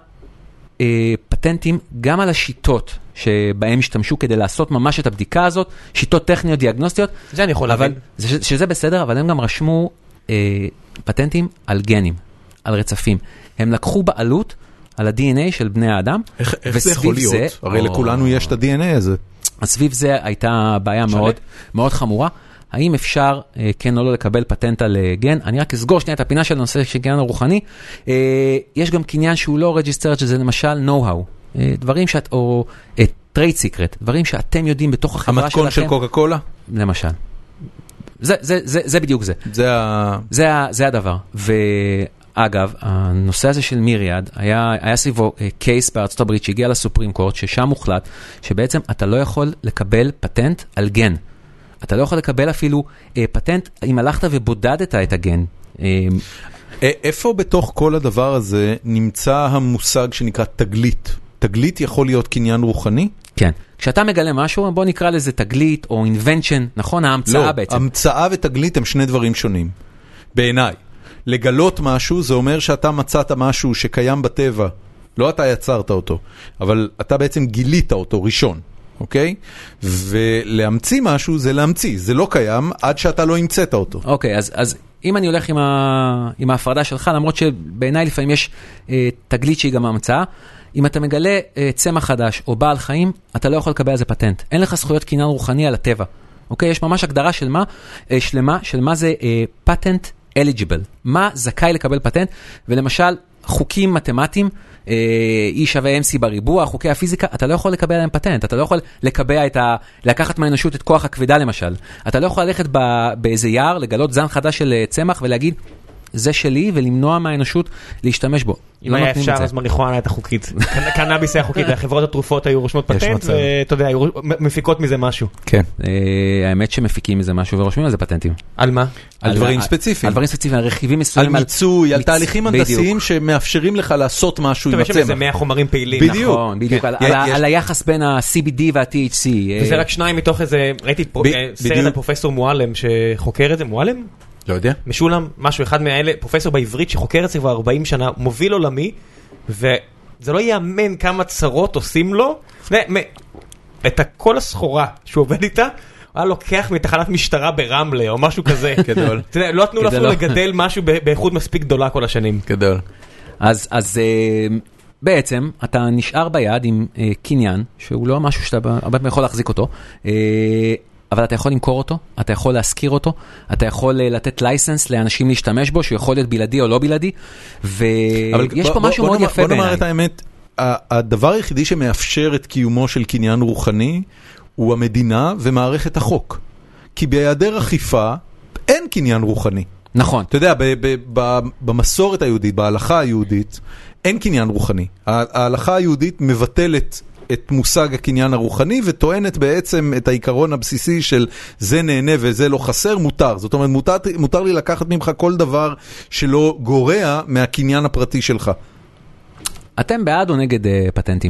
פטנטים גם על השיטות שבהם השתמשו כדי לעשות ממש את הבדיקה הזאת, שיטות טכניות דיאגנוסטיות. זה אני יכול להבין. שזה בסדר, אבל הם גם רשמו פטנטים על גנים, על רצפים. הם לקחו בעלות על ה-די אן איי של בני האדם. איך, איך זה יכול להיות? זה, הרי או... לכולנו יש את ה-די אן איי הזה. אז סביב זה הייתה בעיה מאוד, מאוד חמורה. האם אפשר אה, כן או לא לקבל פטנט על אה, גן? אני רק אסגור שנייה את הפינה של הנושא של קניין הרוחני. אה, יש גם קניין שהוא לא registered, שזה למשל know-how. אה, דברים שאת, או אה, trade secret, דברים שאתם יודעים בתוך החברה שלכם. המתכון של קוקה קולה? למשל. זה, זה, זה, זה בדיוק זה. זה ה... זה, זה הדבר. ו... אגב, הנושא הזה של מיריאד, היה, היה סביבו קייס בארצות הברית שהגיע לסופרים קורט, ששם הוחלט שבעצם אתה לא יכול לקבל פטנט על גן. אתה לא יכול לקבל אפילו אה, פטנט אם הלכת ובודדת את הגן. אה, איפה בתוך כל הדבר הזה נמצא המושג שנקרא תגלית? תגלית יכול להיות קניין רוחני? כן. כשאתה מגלה משהו, בוא נקרא לזה תגלית או invention, נכון? ההמצאה לא, בעצם. המצאה ותגלית הם שני דברים שונים. בעיניי. לגלות משהו, זה אומר שאתה מצאת משהו שקיים בטבע, לא אתה יצרת אותו, אבל אתה בעצם גילית אותו ראשון, אוקיי? ולהמציא משהו זה להמציא, זה לא קיים עד שאתה לא המצאת אותו. אוקיי, אז, אז אם אני הולך עם, ה, עם ההפרדה שלך, למרות שבעיניי לפעמים יש אה, תגלית שהיא גם המצאה, אם אתה מגלה אה, צמח חדש או בעל חיים, אתה לא יכול לקבל על זה פטנט. אין לך זכויות קניין רוחני על הטבע. אוקיי? יש ממש הגדרה של מה, אה, שלמה, של מה זה אה, פטנט eligible, מה זכאי לקבל פטנט, ולמשל, חוקים מתמטיים, E שווה אם סי בריבוע, חוקי הפיזיקה, אתה לא יכול לקבל עליהם פטנט, אתה לא יכול לקבע את ה... לקחת מהאנושות את כוח הכבדה למשל, אתה לא יכול ללכת באיזה יער, לגלות זן חדש של צמח ולהגיד, זה שלי, ולמנוע מהאנושות להשתמש בו. אם היה אפשר, אז מריחואנה הייתה חוקית. קנאביס היה חוקית, חברות התרופות היו רושמות פטנט, ואתה יודע, מפיקות מזה משהו. כן, האמת שמפיקים מזה משהו ורושמים על זה פטנטים. על מה? על דברים ספציפיים. על דברים ספציפיים, על רכיבים מסוימים. על מיצוי, על תהליכים הנדסיים שמאפשרים לך לעשות משהו עם הצמח. יש שם איזה מאה חומרים פעילים. בדיוק. בדיוק, על היחס בין ה-סי בי די וה-טי אייץ' סי. וזה רק שניים מתוך איזה, ראיתי סרט על פרופסור מועלם שחוקר את זה, מועלם? לא יודע. משולם, משהו אחד מהאלה, פרופסור בעברית שחוקר את זה כבר ארבעים שנה, מוביל עולמי, וזה לא יאמן כמה צרות עושים לו, את כל הסחורה שהוא עובד איתה, הוא היה לוקח מתחנת משטרה ברמלה, או משהו כזה. גדול. לא נתנו לו אפילו לגדל משהו באיכות מספיק גדולה כל השנים. גדול. אז בעצם, אתה נשאר ביד עם קניין, שהוא לא משהו שאתה הרבה פעמים יכול להחזיק אותו, אבל אתה יכול למכור אותו, אתה יכול להשכיר אותו, אתה יכול לתת לייסנס לאנשים להשתמש בו, שהוא יכול להיות בלעדי או לא בלעדי, ויש פה משהו מאוד יפה בעיניי. בוא נאמר את האמת, הדבר היחידי שמאפשר את קיומו של קניין רוחני, הוא המדינה ומערכת החוק. כי בהיעדר אכיפה, אין קניין רוחני. נכון. אתה יודע, במסורת היהודית, בהלכה היהודית, אין קניין רוחני. ההלכה היהודית מבטלת את מושג הקניין הרוחני, וטוענת בעצם את העיקרון הבסיסי של זה נהנה וזה לא חסר, מותר. זאת אומרת, מותר, מותר לי לקחת ממך כל דבר שלא גורע מהקניין הפרטי שלך. אתם בעד או נגד uh, פטנטים?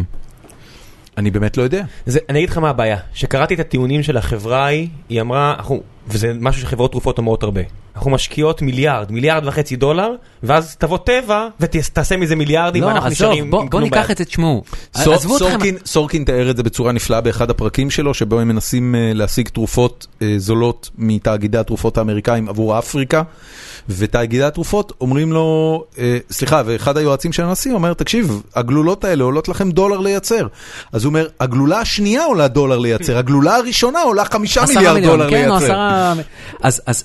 אני באמת לא יודע. זה, אני אגיד לך מה הבעיה. שקראתי את הטיעונים של החברה היא, היא אמרה, אנחנו, וזה משהו שחברות תרופות אומרות הרבה. אנחנו משקיעות מיליארד, מיליארד וחצי דולר, ואז תבוא טבע ותעשה מזה מיליארדים, לא, ואנחנו עזוב, נשארים... בוא, בוא ניקח את זה, תשמעו. סורקין, סורקין תיאר את זה בצורה נפלאה באחד הפרקים שלו, שבו הם מנסים להשיג תרופות זולות מתאגידי התרופות האמריקאים עבור אפריקה, ותאגידי התרופות אומרים לו, סליחה, ואחד היועצים של הנשיא אומר, תקשיב, הגלולות האלה עולות לכם דולר לייצר. אז הוא אומר, הגלולה השנייה עולה דולר לייצר, הגלולה הראשונה עולה חמישה מיליארד דולר לייצר. אז, אז,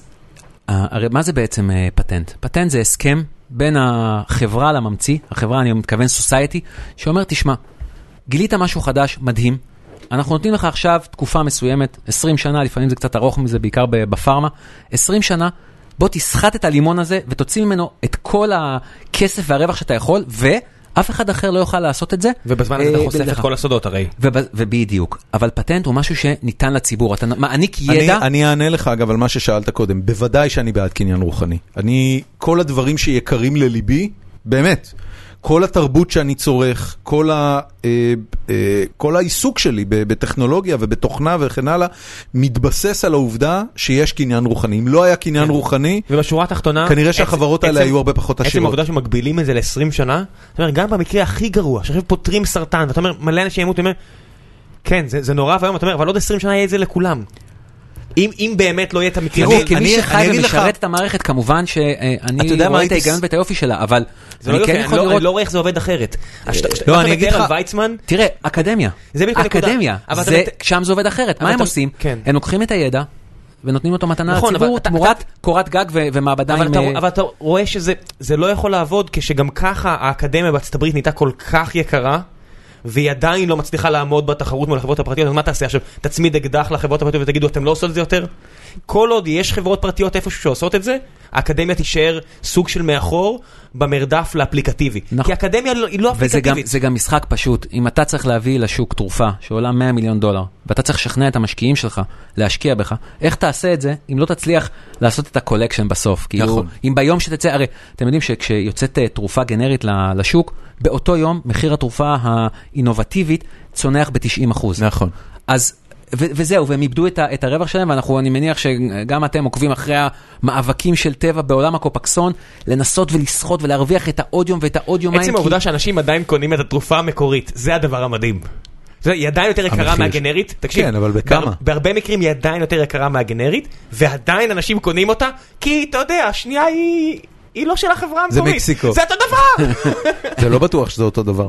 הרי מה זה בעצם פטנט? פטנט זה הסכם בין החברה לממציא, החברה, אני מתכוון סוסייטי, שאומר, תשמע, גילית משהו חדש, מדהים, אנחנו נותנים לך עכשיו תקופה מסוימת, עשרים שנה, לפעמים זה קצת ארוך מזה, בעיקר בפארמה, עשרים שנה, בוא תסחט את הלימון הזה, ותוציא ממנו את כל הכסף והרווח שאתה יכול, ואף אחד אחר לא יוכל לעשות את זה. ובזמן הזה אתה חושף את כל הסודות הרי. ובדיוק. אבל פטנט הוא משהו שניתן לציבור. אתה מעניק ידע. אני אענה לך אגב על מה ששאלת קודם. בוודאי שאני בעד קניין רוחני. אני, כל הדברים שיקרים לליבי, באמת, כל התרבות שאני צורך, כל, ה, אה, אה, כל העיסוק שלי בטכנולוגיה ובתוכנה וכן הלאה, מתבסס על העובדה שיש קניין רוחני. אם לא היה קניין כן. רוחני, ובשורה התחתונה, כנראה שהחברות האלה היו הרבה פחות עשירות. עצם העובדה שמגבילים את זה ל-עשרים שנה, זאת אומרת, גם במקרה הכי גרוע, שעכשיו פותרים סרטן, ואתה אומר, מלא אנשים ימות, אתה אומר, כן, זה, זה נורא, והיום אתה אומר, אבל עוד עשרים שנה יהיה את זה לכולם. אם, אם באמת לא יהיה את המקרה... תראו, כמי שחי ומשרת את המערכת, כמובן שאני רואה את ההיגיון ואת היופי שלה, אבל אני כן יכול לראות... אני לא רואה איך זה עובד אחרת. לא, אני אגיד לך... תראה, אקדמיה. אקדמיה. שם זה עובד אחרת. מה הם עושים? הם לוקחים את הידע, ונותנים אותו מתנה לציבור, תמורת קורת גג ומעבדה עם... אבל אתה רואה שזה לא יכול לעבוד, כשגם ככה האקדמיה בארצות הברית נהייתה כל כך יקרה, והיא עדיין לא מצליחה לעמוד בתחרות מול החברות הפרטיות, אז מה תעשה עכשיו? תצמיד אקדח לחברות הפרטיות ותגידו, אתם לא עושות את זה יותר? כל עוד יש חברות פרטיות איפשהו שעושות את זה, האקדמיה תישאר סוג של מאחור במרדף לאפליקטיבי. כי האקדמיה היא לא אפליקטיבית. וזה גם משחק פשוט. אם אתה צריך להביא לשוק תרופה שעולה מאה מיליון דולר, ואתה צריך לשכנע את המשקיעים שלך להשקיע בך, איך תעשה את זה אם לא תצליח לעשות את הקולקשן בסוף? כאילו, אם ביום שתצא, הרי אתם יודעים שכשיוצאת תרופה גנרית לשוק, באותו יום מחיר התרופה האינובטיבית צונח ב-תשעים אחוז. נכון. אז ו- וזהו, והם איבדו את, ה- את הרווח שלהם, ואנחנו, אני מניח שגם אתם עוקבים אחרי המאבקים של טבע בעולם הקופקסון, לנסות ולסחוט ולהרוויח את האודיום ואת האודיום. עצם העובדה כי... שאנשים עדיין קונים את התרופה המקורית, זה הדבר המדהים. זה, היא עדיין יותר יקרה מהגנרית, תקשיב. כן, אבל בכמה? בה, בהרבה מקרים היא עדיין יותר יקרה מהגנרית, ועדיין אנשים קונים אותה, כי אתה יודע, השנייה היא... היא לא של החברה המקורית. זה מקסיקו. זה אותו דבר. זה לא בטוח שזה אותו דבר.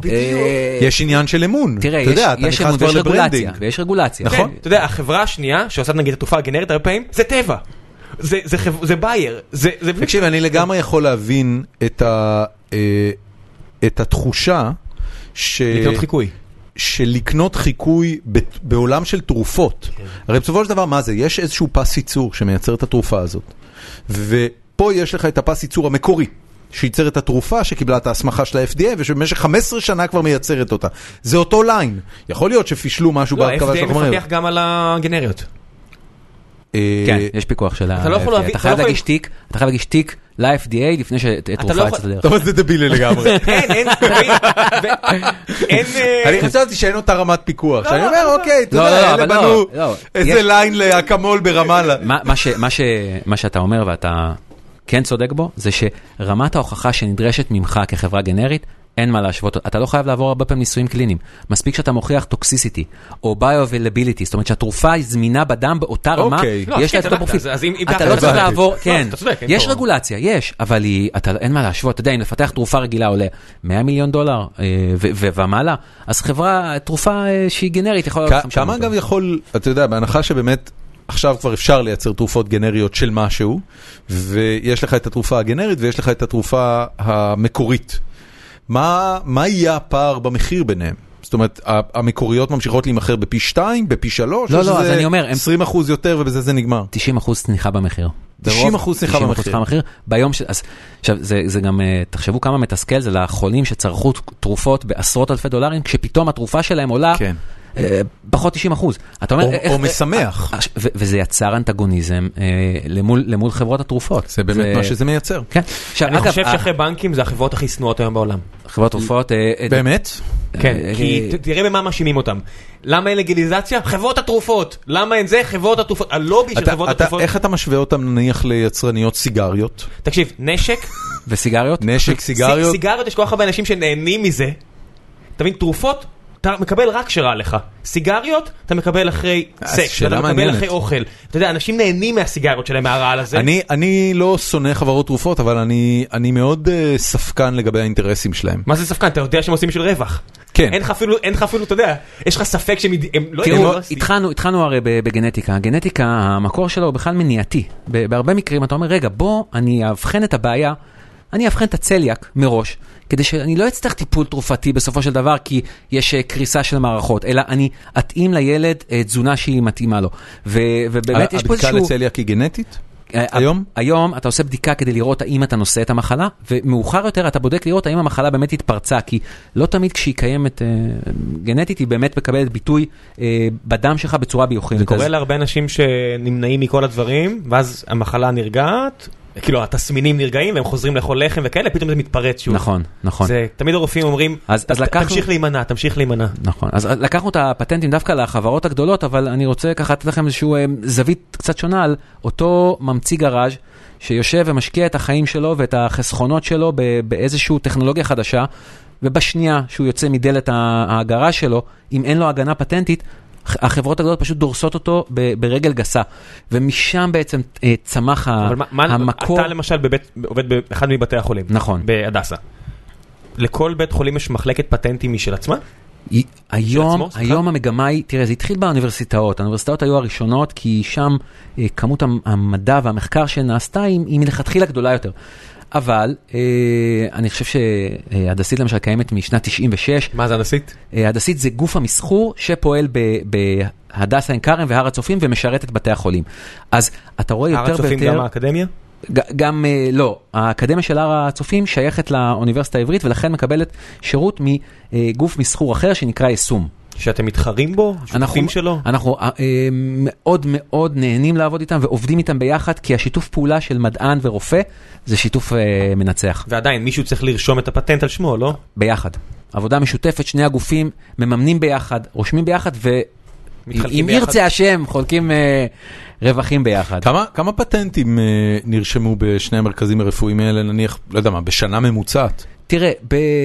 יש עניין של אמון. תראה, יש אמון ויש רגולציה. ויש רגולציה. נכון. אתה יודע, החברה השנייה, שעושה נגיד התרופה הגנרית הרבה פעמים, זה טבע. זה בייר. תקשיב, אני לגמרי יכול להבין את התחושה לקנות חיקוי. של לקנות חיקוי בעולם של תרופות. הרי בסופו של דבר, מה זה? יש איזשהו פס ייצור שמייצר את התרופה הזאת. ו... פה יש לך את הפס ייצור המקורי, שייצר את התרופה שקיבלה את ההסמכה של ה-אף די איי, ושבמשך חמש עשרה שנה כבר מייצרת אותה. זה אותו ליין. יכול להיות שפישלו משהו בהרכבה של החומרים. לא, ה-אף די איי מפתח גם על הגנריות. כן, יש פיקוח של ה-אף די איי. אתה חייב להגיש תיק, אתה חייב להגיש תיק ל-אף די איי לפני שתרופה יצאת לדרך. טוב, זה דבילי לגמרי. אין, אין, אין... אני חשבתי שאין אותה רמת פיקוח. שאני אומר, אוקיי, אתה יודע, אלה בנו איזה ליין לאקמול ברמאללה. מה שאתה אומר ואתה כן צודק בו, זה שרמת ההוכחה שנדרשת ממך כחברה גנרית, אין מה להשוות, אתה לא חייב לעבור הרבה פעמים ניסויים קליניים. מספיק שאתה מוכיח טוקסיסיטי, או ביו-אבילביליטי, זאת אומרת שהתרופה היא זמינה בדם באותה רמה, יש לה את הפרופיל. אתה לא צריך לעבור, כן, יש רגולציה, יש, אבל אין מה להשוות. אתה יודע, אם לפתח תרופה רגילה עולה מאה מיליון דולר ומעלה, אז חברה, תרופה שהיא גנרית יכולה... כמה אגב יכול, אתה יודע, בהנחה שבאמת עכשיו כבר אפשר לייצר תרופות גנריות של משהו, ויש לך את התרופה הגנרית ויש לך את התרופה המקורית. מה, מה יהיה הפער במחיר ביניהם? זאת אומרת, המקוריות ממשיכות להימחר בפי שתיים, בפי שלוש? לא, לא, אז אני אומר... עשרים אחוז יותר ובזה זה נגמר. תשעים אחוז צניחה במחיר. תשעים אחוז צניחה במחיר. ביום ש... אז, עכשיו, זה, זה גם, תחשבו כמה מתסכל, זה לחולים שצרכו תרופות בעשרות אלפי דולרים, כשפתאום התרופה שלהם עולה... כן. פחות תשעים אחוז. או משמח. וזה יצר אנטגוניזם למול חברות התרופות. זה באמת מה שזה מייצר. אני חושב שאחרי בנקים זה החברות הכי שנואות היום בעולם. חברות תרופות... באמת? כן, כי תראה במה מאשימים אותם. למה אין לגיליזציה? חברות התרופות. למה אין זה? חברות התרופות. הלובי של חברות התרופות. איך אתה משווה אותם נניח ליצרניות סיגריות? תקשיב, נשק... וסיגריות? נשק, סיגריות. סיגריות יש כל כך הרבה אנשים שנהנים מזה. תבין, תרופות אתה מקבל רק שרע לך. סיגריות, אתה מקבל אחרי סקס, אתה מקבל אחרי אוכל. אתה יודע, אנשים נהנים מהסיגריות שלהם, מהרעל הזה. אני, אני לא שונא חברות תרופות, אבל אני, אני מאוד uh, ספקן לגבי האינטרסים שלהם. מה זה ספקן? אתה יודע שהם עושים בשביל רווח. כן. אין לך אפילו, אין לך אפילו, אתה יודע, יש לך ספק שהם לא... תראו, התחלנו, התחלנו הרי בגנטיקה. הגנטיקה, המקור שלו הוא בכלל מניעתי. בהרבה מקרים אתה אומר, רגע, בוא, אני אבחן את הבעיה, אני אבחן את הצליאק מראש, כדי שאני לא אצטרך טיפול תרופתי בסופו של דבר, כי יש קריסה של מערכות, אלא אני אתאים לילד תזונה שהיא מתאימה לו. ובאמת יש פה איזשהו... הבדיקה לצליאק היא גנטית? היום? היום אתה עושה בדיקה כדי לראות האם אתה נושא את המחלה, ומאוחר יותר אתה בודק לראות האם המחלה באמת התפרצה, כי לא תמיד כשהיא קיימת גנטית, היא באמת מקבלת ביטוי בדם שלך בצורה ביוכימית. זה קורה להרבה אנשים שנמנעים מכל הדברים, ואז המחלה נרגעת, כאילו התסמינים נרגעים והם חוזרים לאכול לחם וכאלה, פתאום זה מתפרץ שוב. נכון, נכון. זה, תמיד הרופאים אומרים, אז, אז לקחנו... תמשיך להימנע, תמשיך להימנע. נכון, אז לקחנו את הפטנטים דווקא לחברות הגדולות, אבל אני רוצה ככה לתת לכם איזשהו זווית קצת שונה על אותו ממציא גראז' שיושב ומשקיע את החיים שלו ואת החסכונות שלו באיזשהו טכנולוגיה חדשה, ובשנייה שהוא יוצא מדלת הגראז' שלו, אם אין לו הגנה פטנטית, החברות הגדולות פשוט דורסות אותו ברגל גסה, ומשם בעצם צמח המקור. אתה למשל עובד באחד מבתי החולים. נכון. בהדסה. לכל בית חולים יש מחלקת פטנטים משל עצמה? היום, היום המגמה היא, תראה, זה התחיל באוניברסיטאות. האוניברסיטאות היו הראשונות, כי שם כמות המדע והמחקר שנעשתה היא מלכתחילה גדולה יותר. אבל אה, אני חושב שהדסית למשל קיימת משנת תשעים ושש. מה זה הדסית? הדסית זה גוף המסחור שפועל בהדסה עין כרם והר הצופים ומשרת את בתי החולים. אז אתה רואה יותר ויותר... הר הצופים גם האקדמיה? גם לא, האקדמיה של הר הצופים שייכת לאוניברסיטה העברית ולכן מקבלת שירות מגוף מסחור אחר שנקרא יישום. שאתם מתחרים בו? שותפים שלו? אנחנו מאוד מאוד נהנים לעבוד איתם ועובדים איתם ביחד, כי השיתוף פעולה של מדען ורופא זה שיתוף מנצח. ועדיין, מישהו צריך לרשום את הפטנט על שמו, לא? ביחד. עבודה משותפת, שני הגופים מממנים ביחד, רושמים ביחד, ואם ירצה השם, חולקים רווחים ביחד. כמה, כמה פטנטים נרשמו בשני המרכזים הרפואיים האלה, נניח, לא יודע מה, בשנה ממוצעת? תראה,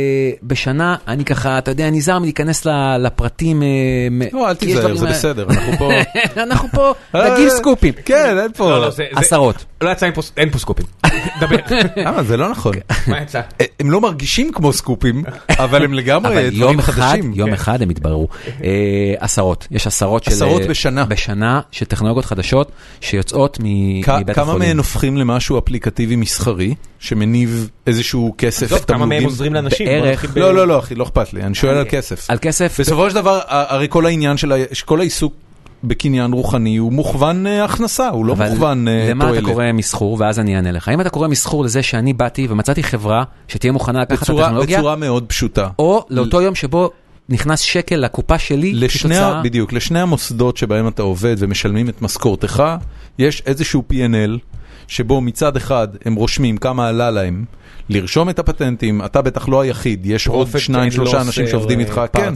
בשנה, אני ככה, אתה יודע, נזהר מלהיכנס לפרטים. לא, אל תיזהר, זה בסדר, אנחנו פה... אנחנו פה, נגיב סקופים. כן, אין פה... עשרות. לא יצא, אין פה סקופים. דבר. אה, זה לא נכון. מה יצא? הם לא מרגישים כמו סקופים, אבל הם לגמרי דברים חדשים. יום אחד הם התבררו. עשרות. יש עשרות של... עשרות בשנה. בשנה של טכנולוגיות חדשות שיוצאות מבית החולים. כמה מהן הופכים למשהו אפליקטיבי מסחרי, שמניב איזשהו כסף, כמה מהם עוזרים לאנשים? לא, לא, לא, אחי, לא אכפת לי, אני שואל על כסף. על כסף? בסופו של דבר, הרי כל העניין של כל העיסוק בקניין רוחני הוא מוכוון הכנסה, הוא לא מוכוון תועלת. למה אתה קורא מסחור, ואז אני אענה לך. אם אתה קורא מסחור לזה שאני באתי ומצאתי חברה שתהיה מוכנה לקחת את הטכנולוגיה, בצורה מאוד פשוטה. או לאותו יום שבו נכנס שקל לקופה שלי, כתוצאה... בדיוק, לשני המוסדות שבהם אתה עובד ומשלמים את משכורתך, יש איזשהו פי אן אל, שבו מצד אחד הם רושמים כמה עלה להם, לרשום את הפטנטים, אתה בטח לא היחיד, יש עוד שניים, שלושה אנשים שעובדים איתך, כן,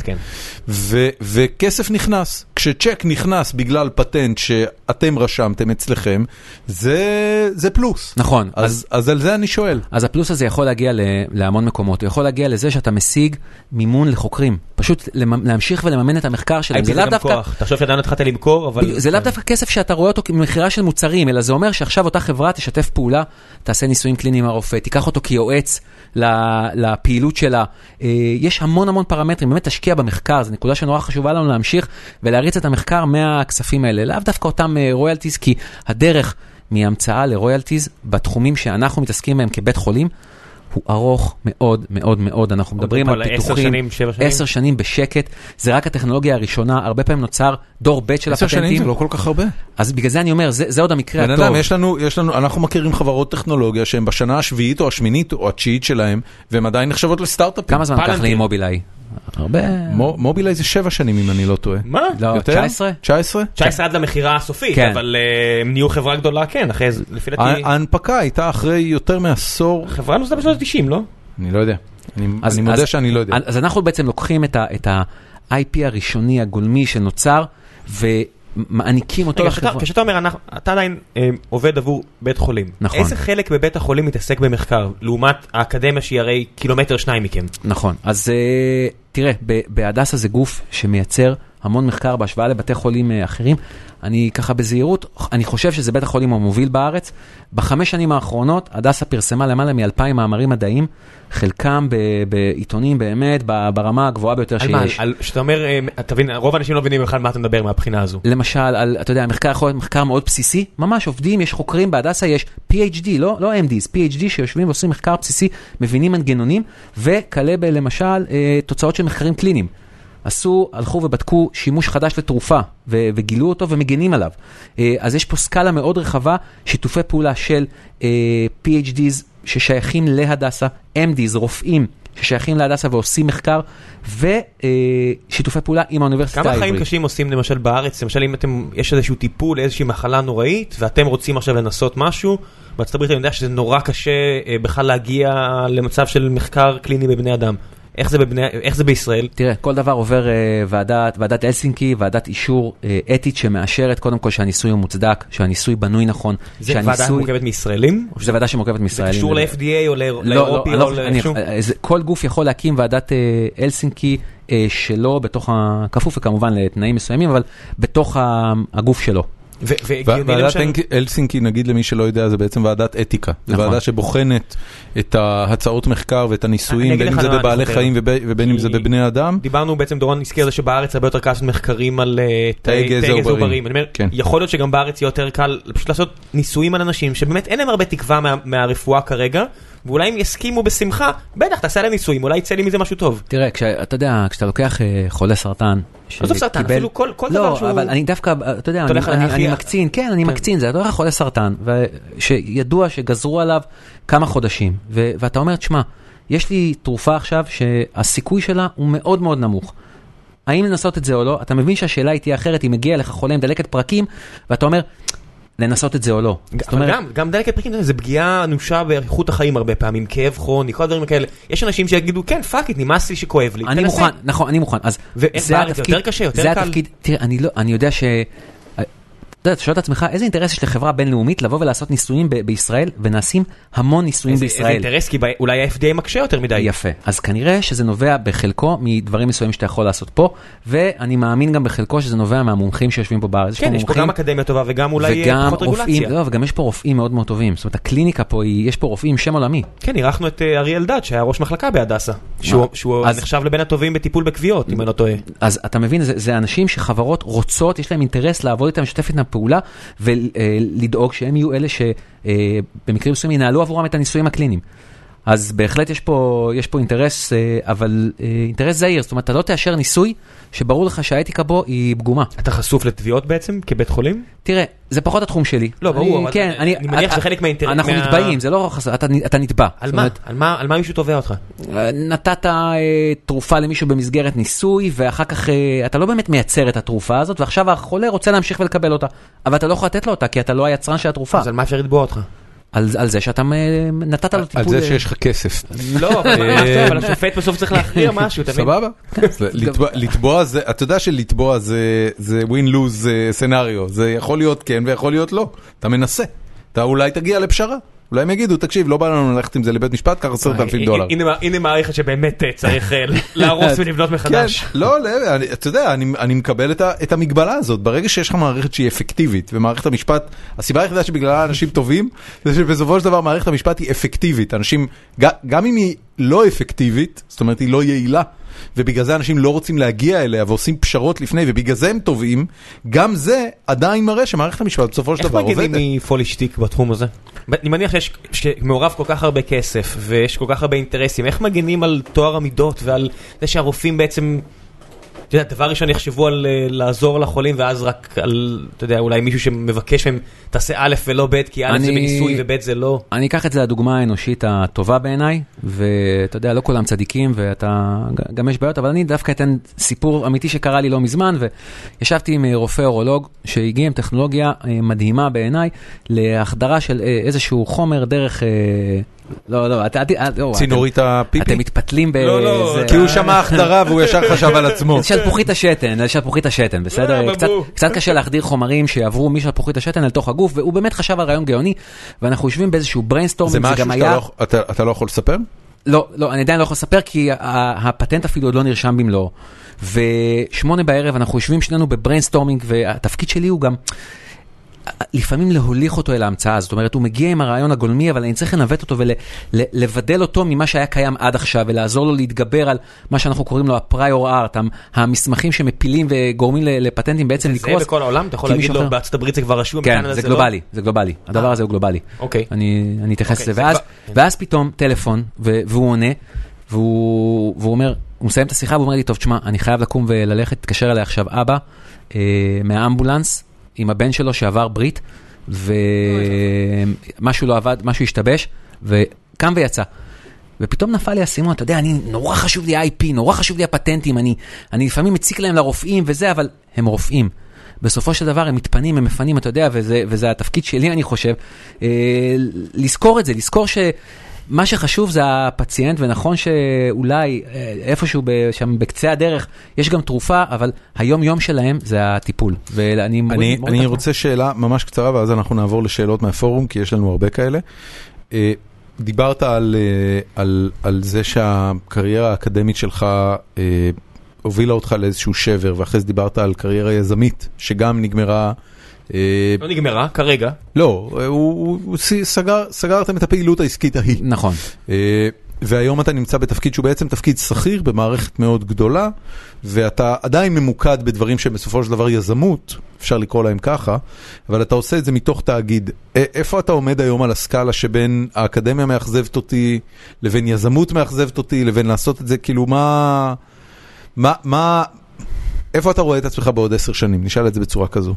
וכסף נכנס. כשצ'ק נכנס בגלל פטנט שאתם רשמתם אצלכם, זה פלוס. נכון. אז על זה אני שואל. אז הפלוס הזה יכול להגיע להמון מקומות, הוא יכול להגיע לזה שאתה משיג מימון לחוקרים, פשוט להמשיך ולממן את המחקר שלהם. זה לאו דווקא... תחשוב שעדיין התחלת למכור, אבל... זה לאו דווקא כסף שאתה רואה אותו ממחירה של מוצרים, אלא זה אומר שעכשיו אותה חברה תשתף פעולה, תעשה ניסויים קליניים הרופא, תיקח אותו כיועץ לפעילות שלה. יש המון המון פרמטרים, באמת תשקיע במחקר, זו נקודה שנורא חשובה לנו להמשיך ולהריץ את המחקר מהכספים האלה. לאו דווקא אותם רויאלטיז, כי הדרך מהמצאה לרויאלטיז בתחומים שאנחנו מתעסקים בהם כבית חולים, הוא ארוך מאוד מאוד מאוד. אנחנו מדברים על פיתוחים, עשר שנים בשקט, זה רק הטכנולוגיה הראשונה, הרבה פעמים נוצר דור ב' של הפטנטים. עשר שנים זה לא כל כך הרבה. אז בגלל זה אני אומר, זה, זה עוד המקרה הטוב. אדם, יש לנו, יש לנו, אנחנו מכירים חברות טכנולוגיה שהן בשנה השביעית או השמינית או התשיעית שלהם, והן עדיין נחשבות לסטארט-אפים. כמה זמן לקח לי מובילאיי? הרבה... מובילאיי זה שבע שנים אם אני לא טועה. מה? לא, תשע עשרה? תשע עשרה? תשע עשרה עד למחירה הסופית, אבל הם נהיו חברה גדולה, כן, אחרי, לפי דעתי... ההנפקה הייתה אחרי יותר מעשור... חברה נוסדה בשנות ה-תשעים, לא? אני לא יודע. אני מודה שאני לא יודע. אז אנחנו בעצם לוקחים את ה-איי פי הראשוני הגולמי שנוצר, ומעניקים אותו לחברה. כשאתה אומר, אתה עדיין עובד עבור בית חולים. נכון. איזה חלק בבית החולים מתעסק במחקר, לעומת האקדמיה שהיא הרי קילומטר שניים מכם? נכון. אז תראה, בהדסה זה גוף שמייצר המון מחקר בהשוואה לבתי חולים אחרים. אני ככה בזהירות, אני חושב שזה בית החולים המוביל בארץ. בחמש שנים האחרונות, הדסה פרסמה למעלה מאלפיים מאמרים מדעיים, חלקם בעיתונים באמת, ברמה הגבוהה ביותר שיש. על מה? שאתה אומר, תבין, רוב האנשים לא מבינים בכלל מה אתה מדבר מהבחינה הזו. למשל, על, אתה יודע, המחקר יכול להיות מחקר מאוד בסיסי, ממש עובדים, יש חוקרים בהדסה, יש פי אייץ' די, לא, לא אם די'ס, פי אייץ' די שיושבים ועושים מחקר בסיסי, מבינים מנגנונים, וכלה למשל, תוצאות של מחקרים קליניים. עשו, הלכו ובדקו שימוש חדש לתרופה, ו- וגילו אותו ומגנים עליו. אז יש פה סקאלה מאוד רחבה, שיתופי פעולה של פי אייץ' די'ס ששייכים להדסה, אם די'ס, רופאים ששייכים להדסה ועושים מחקר, ושיתופי פעולה עם האוניברסיטה העברית. כמה חיים קשים עושים למשל בארץ? למשל אם אתם, יש איזשהו טיפול, איזושהי מחלה נוראית, ואתם רוצים עכשיו לנסות משהו, בארצות הברית אני יודע שזה נורא קשה בכלל להגיע למצב של מחקר קליני בבני אדם. איך זה בבני, איך זה בישראל? תראה, כל דבר עובר אה, ועדת, ועדת אלסינקי, ועדת אישור אה, אתית שמאשרת קודם כל שהניסוי הוא מוצדק, שהניסוי בנוי נכון. זה שהניסוי... ועדה מורכבת מישראלים? זה ועדה שמורכבת מישראלים. זה קשור ל-אף די איי או לאירופי לא, לא, או לא, למשהו? כל גוף יכול להקים ועדת אה, אלסינקי אה, שלו בתוך הכפוף, וכמובן לתנאים מסוימים, אבל בתוך הגוף שלו. ועדת אלסינקי, נגיד למי שלא יודע, זה בעצם ועדת אתיקה. זו ועדה שבוחנת את ההצעות מחקר ואת הניסויים, בין אם זה בבעלי חיים ובין אם זה בבני אדם. דיברנו בעצם, דורון הזכיר זה שבארץ הרבה יותר קל לעשות מחקרים על תאי גזע עובריים. אני אומר, יכול להיות שגם בארץ יהיה יותר קל פשוט לעשות ניסויים על אנשים שבאמת אין להם הרבה תקווה מהרפואה כרגע, ואולי אם יסכימו בשמחה, בטח תעשה להם ניסויים, אולי יצא לי מזה משהו טוב. תראה, אתה יודע, כשאתה לוקח חולה סרטן, עזוב סרטן, אפילו כל דבר שהוא... לא, אבל אני דווקא, אתה יודע, אני מקצין, כן, אני מקצין, זה הדבר חולה סרטן, שידוע שגזרו עליו כמה חודשים, ואתה אומר, תשמע, יש לי תרופה עכשיו שהסיכוי שלה הוא מאוד מאוד נמוך. האם לנסות את זה או לא? אתה מבין שהשאלה היא תהיה אחרת, היא מגיעה לך חולה עם דלקת פרקים, ואתה אומר, לנסות את זה או לא. גם, גם דלקת פרקים זה פגיעה אנושה באיכות החיים הרבה פעמים, כאב כרוני, כל הדברים כאלה. יש אנשים שיגידו, כן, פאק איט, נמאס לי שכואב לי. אני מוכן, נכון, אני מוכן. אז זה התפקיד, יותר קשה, יותר קל. זה התפקיד, תראה, אני לא, אני יודע ש... אתה יודע, אתה שואל את עצמך, איזה אינטרס יש לחברה בינלאומית לבוא ולעשות ניסויים בישראל, ונעשים המון ניסויים בישראל. איזה אינטרס, כי אולי ה-אף די איי מקשה יותר מדי. יפה. אז כנראה שזה נובע בחלקו מדברים מסוימים שאתה יכול לעשות פה, ואני מאמין גם בחלקו שזה נובע מהמומחים שיושבים פה בארץ. כן, יש פה גם אקדמיה טובה, וגם אולי פחות רגולציה. לא, וגם יש פה רופאים מאוד מאוד טובים. זאת אומרת, הקליניקה פה, יש פה רופאים שם עולמי. כן, אירחנו את אריה אלדד, שהיה ראש מחלקה בהדסה, שהוא נחשב לבין הטובים בטיפול בכוויות, אם אני לא טועה. אז אתה מבין, זה אנשים שחברות רוצות, יש להם אינטרס לעבוד איתם, לשתף איתם פעולה, ולדאוג שהם יהיו אלה שבמקרים מסוימים ינהלו עבורם את הניסויים הקליניים. אז בהחלט יש פה, יש פה אינטרס, אבל אינטרס זהיר, זאת אומרת, אתה לא תאשר ניסוי שברור לך שהאתיקה בו היא פגומה. אתה חשוף לתביעות בעצם, כבית חולים? תראה, זה פחות התחום שלי. לא, ברור, אבל כן, אני מניח שזה חלק מהאינטרס. אנחנו נתבעים, זה לא חסר, אתה נתבע. על מה? על מה מישהו תובע אותך? נתת תרופה למישהו במסגרת ניסוי, ואחר כך אתה לא באמת מייצר את התרופה הזאת, ועכשיו החולה רוצה להמשיך ולקבל אותה. אבל אתה לא יכול לתת לו אותה, כי אתה לא היצרן של התרופה. אז על מה אפשר לתבוע אותך? על, על זה שאתה נתת לו טיפול... על זה שיש לך כסף. לא, אבל השופט בסוף צריך להכריע משהו, תבין? סבבה. לתבוע זה, אתה יודע שלתבוע זה win-lose סנריו, זה יכול להיות כן ויכול להיות לא. אתה מנסה. אתה אולי תגיע לפשרה. אולי הם יגידו, תקשיב, לא בא לנו ללכת עם זה לבית משפט, קח עשרת אלפים דולר. הנה מערכת שבאמת צריך להרוס ולבנות מחדש. לא, אתה יודע, אני מקבל את המגבלה הזאת. ברגע שיש לך מערכת שהיא אפקטיבית, ומערכת המשפט, הסיבה היחידה שבגללה אנשים טובים, זה שבסופו של דבר מערכת המשפט היא אפקטיבית. אנשים, גם אם היא לא אפקטיבית, זאת אומרת, היא לא יעילה, ובגלל זה אנשים לא רוצים להגיע אליה ועושים פשרות לפני, ובגלל זה הם טובים, גם זה עדיין מראה שמערכת המשפט בסופו של דבר עובדת. איך מגינים מפולישטיק בתחום הזה? אני מניח שיש מעורב כל כך הרבה כסף, ויש כל כך הרבה אינטרסים. איך מגינים על תואר המידות ועל זה שהרופאים בעצם, אתה יודע, דבר ראשון יחשבו על לעזור לחולים, ואז רק על, אתה יודע, אולי מישהו שמבקש מהם, תעשה א' ולא ב', כי א' זה בניסוי וב' זה לא. אני אקח את זה לדוגמה האנושית הטובה בעיניי, ואתה יודע, לא כולם צדיקים, ואתה, גם יש בעיות, אבל אני דווקא אתן סיפור אמיתי שקרה לי לא מזמן, וישבתי עם רופא אורולוג, שהגיע עם טכנולוגיה מדהימה בעיניי, להחדרה של איזשהו חומר דרך... לא, לא, צינורית הפיפי? אתם מתפתלים לא, לא, כי הוא שמע החדרה והוא ישר חשב על עצמו. שלפוחית השתן, שלפוחית השתן, בסדר? קצת קשה להחדיר חומרים שיעברו משלפוחית השתן אל תוך הגוף, והוא באמת חשב על רעיון גאוני, ואנחנו יושבים באיזשהו בריינסטורמינג, זה גם היה... אתה לא יכול לספר? לא, לא, אני עדיין לא יכול לספר, כי הפטנט אפילו עוד לא נרשם במלואו. ושמונה בערב אנחנו יושבים שנינו בבריינסטורמינג, והתפקיד שלי הוא גם... לפעמים להוליך אותו אל ההמצאה, זאת אומרת, הוא מגיע עם הרעיון הגולמי, אבל אני צריך לנווט אותו ולבדל אותו ממה שהיה קיים עד עכשיו, ולעזור לו להתגבר על מה שאנחנו קוראים לו הפריור ארט, המסמכים שמפילים וגורמים לפטנטים בעצם לקרוס. זה בכל העולם? אתה יכול להגיד לו, בארצות הברית זה כבר רשום? כן, זה גלובלי, זה גלובלי. הדבר הזה הוא גלובלי. אוקיי. אני אתייחס לזה. ואז פתאום טלפון, והוא עונה, והוא אומר, הוא מסיים את השיחה, והוא אומר לי, טוב, תשמע, אני חייב לקום וללכת, תתקשר אליי עכשיו אבא, מהאמבולנס, עם הבן שלו שעבר ברית, ומשהו לא עבד, משהו השתבש, וקם ויצא. ופתאום נפל לי הסימון, אתה יודע, אני, נורא חשוב לי איי פי, נורא חשוב לי הפטנטים, אני, אני לפעמים מציק להם לרופאים וזה, אבל הם רופאים. בסופו של דבר הם מתפנים, הם מפנים, אתה יודע, וזה, וזה התפקיד שלי, אני חושב, אה, לזכור את זה, לזכור ש... מה שחשוב זה הפציינט, ונכון שאולי איפשהו שם בקצה הדרך יש גם תרופה, אבל היום יום שלהם זה הטיפול. ואני אני, אני רוצה שאלה ממש קצרה, ואז אנחנו נעבור לשאלות מהפורום, כי יש לנו הרבה כאלה. דיברת על, על, על זה שהקריירה האקדמית שלך הובילה אותך לאיזשהו שבר, ואחרי זה דיברת על קריירה יזמית, שגם נגמרה... לא נגמרה, כרגע. לא, הוא סגרתם את הפעילות העסקית ההיא. נכון. והיום אתה נמצא בתפקיד שהוא בעצם תפקיד שכיר במערכת מאוד גדולה, ואתה עדיין ממוקד בדברים שהם בסופו של דבר יזמות, אפשר לקרוא להם ככה, אבל אתה עושה את זה מתוך תאגיד. איפה אתה עומד היום על הסקאלה שבין האקדמיה מאכזבת אותי, לבין יזמות מאכזבת אותי, לבין לעשות את זה, כאילו מה... מה... מה... איפה אתה רואה את עצמך בעוד עשר שנים? נשאל את זה בצורה כזו.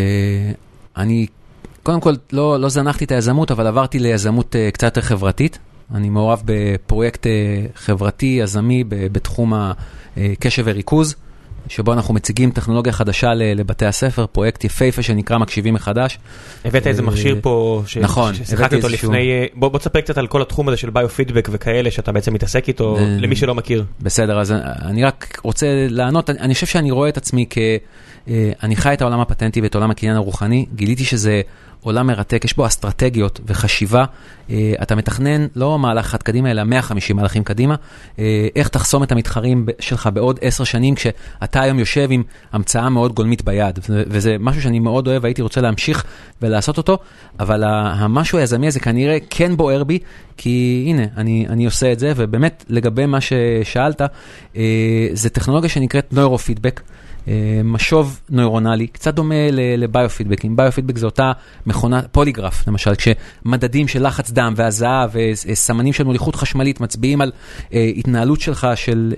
אני, קודם כל, לא, לא זנחתי את היזמות, אבל עברתי ליזמות קצת יותר חברתית. אני מעורב בפרויקט חברתי, יזמי, בתחום הקשב וריכוז, שבו אנחנו מציגים טכנולוגיה חדשה לבתי הספר, פרויקט יפהפה שנקרא מקשיבים מחדש. הבאת איזה מכשיר פה, נכון, ששיחקתי אותו לפני, בוא תספר קצת על כל התחום הזה של ביו-פידבק וכאלה, שאתה בעצם מתעסק איתו, למי שלא מכיר. בסדר, אז אני רק רוצה לענות, אני חושב שאני רואה את עצמי כ... אני חי את העולם הפטנטי ואת העולם הקניין הרוחני, גיליתי שזה עולם מרתק, יש בו אסטרטגיות וחשיבה, אתה מתכנן לא מהלך אחד קדימה, אלא מאה וחמישים מהלכים קדימה, איך תחסום את המתחרים שלך בעוד עשר שנים, כשאתה היום יושב עם המצאה מאוד גולמית ביד, וזה משהו שאני מאוד אוהב, הייתי רוצה להמשיך ולעשות אותו, אבל המשהו היזמי הזה כנראה כן בוער בי, כי הנה, אני, אני עושה את זה, ובאמת לגבי מה ששאלת, זה טכנולוגיה שנקראת נוירופידבק, משוב נוירונלי, קצת דומה לביופידבקים. ביופידבק זה אותה מכונה, פוליגרף למשל, כשמדדים של לחץ דם והזעה וסמנים של מוליכות חשמלית מצביעים על התנהלות שלך של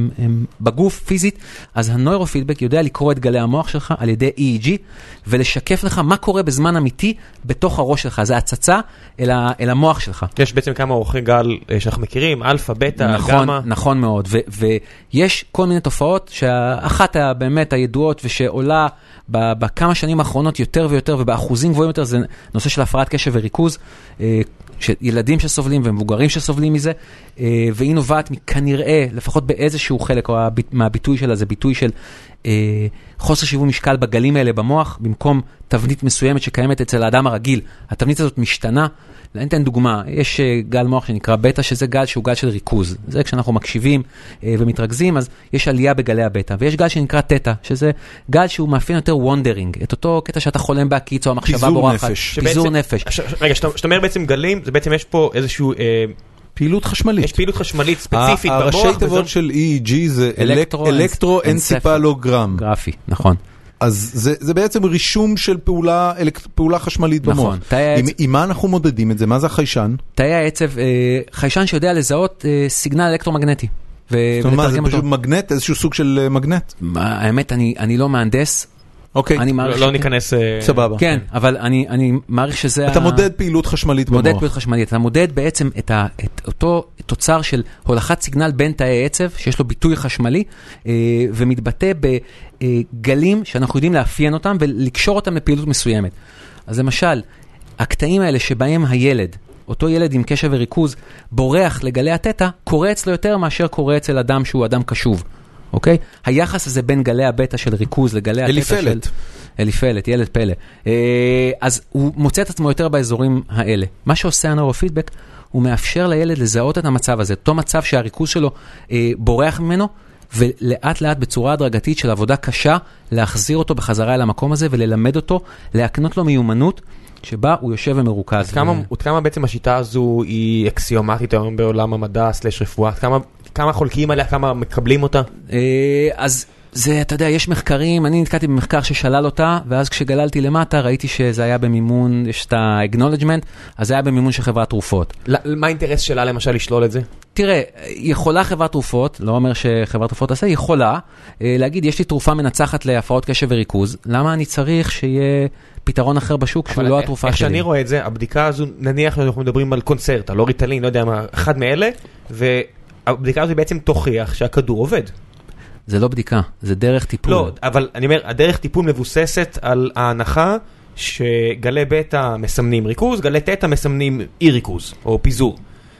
בגוף פיזית, אז הנוירופידבק יודע לקרוא את גלי המוח שלך על ידי אי אי ג'י ולשקף לך מה קורה בזמן אמיתי בתוך הראש שלך. זה הצצה אל, ה, אל המוח שלך. יש בעצם כמה אורכי גל שאנחנו מכירים, אלפא, בטא, נכון, גמא. נכון מאוד. ו, ויש כל מיני תופעות שאחת באמת הידועות ושעולה בכמה שנים האחרונות יותר ויותר ובאחוזים גבוהים יותר, זה נושא של הפרעת קשב וריכוז, ילדים שסובלים ומבוגרים שסובלים מזה, והיא נובעת מכנראה, לפחות באיזשהו חלק מהביטוי שלה, זה ביטוי של חוסר שיווי משקל בגלים האלה במוח, במקום תבנית מסוימת שקיימת אצל האדם הרגיל. התבנית הזאת משתנה. אני אתן דוגמה, יש גל מוח שנקרא בטא, שזה גל שהוא גל של ריכוז. זה כשאנחנו מקשיבים ומתרכזים, אז יש עלייה בגלי הבטא. ויש גל שנקרא תטא, שזה גל שהוא מאפיין יותר וונדרינג, את אותו קטע שאתה חולם בהקיץ או המחשבה בורחת. פיזור נפש. רגע, שאתה אומר בעצם גלים, זה בעצם יש פה איזשהו... פעילות חשמלית. יש פעילות חשמלית ספציפית במוח. הראשי תיבות של אי אי ג'י זה אלקטרואנצפלוגרם. גרפי, נכון. אז זה, זה בעצם רישום של פעולה, פעולה חשמלית במוח. נכון. עם, עם מה אנחנו מודדים את זה? מה זה החיישן? תאי העצב, חיישן שיודע לזהות סיגנל אלקטרומגנטי. זאת אומרת, זה פשוט מגנט, איזשהו סוג של מגנט? האמת, אני, אני לא מהנדס. אוקיי. לא ניכנס... סבבה. כן, אבל אני, אני מעריך שזה... אתה מודד פעילות חשמלית במוח. מודד פעילות חשמלית. אתה מודד בעצם את, ה, את אותו תוצר של הולכת סיגנל בין תאי עצב, שיש לו ביטוי חשמלי, ומתבטא בגלים שאנחנו יודעים לאפיין אותם, ולקשור אותם לפעילות מסוימת. אז למשל, הקטעים האלה שבהם הילד, אותו ילד עם קשב וריכוז, בורח לגלי התטא, קורה אצלו יותר מאשר קורה אצל אדם שהוא אדם קשוב. אוקיי? היחס הזה בין גלי הבטא של ריכוז לגלי התטא של... אליפלת. אליפלת, ילד פלא. אז הוא מוצא את עצמו יותר באזורים האלה. מה שעושה הנוירופידבק, הוא מאפשר לילד לזהות את המצב הזה, אותו מצב שהריכוז שלו בורח ממנו, ולאט לאט בצורה הדרגתית של עבודה קשה, להחזיר אותו בחזרה אל המקום הזה, וללמד אותו, להקנות לו מיומנות, שבה הוא יושב ומרוכז. עד כמה בעצם השיטה הזו היא אקסיומטית היום בעולם המדע סלש רפואה? כמה חולקים עליה, כמה מקבלים אותה? אז זה, אתה יודע, יש מחקרים, אני נתקעתי במחקר ששלל אותה, ואז כשגללתי למטה, ראיתי שזה היה במימון, יש את ה-acknowledgement, אז זה היה במימון של חברת תרופות. מה האינטרס שלה למשל לשלול את זה? תראה, יכולה חברת תרופות, לא אומר שחברת תרופות עושה, יכולה להגיד, יש לי תרופה מנצחת להפרעות קשב וריכוז, למה אני צריך שיהיה פתרון אחר בשוק שהוא לא התרופה שלי? איך שאני רואה את זה, הבדיקה הזו, נניח אנחנו מדברים על קונצרטה, לא ריטלין, לא יודע מה, אחד מאלה, והבדיקה הזו בעצם תוכיח שהכדור עובד. זה לא בדיקה, זה דרך טיפול. לא, אבל אני אומר, הדרך טיפול מבוססת על ההנחה שגלי בטא מסמנים ריכוז, גלי תטא מסמנים אי ריכוז, או פיזור.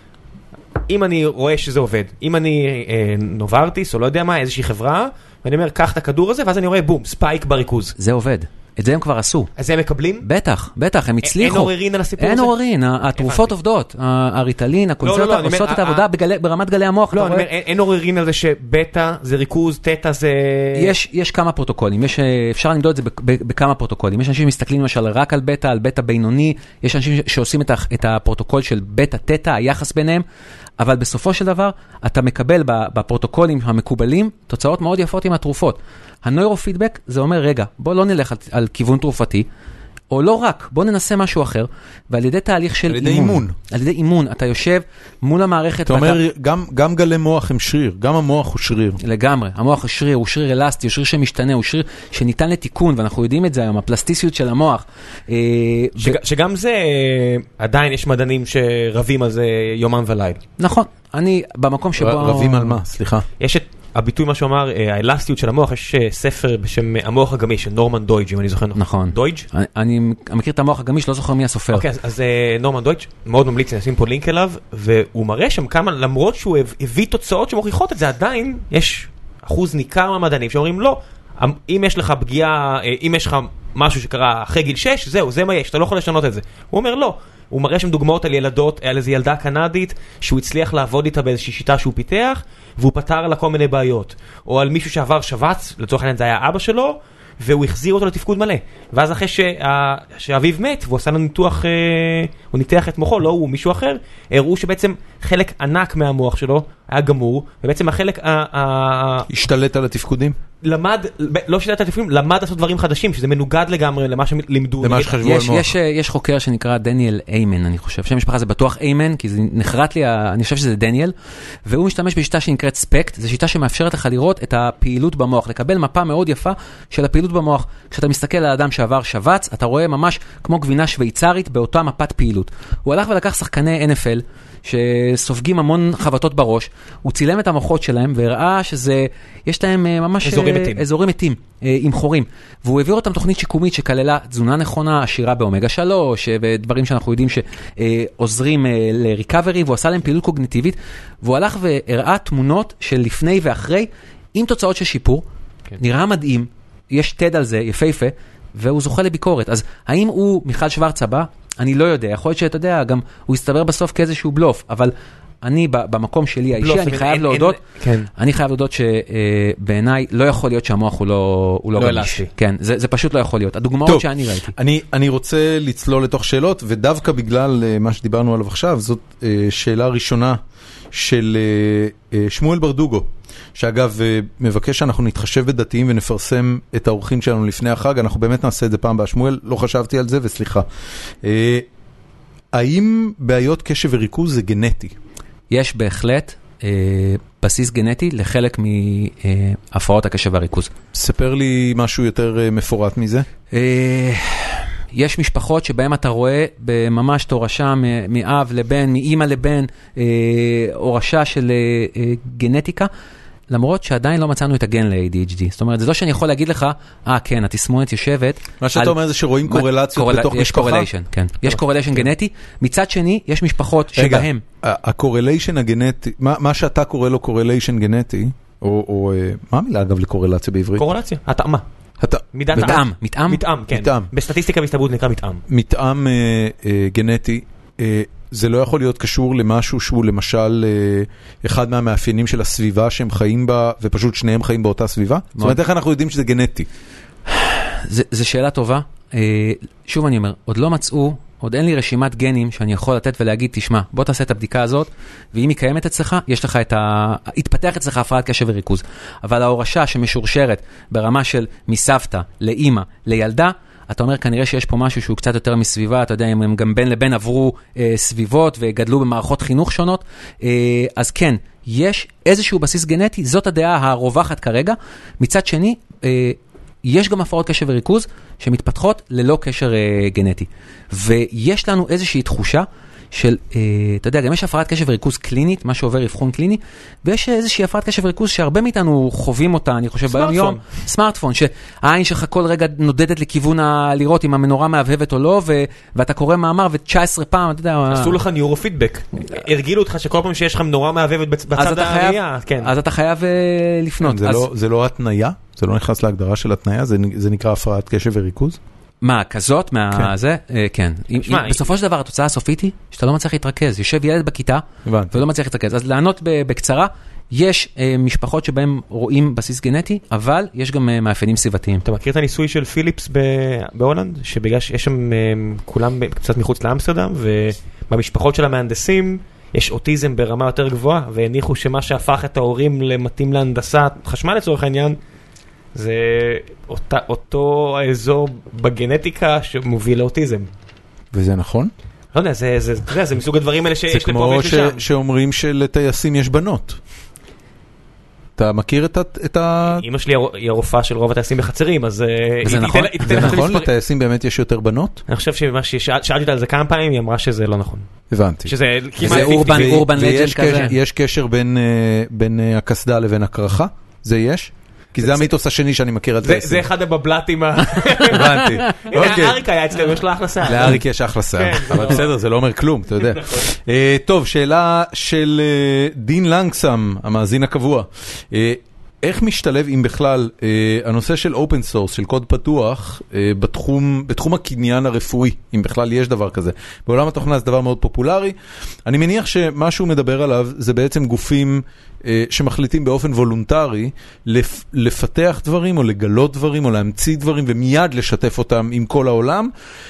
אם אני רואה שזה עובד, אם אני אה, נוברטיס, או לא יודע מה, איזושהי חברה, ואני אומר, קח את הכדור הזה, ואז אני רואה, בום, ספייק בריכוז. זה עובד. את זה הם כבר עשו. אז הם מקבלים? בטח, בטח, הם הצליחו. אין עוררין על הסיפור הזה? אין עוררין, התרופות עובדות. הריטלין, הקונצרטה, עושות את העבודה ברמת גלי המוח. לא, אין עוררין על זה שבטא זה ריכוז, תטא זה... יש כמה פרוטוקולים, אפשר למדוד את זה בכמה פרוטוקולים. יש אנשים שמסתכלים למשל רק על בטא, על בטא בינוני, יש אנשים שעושים את הפרוטוקול של בטא, תטא, היחס ביניהם, אבל בסופו של דבר, אתה מקבל בפרוטוקולים המקובלים תוצאות מאוד יפות עם התרופות. הנוירופידבק זה אומר, רגע, בוא לא נלך על, על כיוון תרופתי, או לא רק, בוא ננסה משהו אחר, ועל ידי תהליך של אימון. אימון. על ידי אימון. אתה יושב מול המערכת... אתה אומר, ואתה... גם, גם גלי מוח הם שריר, גם המוח הוא שריר. לגמרי, המוח הוא שריר, הוא שריר אלסטי, הוא שריר שמשתנה, הוא שריר שניתן לתיקון, ואנחנו יודעים את זה היום, הפלסטיסיות של המוח. שג, ו... שגם זה, עדיין יש מדענים שרבים על זה יומן וליל. נכון. אני, במקום שבו... רבים על מה? סליחה. יש את... הביטוי מה שאומר, האלסטיות של המוח, יש ספר בשם המוח הגמיש, של נורמן דויטש, אם אני זוכר. נכון. דויטש? אני מכיר את המוח הגמיש, לא זוכר מי הסופר. אוקיי, אז נורמן דויטש, מאוד ממליץ, נשים פה לינק אליו, והוא מראה שם כמה, למרות שהוא הביא תוצאות שמוכיחות את זה, עדיין יש אחוז ניכר מהמדענים שאומרים, לא, אם יש לך פגיעה, אם יש לך משהו שקרה אחרי גיל שש, זהו, זה מה יש, אתה לא יכול לשנות את זה. הוא אומר, לא. הוא מראה שם דוגמאות על ילדות, על איזו ילדה קנדית, שהוא הצליח לעבוד איתה באיזושהי שיטה שהוא פיתח, והוא פתר לה כל מיני בעיות. או על מישהו שעבר שבץ, לצורך העניין זה היה אבא שלו, והוא החזיר אותו לתפקוד מלא. ואז אחרי שה... שאביו מת, והוא עשה לו ניתוח, אה... הוא ניתח את מוחו, לא הוא, מישהו אחר, הראו שבעצם חלק ענק מהמוח שלו היה גמור, ובעצם החלק ה... השתלט על התפקודים? למד, לא שיטת התפקודים, למד לעשות דברים חדשים, שזה מנוגד לגמרי למה שלימדו. למה שחשבו על מוח. יש, יש חוקר שנקרא דניאל איימן, אני חושב. שם משפחה זה בטוח איימן, כי זה נחרט לי, אני חושב שזה דניאל, והוא משתמש בשיטה שנקראת ספקט, זו שיטה שמאפשרת לך לראות את הפעילות במוח, לקבל מפה מאוד יפה של הפעילות במוח. כשאתה מסתכל על האדם שעבר שבץ, אתה רואה ממש כמו גבינה שוויצרית באותה מפת פעילות. הוא הלך ולקח שחקני אן אף אל, שסופגים המון חבטות בראש, הוא צילם את המוחות שלהם והראה שזה, יש להם ממש אזורים מתים, אזורים מתים עם חורים, והוא העביר אותם תוכנית שיקומית שכללה תזונה נכונה, עשירה באומגה שלוש, ודברים שאנחנו יודעים שעוזרים לריקאברי, והוא עשה להם פעילות קוגניטיבית, והוא הלך והראה תמונות של לפני ואחרי, עם תוצאות של שיפור, כן. נראה מדהים, יש תד על זה, יפהפה, והוא זוכה לביקורת. אז האם הוא מיכל שוורץ הבא? אני לא יודע, יכול להיות שאתה יודע, גם הוא יסתבר בסוף כאיזשהו בלוף, אבל אני במקום שלי האישי, אני חייב להודות, אני חייב להודות שבעיניי לא יכול להיות שהמוח הוא לא גמיש. כן, זה פשוט לא יכול להיות. הדוגמאות שאני ראיתי. אני רוצה לצלול לתוך שאלות, ודווקא בגלל מה שדיברנו עליו עכשיו, זאת שאלה ראשונה של שמואל ברדוגו, שאגב, מבקש שאנחנו נתחשב בדתיים ונפרסם את האורחים שלנו לפני החג, אנחנו באמת נעשה את זה פעם בשמואל, לא חשבתי על זה וסליחה. האם בעיות קשב וריכוז זה גנטי? יש בהחלט אה, בסיס גנטי לחלק מהפרעות הקשב והריכוז. ספר לי משהו יותר אה, מפורט מזה. אה, יש משפחות שבהם אתה רואה בממש תורשה מאב לבן, מאמא לבן, אה, הורשה של אה, אה, גנטיקה, למרות שעדיין לא מצאנו את הגן ל-איי די אייץ' די. זאת אומרת, זה לא שאני יכול להגיד לך, אה, כן, התסמונת יושבת. מה שאתה אומר זה שרואים קורלציות בתוך משפחה? יש קורליישן, כן. יש קורליישן גנטי. מצד שני, יש משפחות שבהם... הקורליישן הגנטי, מה שאתה קורא לו קורליישן גנטי, או מה המילה אגב לקורלציה בעברית? קורלציה, התאמה. מתאם, מתאם? מתאם, כן. בסטטיסטיקה והסתברות נקרא מתאם. מתאם גנטי. זה לא יכול להיות קשור למשהו שהוא למשל אחד מהמאפיינים של הסביבה שהם חיים בה, ופשוט שניהם חיים באותה סביבה? זאת אומרת, איך אנחנו יודעים שזה גנטי? זו שאלה טובה. שוב אני אומר, עוד לא מצאו, עוד אין לי רשימת גנים שאני יכול לתת ולהגיד, תשמע, בוא תעשה את הבדיקה הזאת, ואם היא קיימת אצלך, יש לך את ה... התפתח אצלך הפרעת קשב וריכוז. אבל ההורשה שמשורשרת ברמה של מסבתא לאמא, לילדה, אתה אומר, כנראה שיש פה משהו שהוא קצת יותר מסביבה, אתה יודע, אם הם גם בין לבין עברו אה, סביבות וגדלו במערכות חינוך שונות, אה, אז כן, יש איזשהו בסיס גנטי, זאת הדעה הרווחת כרגע. מצד שני, אה, יש גם הפרעות קשב וריכוז שמתפתחות ללא קשר אה, גנטי. ויש לנו איזושהי תחושה של, אה, אתה יודע, גם יש הפרעת קשב וריכוז קלינית, מה שעובר אבחון קליני, ויש איזושהי הפרעת קשב וריכוז שהרבה מאיתנו חווים אותה, אני חושב ביום יום, סמארטפון, שהעין שלך כל רגע נודדת לכיוון ה... לראות אם המנורה מהבהבת או לא, ו... ואתה קורא מאמר ו-תשע עשרה פעם, אתה יודע... עשו לך ניורופידבק, הרגילו אותך שכל פעם שיש לך מנורה מהבהבת בצד הראייה, כן. אז אתה חייב לפנות. זה, אז... לא, זה לא התניה? זה לא נכנס להגדרה של התניה? זה, זה נקרא הפרעת קשב וריכוז? מה, כזאת? מה זה? כן. בסופו של דבר, התוצאה הסופית היא שאתה לא מצליח להתרכז. יושב ילד בכיתה ולא מצליח להתרכז. אז לענות בקצרה, יש משפחות שבהם רואים בסיס גנטי, אבל יש גם מאפיינים סביבתיים. אתה מכיר את הניסוי של פיליפס בהולנד? שבגלל שיש שם כולם קצת מחוץ לאמסטרדם, ובמשפחות של המהנדסים יש אוטיזם ברמה יותר גבוהה, והניחו שמה שהפך את ההורים למתאים להנדסה חשמל לצורך העניין, זה אותה, אותו האזור בגנטיקה שמוביל לאוטיזם. וזה נכון? לא יודע, זה, זה, זה, זה, זה מסוג הדברים האלה שיש לפה ויש לשם. זה כמו שאומרים שלטייסים יש בנות. אתה מכיר את ה... אמא שלי היא הרופאה של רוב הטייסים בחצרים, אז... זה נכון? זה נכון? לטייסים באמת יש יותר בנות? אני חושב שמה ששאלתי אותה על זה כמה פעמים, היא אמרה שזה לא נכון. הבנתי. שזה אורבן לג'נד כזה. ויש קשר בין הקסדה לבין הקרחה? זה יש? כי זה המיתוס השני שאני מכיר על טייסים. זה אחד הבבלטים. הבנתי. אריק היה אצלנו, יש לו אחלה שיער. לאריק יש אחלה שיער, אבל בסדר, זה לא אומר כלום, אתה יודע. טוב, שאלה של דין לנגסם, המאזין הקבוע. איך משתלב, אם בכלל, הנושא של אופן סורס, של קוד פתוח, בתחום, בתחום הקניין הרפואי, אם בכלל יש דבר כזה. בעולם התוכנה זה דבר מאוד פופולרי. אני מניח שמה שהוא מדבר עליו זה בעצם גופים שמחליטים באופן וולונטרי לפתח דברים או לגלות דברים או להמציא דברים ומיד לשתף אותם עם כל העולם,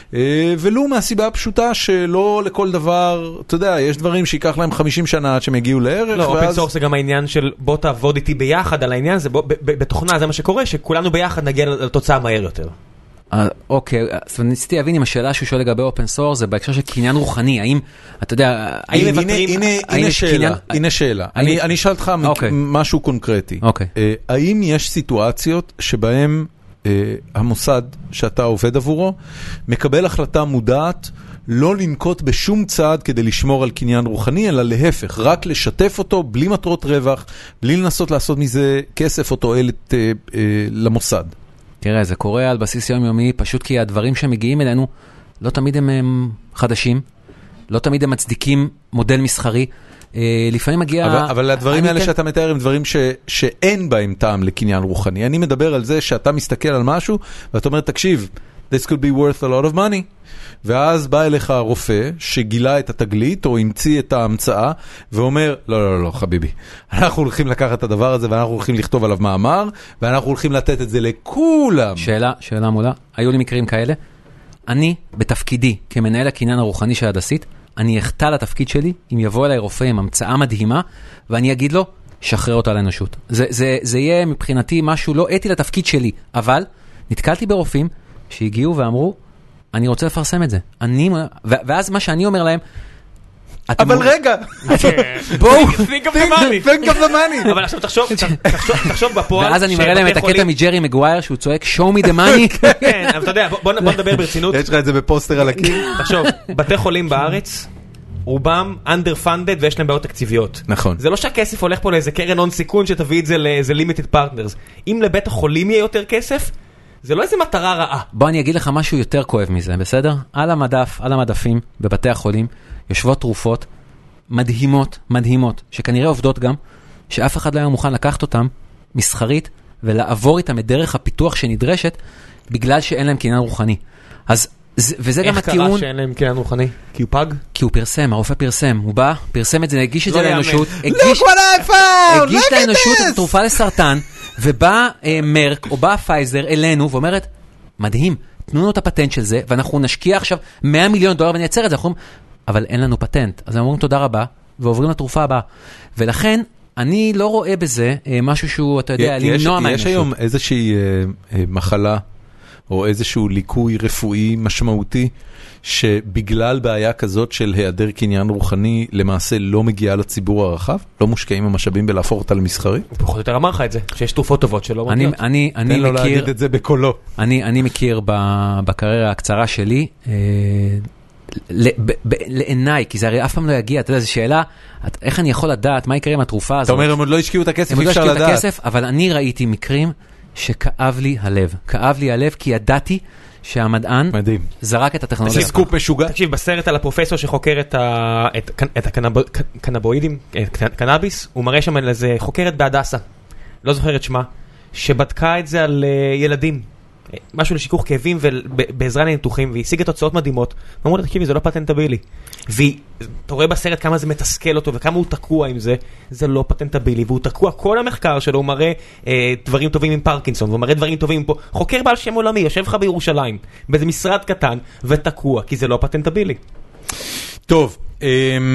ולו מהסיבה הפשוטה שלא לכל דבר, אתה יודע, יש דברים שיקח להם חמישים שנה עד שהם יגיעו לערך. לא, אופן סורס זה גם העניין של בוא תעבוד איתי ביחד על העניין, בתוכנה זה מה שקורה, שכולנו ביחד נגיע לתוצאה מהר יותר. אוקיי, אז ניסיתי להבין אם השאלה שהוא שואל לגבי אופן סורס זה בהקשר של קניין רוחני, האם, אתה יודע, האם מבטרים... הנה שאלה, הנה שאלה. אני אשאל אותך משהו קונקרטי. האם יש סיטואציות שבהם המוסד שאתה עובד עבורו מקבל החלטה מודעת לא לנקוט בשום צעד כדי לשמור על קניין רוחני, אלא להפך, רק לשתף אותו בלי מטרות רווח, בלי לנסות לעשות מזה כסף או תועלת למוסד? תראה, זה קורה על בסיס יומיומי, פשוט כי הדברים שמגיעים אלינו, לא תמיד הם, הם חדשים, לא תמיד הם מצדיקים מודל מסחרי. אה, לפעמים מגיע... אבל, אבל הדברים האלה כן... שאתה מתאר הם דברים ש, שאין בהם טעם לקניין רוחני. אני מדבר על זה שאתה מסתכל על משהו, ואתה אומר, תקשיב, this could be worth a lot of money. ואז בא אליך הרופא שגילה את התגלית או המציא את ההמצאה ואומר, לא, לא, לא, חביבי, אנחנו הולכים לקחת את הדבר הזה ואנחנו הולכים לכתוב עליו מאמר ואנחנו הולכים לתת את זה לכולם. שאלה, שאלה מולה, היו לי מקרים כאלה. אני, בתפקידי, כמנהל הקניין הרוחני של הדסית, אני אחטא לתפקיד שלי אם יבוא אליי רופא עם המצאה מדהימה ואני אגיד לו, שחרר אותה לאנושות. זה, זה, זה יהיה מבחינתי משהו לא אתי לתפקיד שלי, אבל נתקלתי ברופאים שהגיעו ואמרו, אני רוצה לפרסם את זה. אני, ואז מה שאני אומר להם, אבל רגע, בואו, think of the money. think of the money. אבל עכשיו תחשוב, תחשוב בפועל. ואז אני מראה להם את הקטע מג'רי מגווייר, שהוא צועק, show me the money. כן, אבל אתה יודע, בוא נדבר ברצינות. יש לך את זה בפוסטר על הקיר. תחשוב, בתי חולים בארץ, רובם underfunded ויש להם בעיות תקציביות. נכון. זה לא שהכסף הולך פה לאיזה קרן הון סיכון שתביא את זה לאיזה limited partners. אם לבית החולים יהיה יותר כסף, זה לא איזה מטרה רעה. בוא אני אגיד לך משהו יותר כואב מזה, בסדר? על המדף, על המדפים, בבתי החולים, יושבות תרופות מדהימות, מדהימות, שכנראה עובדות גם, שאף אחד לא היה מוכן לקחת אותם, מסחרית, ולעבור איתם את דרך הפיתוח שנדרשת, בגלל שאין להם קניין רוחני. אז, וזה גם הטיעון... איך קרה שאין להם קניין רוחני? כי הוא פג? כי הוא פרסם, הרופא פרסם, הוא בא, פרסם את זה, הגיש את זה לאנושות, הגיש לאנושות את התרופה לסרטן, ובא אה, מרק, או בא פייזר אלינו, ואומרת, מדהים, תנו לנו את הפטנט של זה, ואנחנו נשקיע עכשיו מאה מיליון דולר ונייצר את זה, אנחנו, אבל אין לנו פטנט. אז הם אומרים תודה רבה, ועוברים לתרופה הבאה. ולכן, אני לא רואה בזה אה, משהו שהוא, אתה יודע, למנוע מהאנושות. יש היום איזושהי אה, אה, מחלה, או איזשהו ליקוי רפואי משמעותי, שבגלל בעיה כזאת של היעדר קניין רוחני, למעשה לא מגיעה לציבור הרחב? לא מושקעים המשאבים בלהפוך אותה למסחרי? הוא פחות או יותר אמר לך את זה, שיש תרופות טובות שלא מגיעות. אני, אני תן לו מכיר, להגיד את זה בקולו. אני, אני מכיר בקריירה הקצרה שלי, אה, לעיניי, כי זה הרי אף פעם לא יגיע, אתה יודע, זו שאלה, איך אני יכול לדעת, מה יקרה עם התרופה הזאת? אתה אומר, הם עוד לא השקיעו את הכסף, הם עוד לא אפשר השקיעו את לדעת. הכסף, אבל אני ראיתי מקרים שכאב לי הלב. כאב לי הלב כי ידעתי שהמדען זרק את הטכנולוגיה. זה סקופ משוגע. תקשיב, בסרט על הפרופסור שחוקר את הקנבואידים, קנאביס, הוא מראה שם על איזה חוקרת בהדסה, לא זוכר את שמה, שבדקה את זה על ילדים, משהו לשיכוך כאבים ובעזרה לניתוחים, והיא השיגה תוצאות מדהימות. ואמרו לה, תקשיבי, זה לא פטנטבילי. ואתה רואה בסרט כמה זה מתסכל אותו וכמה הוא תקוע עם זה, זה לא פטנטבילי, והוא תקוע, כל המחקר שלו הוא מראה אה, דברים טובים עם פרקינסון, והוא מראה דברים טובים פה, חוקר בעל שם עולמי, יושב לך בירושלים, באיזה משרד קטן, ותקוע, כי זה לא פטנטבילי. טוב, אה,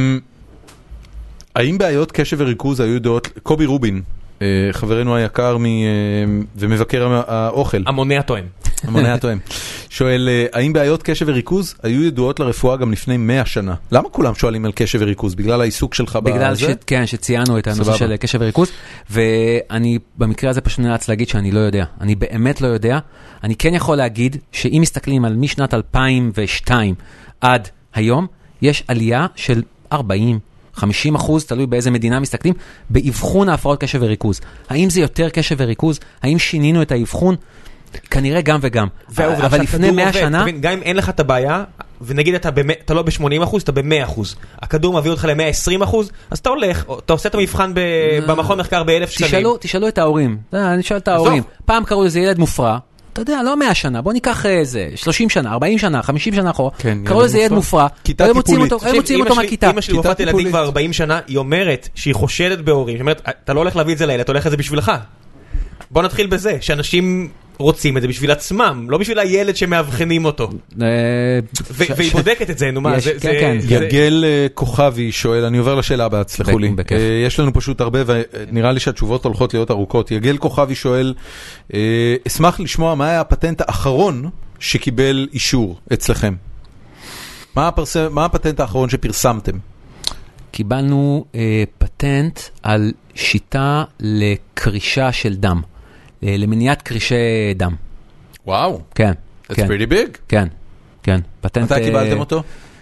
האם בעיות קשב וריכוז היו ידועות, קובי רובין, חברנו היקר ומבקר האוכל. המונה הטועם. המונה הטועם. שואל, האם בעיות קשב וריכוז היו ידועות לרפואה גם לפני מאה שנה? למה כולם שואלים על קשב וריכוז? בגלל העיסוק שלך בזה? בגלל כן, שציינו את הנושא של קשב וריכוז, ואני במקרה הזה פשוט נאלץ להגיד שאני לא יודע. אני באמת לא יודע. אני כן יכול להגיד שאם מסתכלים על משנת אלפיים ושתיים עד היום, יש עלייה של ארבעים חמישים אחוז, תלוי באיזה מדינה מסתכלים, באבחון ההפרעות קשב וריכוז. האם זה יותר קשב וריכוז? האם שינינו את האבחון? כנראה גם וגם. אבל לפני מאה שנה... גם אם אין לך את הבעיה, ונגיד אתה לא ב-שמונים אחוז, אתה ב-מאה אחוז. הכדור מביא אותך ל-מאה ועשרים אחוז, אז אתה הולך, אתה עושה את המבחן במכון מחקר ב-אלף שקלים. תשאלו את ההורים. אני שואל את ההורים. פעם קראו לזה ילד מופרע, אתה יודע, לא מאה שנה, בוא ניקח איזה, שלושים שנה, ארבעים שנה, חמישים שנה אחורה, כן, קראו לזה ילד מופרע, כיתה היו מוציאים טיפולית. אותו, היו מוציאים אותו מהכיתה. אמא שלי רופאת ילדים כבר ארבעים שנה, היא אומרת שהיא חושדת בהורים, היא אומרת, אתה לא הולך להביא את זה לילד, אתה הולך את זה בשבילך. בוא נתחיל בזה, שאנשים רוצים את זה בשביל עצמם, לא בשביל הילד שמאבחנים אותו. והיא בודקת את זה, נו מה, זה... יגל כוכבי שואל, אני עובר לשאלה הבאה, תסלחו לי. יש לנו פשוט הרבה, ונראה לי שהתשובות הולכות להיות ארוכות. יגל כוכבי שואל, אשמח לשמוע מה היה הפטנט האחרון שקיבל אישור אצלכם. מה הפטנט האחרון שפרסמתם? קיבלנו פטנט על שיטה לקרישה של דם. למניעת קרישי דם. וואו. כן. That's pretty big. כן, כן. פטנט... מתי קיבלתם אותו?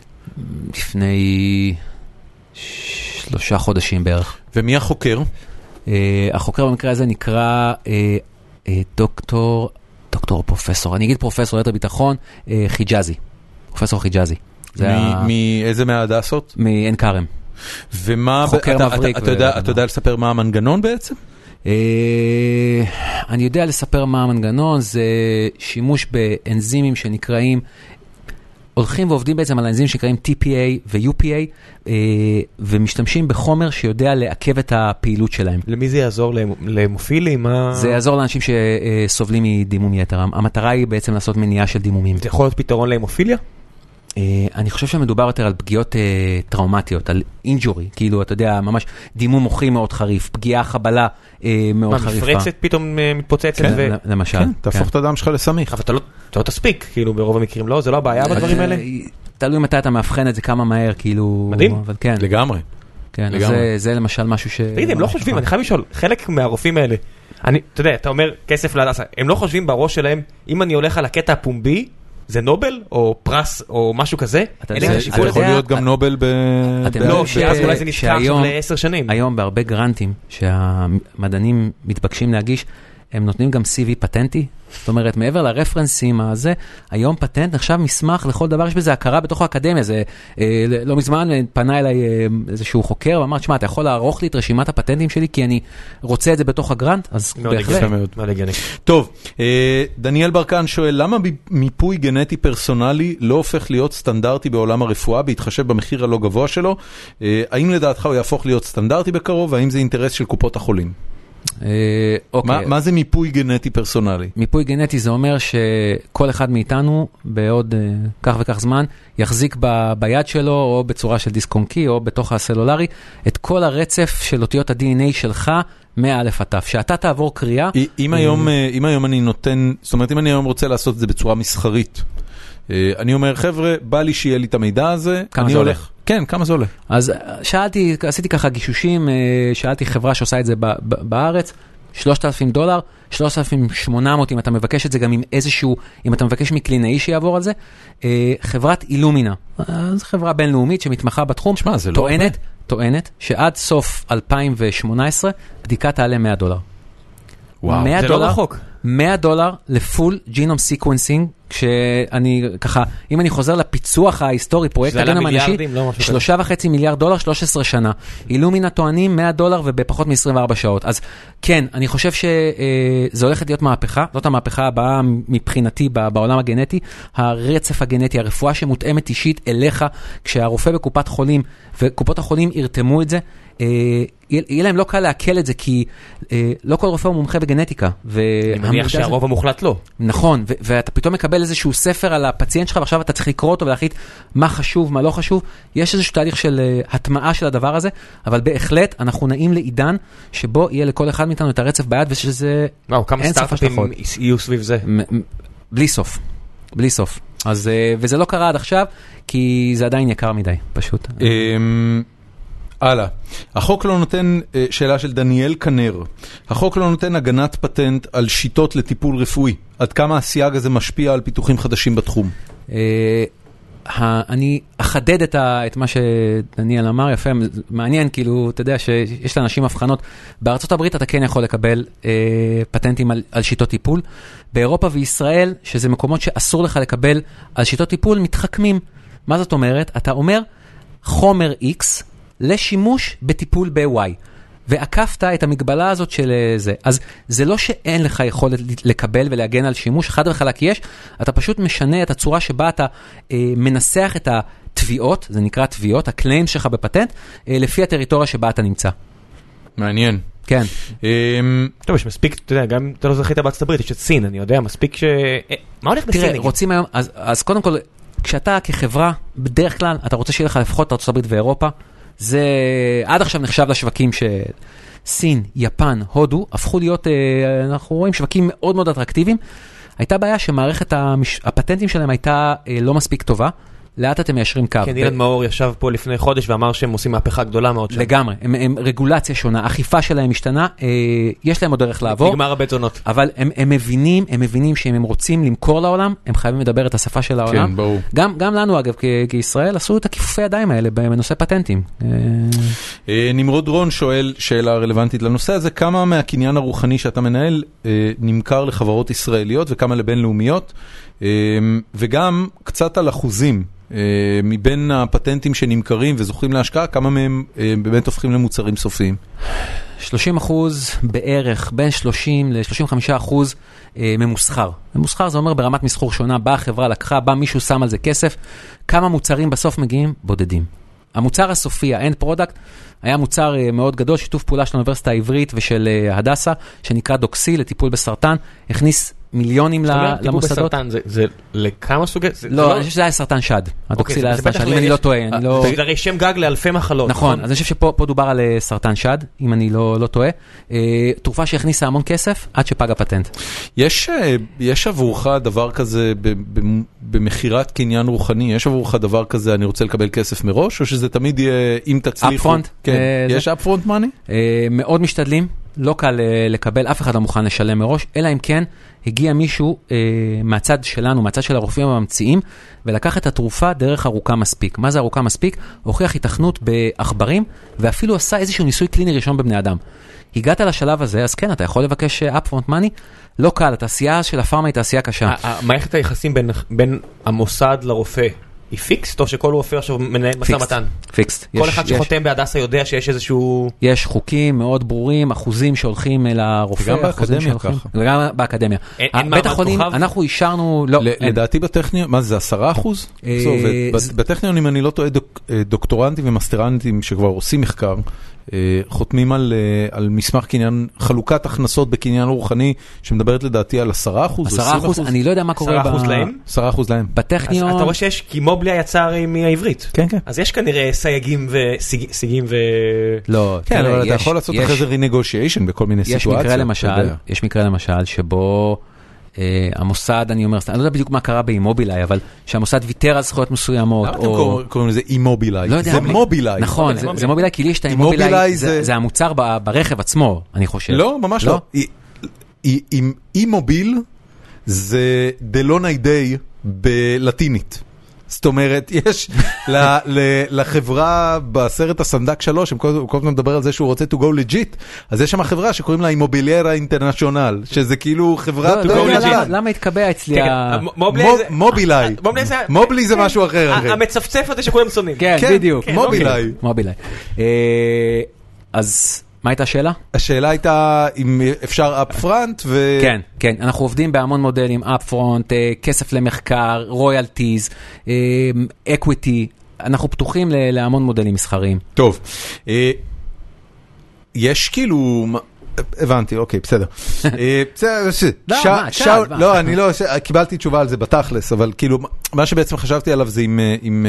לפני שלושה חודשים בערך. ומי החוקר? החוקר במקרה הזה נקרא דוקטור, דוקטור פרופסור, אני אגיד פרופסור ליתר ביטחון, חיג'אזי. פרופסור חיג'אזי. מאיזה מההדסות? מעין כרם. ומה... חוקר מבריק. אתה יודע לספר מה המנגנון בעצם? אני יודע לספר מה המנגנון, זה שימוש באנזימים שנקראים, הולכים ועובדים בעצם על האנזימים שנקראים טי פי איי ו-יו פי איי, ומשתמשים בחומר שיודע לעכב את הפעילות שלהם. למי זה יעזור? להמופילים? זה יעזור לאנשים שסובלים מדימום יתר. המטרה היא בעצם לעשות מניעה של דימומים. זה יכול להיות פתרון להמופיליה? אני חושב שמדובר יותר על פגיעות טראומטיות, על אינג'ורי, כאילו, אתה יודע, ממש דימום מוחי מאוד חריף, פגיעה חבלה מאוד חריפה. מה, מפרצת פתאום מתפוצצת? כן, למשל. כן, תהפוך את הדם שלך לסמיך. אבל אתה לא תספיק, כאילו, ברוב המקרים לא, זה לא הבעיה בדברים האלה? תלוי מתי אתה מאבחן את זה כמה מהר, כאילו... מדהים. כן. לגמרי. כן, אז זה למשל משהו ש... תגיד, הם לא חושבים, אני חייב לשאול, חלק מהרופאים האלה, אני, אתה יודע, אתה אומר כסף להדסה, הם לא חושבים בראש שלהם, אם אני הולך על הקטע הפומבי, זה נובל או פרס או משהו כזה? זה יכול להיות גם נובל ב... לא, שאז אולי זה נשכח עכשיו לעשר שנים. היום בהרבה גרנטים שהמדענים מתבקשים להגיש, הם נותנים גם סי וי פטנטי, זאת אומרת, מעבר לרפרנסים הזה, היום פטנט נחשב מסמך לכל דבר, יש בזה הכרה בתוך האקדמיה, זה לא מזמן פנה אליי איזשהו חוקר, ואמר, תשמע, אתה יכול לערוך לי את רשימת הפטנטים שלי, כי אני רוצה את זה בתוך הגרנט, אז בהחלט. מאוד הגיוני. טוב, דניאל ברקן שואל, למה מיפוי גנטי פרסונלי לא הופך להיות סטנדרטי בעולם הרפואה, בהתחשב במחיר הלא גבוה שלו? האם לדעתך הוא יהפוך להיות סטנדרטי בקרוב, והאם זה אינטרס של קופות החולים? מה זה מיפוי גנטי פרסונלי? מיפוי גנטי זה אומר שכל אחד מאיתנו בעוד כך וכך זמן יחזיק ביד שלו או בצורה של דיסק און-קי או בתוך הסלולרי את כל הרצף של אותיות ה-די אן איי שלך מאלף עד תו. שאתה תעבור קריאה. אם היום אני נותן, זאת אומרת אם אני היום רוצה לעשות את זה בצורה מסחרית, אני אומר חבר'ה, בא לי שיהיה לי את המידע הזה. כמה זה הולך? כן, כמה זה עולה? אז שאלתי, עשיתי ככה גישושים, שאלתי חברה שעושה את זה בארץ, שלושת אלפים דולר, שלושת אלפים ושמונה מאות אם אתה מבקש את זה גם עם איזשהו, אם אתה מבקש מקלינאי שיעבור על זה, חברת אילומינה, זו חברה בינלאומית שמתמחה בתחום, שמה, זה לא טוענת, טוענת שעד סוף אלפיים ושמונה עשרה בדיקה תעלה מאה דולר. וואו, זה לא רחוק. מאה דולר לפול ג'ינום סיקוונסינג, כשאני ככה, אם אני חוזר לפיצוח ההיסטורי, פרויקט הגנום האנושי, שלושה וחצי מיליארד דולר, שלוש עשרה שנה. אילומינה טוענים מאה דולר ובפחות מ-עשרים וארבע שעות. אז כן, אני חושב שזה הולכת להיות מהפכה, זאת המהפכה הבאה מבחינתי בעולם הגנטי, הרצף הגנטי, הרפואה שמותאמת אישית אליך, כשהרופא בקופת חולים, וקופות החולים ירתמו את זה, יהיה להם לא קל להקל את זה, כי לא כל רופא הוא מומחה בגנטיקה. אני מניח שהרוב המוחלט לא. נכון, ואתה פתאום מקבל איזשהו ספר על הפציינט שלך, ועכשיו אתה צריך לקרוא אותו ולהחליט מה חשוב, מה לא חשוב. יש איזשהו תהליך של הטמעה של הדבר הזה, אבל בהחלט אנחנו נעים לעידן, שבו יהיה לכל אחד מאיתנו את הרצף ביד, ושזה... וואו, כמה סטארט-אפים יהיו סביב זה? בלי סוף, בלי סוף. אז, וזה לא קרה עד עכשיו, כי זה עדיין יקר מדי, פשוט. הלאה. החוק לא נותן, שאלה של דניאל כנר, החוק לא נותן הגנת פטנט על שיטות לטיפול רפואי. עד כמה הסייג הזה משפיע על פיתוחים חדשים בתחום? אני אחדד את מה שדניאל אמר, יפה, מעניין, כאילו, אתה יודע שיש לאנשים הבחנות. בארצות הברית אתה כן יכול לקבל פטנטים על שיטות טיפול. באירופה וישראל, שזה מקומות שאסור לך לקבל על שיטות טיפול, מתחכמים. מה זאת אומרת? אתה אומר, חומר X, לשימוש בטיפול ב-Y. ועקפת את המגבלה הזאת של זה. אז זה לא שאין לך יכולת לקבל ולהגן על שימוש, חד וחלק יש, אתה פשוט משנה את הצורה שבה אתה אה, מנסח את התביעות, זה נקרא תביעות, הקליימס שלך בפטנט, אה, לפי הטריטוריה שבה אתה נמצא. מעניין. כן. טוב, יש מספיק, אתה יודע, גם אתה לא זכית בארצות הברית, יש את סין, אני יודע, מספיק ש... מה הולך בסין? תראה, רוצים היום, אז, אז קודם כל, כשאתה כחברה, בדרך כלל, אתה רוצה שיהיה לך לפחות ארצות הברית ואירופה, זה עד עכשיו נחשב לשווקים שסין, יפן, הודו, הפכו להיות, אנחנו רואים שווקים מאוד מאוד אטרקטיביים. הייתה בעיה שמערכת המש... הפטנטים שלהם הייתה לא מספיק טובה, לאט אתם מיישרים קו. כן, אילן מאור ישב פה לפני חודש ואמר שהם עושים מהפכה גדולה מאוד שם. לגמרי, הם, הם רגולציה שונה, אכיפה שלהם משתנה, אה, יש להם עוד דרך לעבור. נגמר הבית זונות. אבל הם, הם מבינים, הם מבינים שאם הם רוצים למכור לעולם, הם חייבים לדבר את השפה של העולם. כן, ברור. גם, גם לנו אגב, כ- כישראל, עשו את הכיפופי הידיים האלה בנושא פטנטים. אה, נמרוד רון שואל שאלה רלוונטית לנושא הזה, כמה מהקניין הרוחני שאתה מנהל אה, נמכר לחברות ישראליות וכמה לבינלאומיות, אה, וגם קצת על אחוזים. מבין הפטנטים שנמכרים וזוכים להשקעה, כמה מהם באמת הופכים למוצרים סופיים? שלושים אחוז בערך, בין שלושים ל-שלושים וחמישה אחוז ממוסחר. ממוסחר זה אומר ברמת מסחור שונה, באה החברה, לקחה, בא מישהו שם על זה כסף, כמה מוצרים בסוף מגיעים? בודדים. המוצר הסופי, ה-end product, היה מוצר מאוד גדול, שיתוף פעולה של האוניברסיטה העברית ושל הדסה, שנקרא דוקסי לטיפול בסרטן, הכניס מיליונים למוסדות. טיפול בסרטן, זה לכמה סוגי? לא, אני חושב שזה היה סרטן שד. הדוקסי היה סרטן שד, אם אני לא טועה. זה הרי שם גג לאלפי מחלות. נכון, אז אני חושב שפה דובר על סרטן שד, אם אני לא טועה. תרופה שהכניסה המון כסף, עד שפג הפטנט. יש עבורך דבר כזה, במחירת קניין רוחני, יש עבורך דבר כזה, אני רוצה לקבל כסף מראש, או שזה תמיד יהיה, אם תצליחו? upfront. יש upfront money? מאוד משתדלים. לא קל לקבל, אף אחד לא מוכן לשלם מראש, אלא אם כן הגיע מישהו אה, מהצד שלנו, מהצד של הרופאים הממציאים, ולקח את התרופה דרך ארוכה מספיק. מה זה ארוכה מספיק? הוכיח התכנות בעכברים, ואפילו עשה איזשהו ניסוי קליני ראשון בבני אדם. הגעת לשלב הזה, אז כן, אתה יכול לבקש upfront money, לא קל, התעשייה של הפארמה היא תעשייה קשה. מערכת היחסים בין, בין המוסד לרופא, היא פיקסט, או שכל רופא עכשיו מנהל משא מתן? פיקסט. כל אחד שחותם בהדסה יודע שיש איזשהו... יש חוקים מאוד ברורים, אחוזים שהולכים אל הרופא. וגם באקדמיה ככה. וגם באקדמיה. אין מעמד כוכב? אנחנו אישרנו... לדעתי בטכניון, מה זה, עשרה אחוז? בטכניון, אם אני לא טועה, דוקטורנטים ומסטרנטים שכבר עושים מחקר, חותמים על, על מסמך קניין, חלוקת הכנסות בקניין רוחני, שמדברת לדעתי על עשרה אחוז, עשרה אחוז, אני לא יודע מה קורה עשרה אחוז להם? עשרה אחוז להם. בטכניון... אז אתה רואה שיש, כי מובליה יצא הרי מהעברית. כן, כן. אז יש כנראה סייגים וסיגים ו... לא, כן, אבל אתה יכול לעשות אחרי זה רינגושיישן בכל מיני סיטואציות. יש מקרה למשל, יש מקרה למשל שבו המוסד, אני אומר, אני לא יודע בדיוק מה קרה באימובילאי, אבל שהמוסד ויתר על זכויות מסוימות. למה אתם קוראים לזה אימובילאי? זה מובילאי. נכון, זה מובילאי, כי לי יש את האימובילאי, זה המוצר ברכב עצמו, אני חושב. לא, ממש לא. אימוביל זה דלוני דיי בלטינית. זאת אומרת, יש לחברה בסרט הסנדק שלוש, הם כל הזמן מדבר על זה שהוא רוצה to go legit, אז יש שם חברה שקוראים לה אימוביליארה אינטרנשיונל, שזה כאילו חברה to go legit. למה התקבע אצלי ה... מובילאי. מובלי זה משהו אחר. המצפצף הזה שכולם שונאים. כן, בדיוק. מובילאי. מובילאי. אז... מה הייתה השאלה? השאלה הייתה אם אפשר upfront ו... כן, כן. אנחנו עובדים בהמון מודלים, upfront, כסף למחקר, royalties, equity. אנחנו פתוחים להמון מודלים מסחריים. טוב. יש כאילו... הבנתי, אוקיי, בסדר. לא, אני לא... קיבלתי תשובה על זה בתכלס, אבל כאילו, מה שבעצם חשבתי עליו זה עם...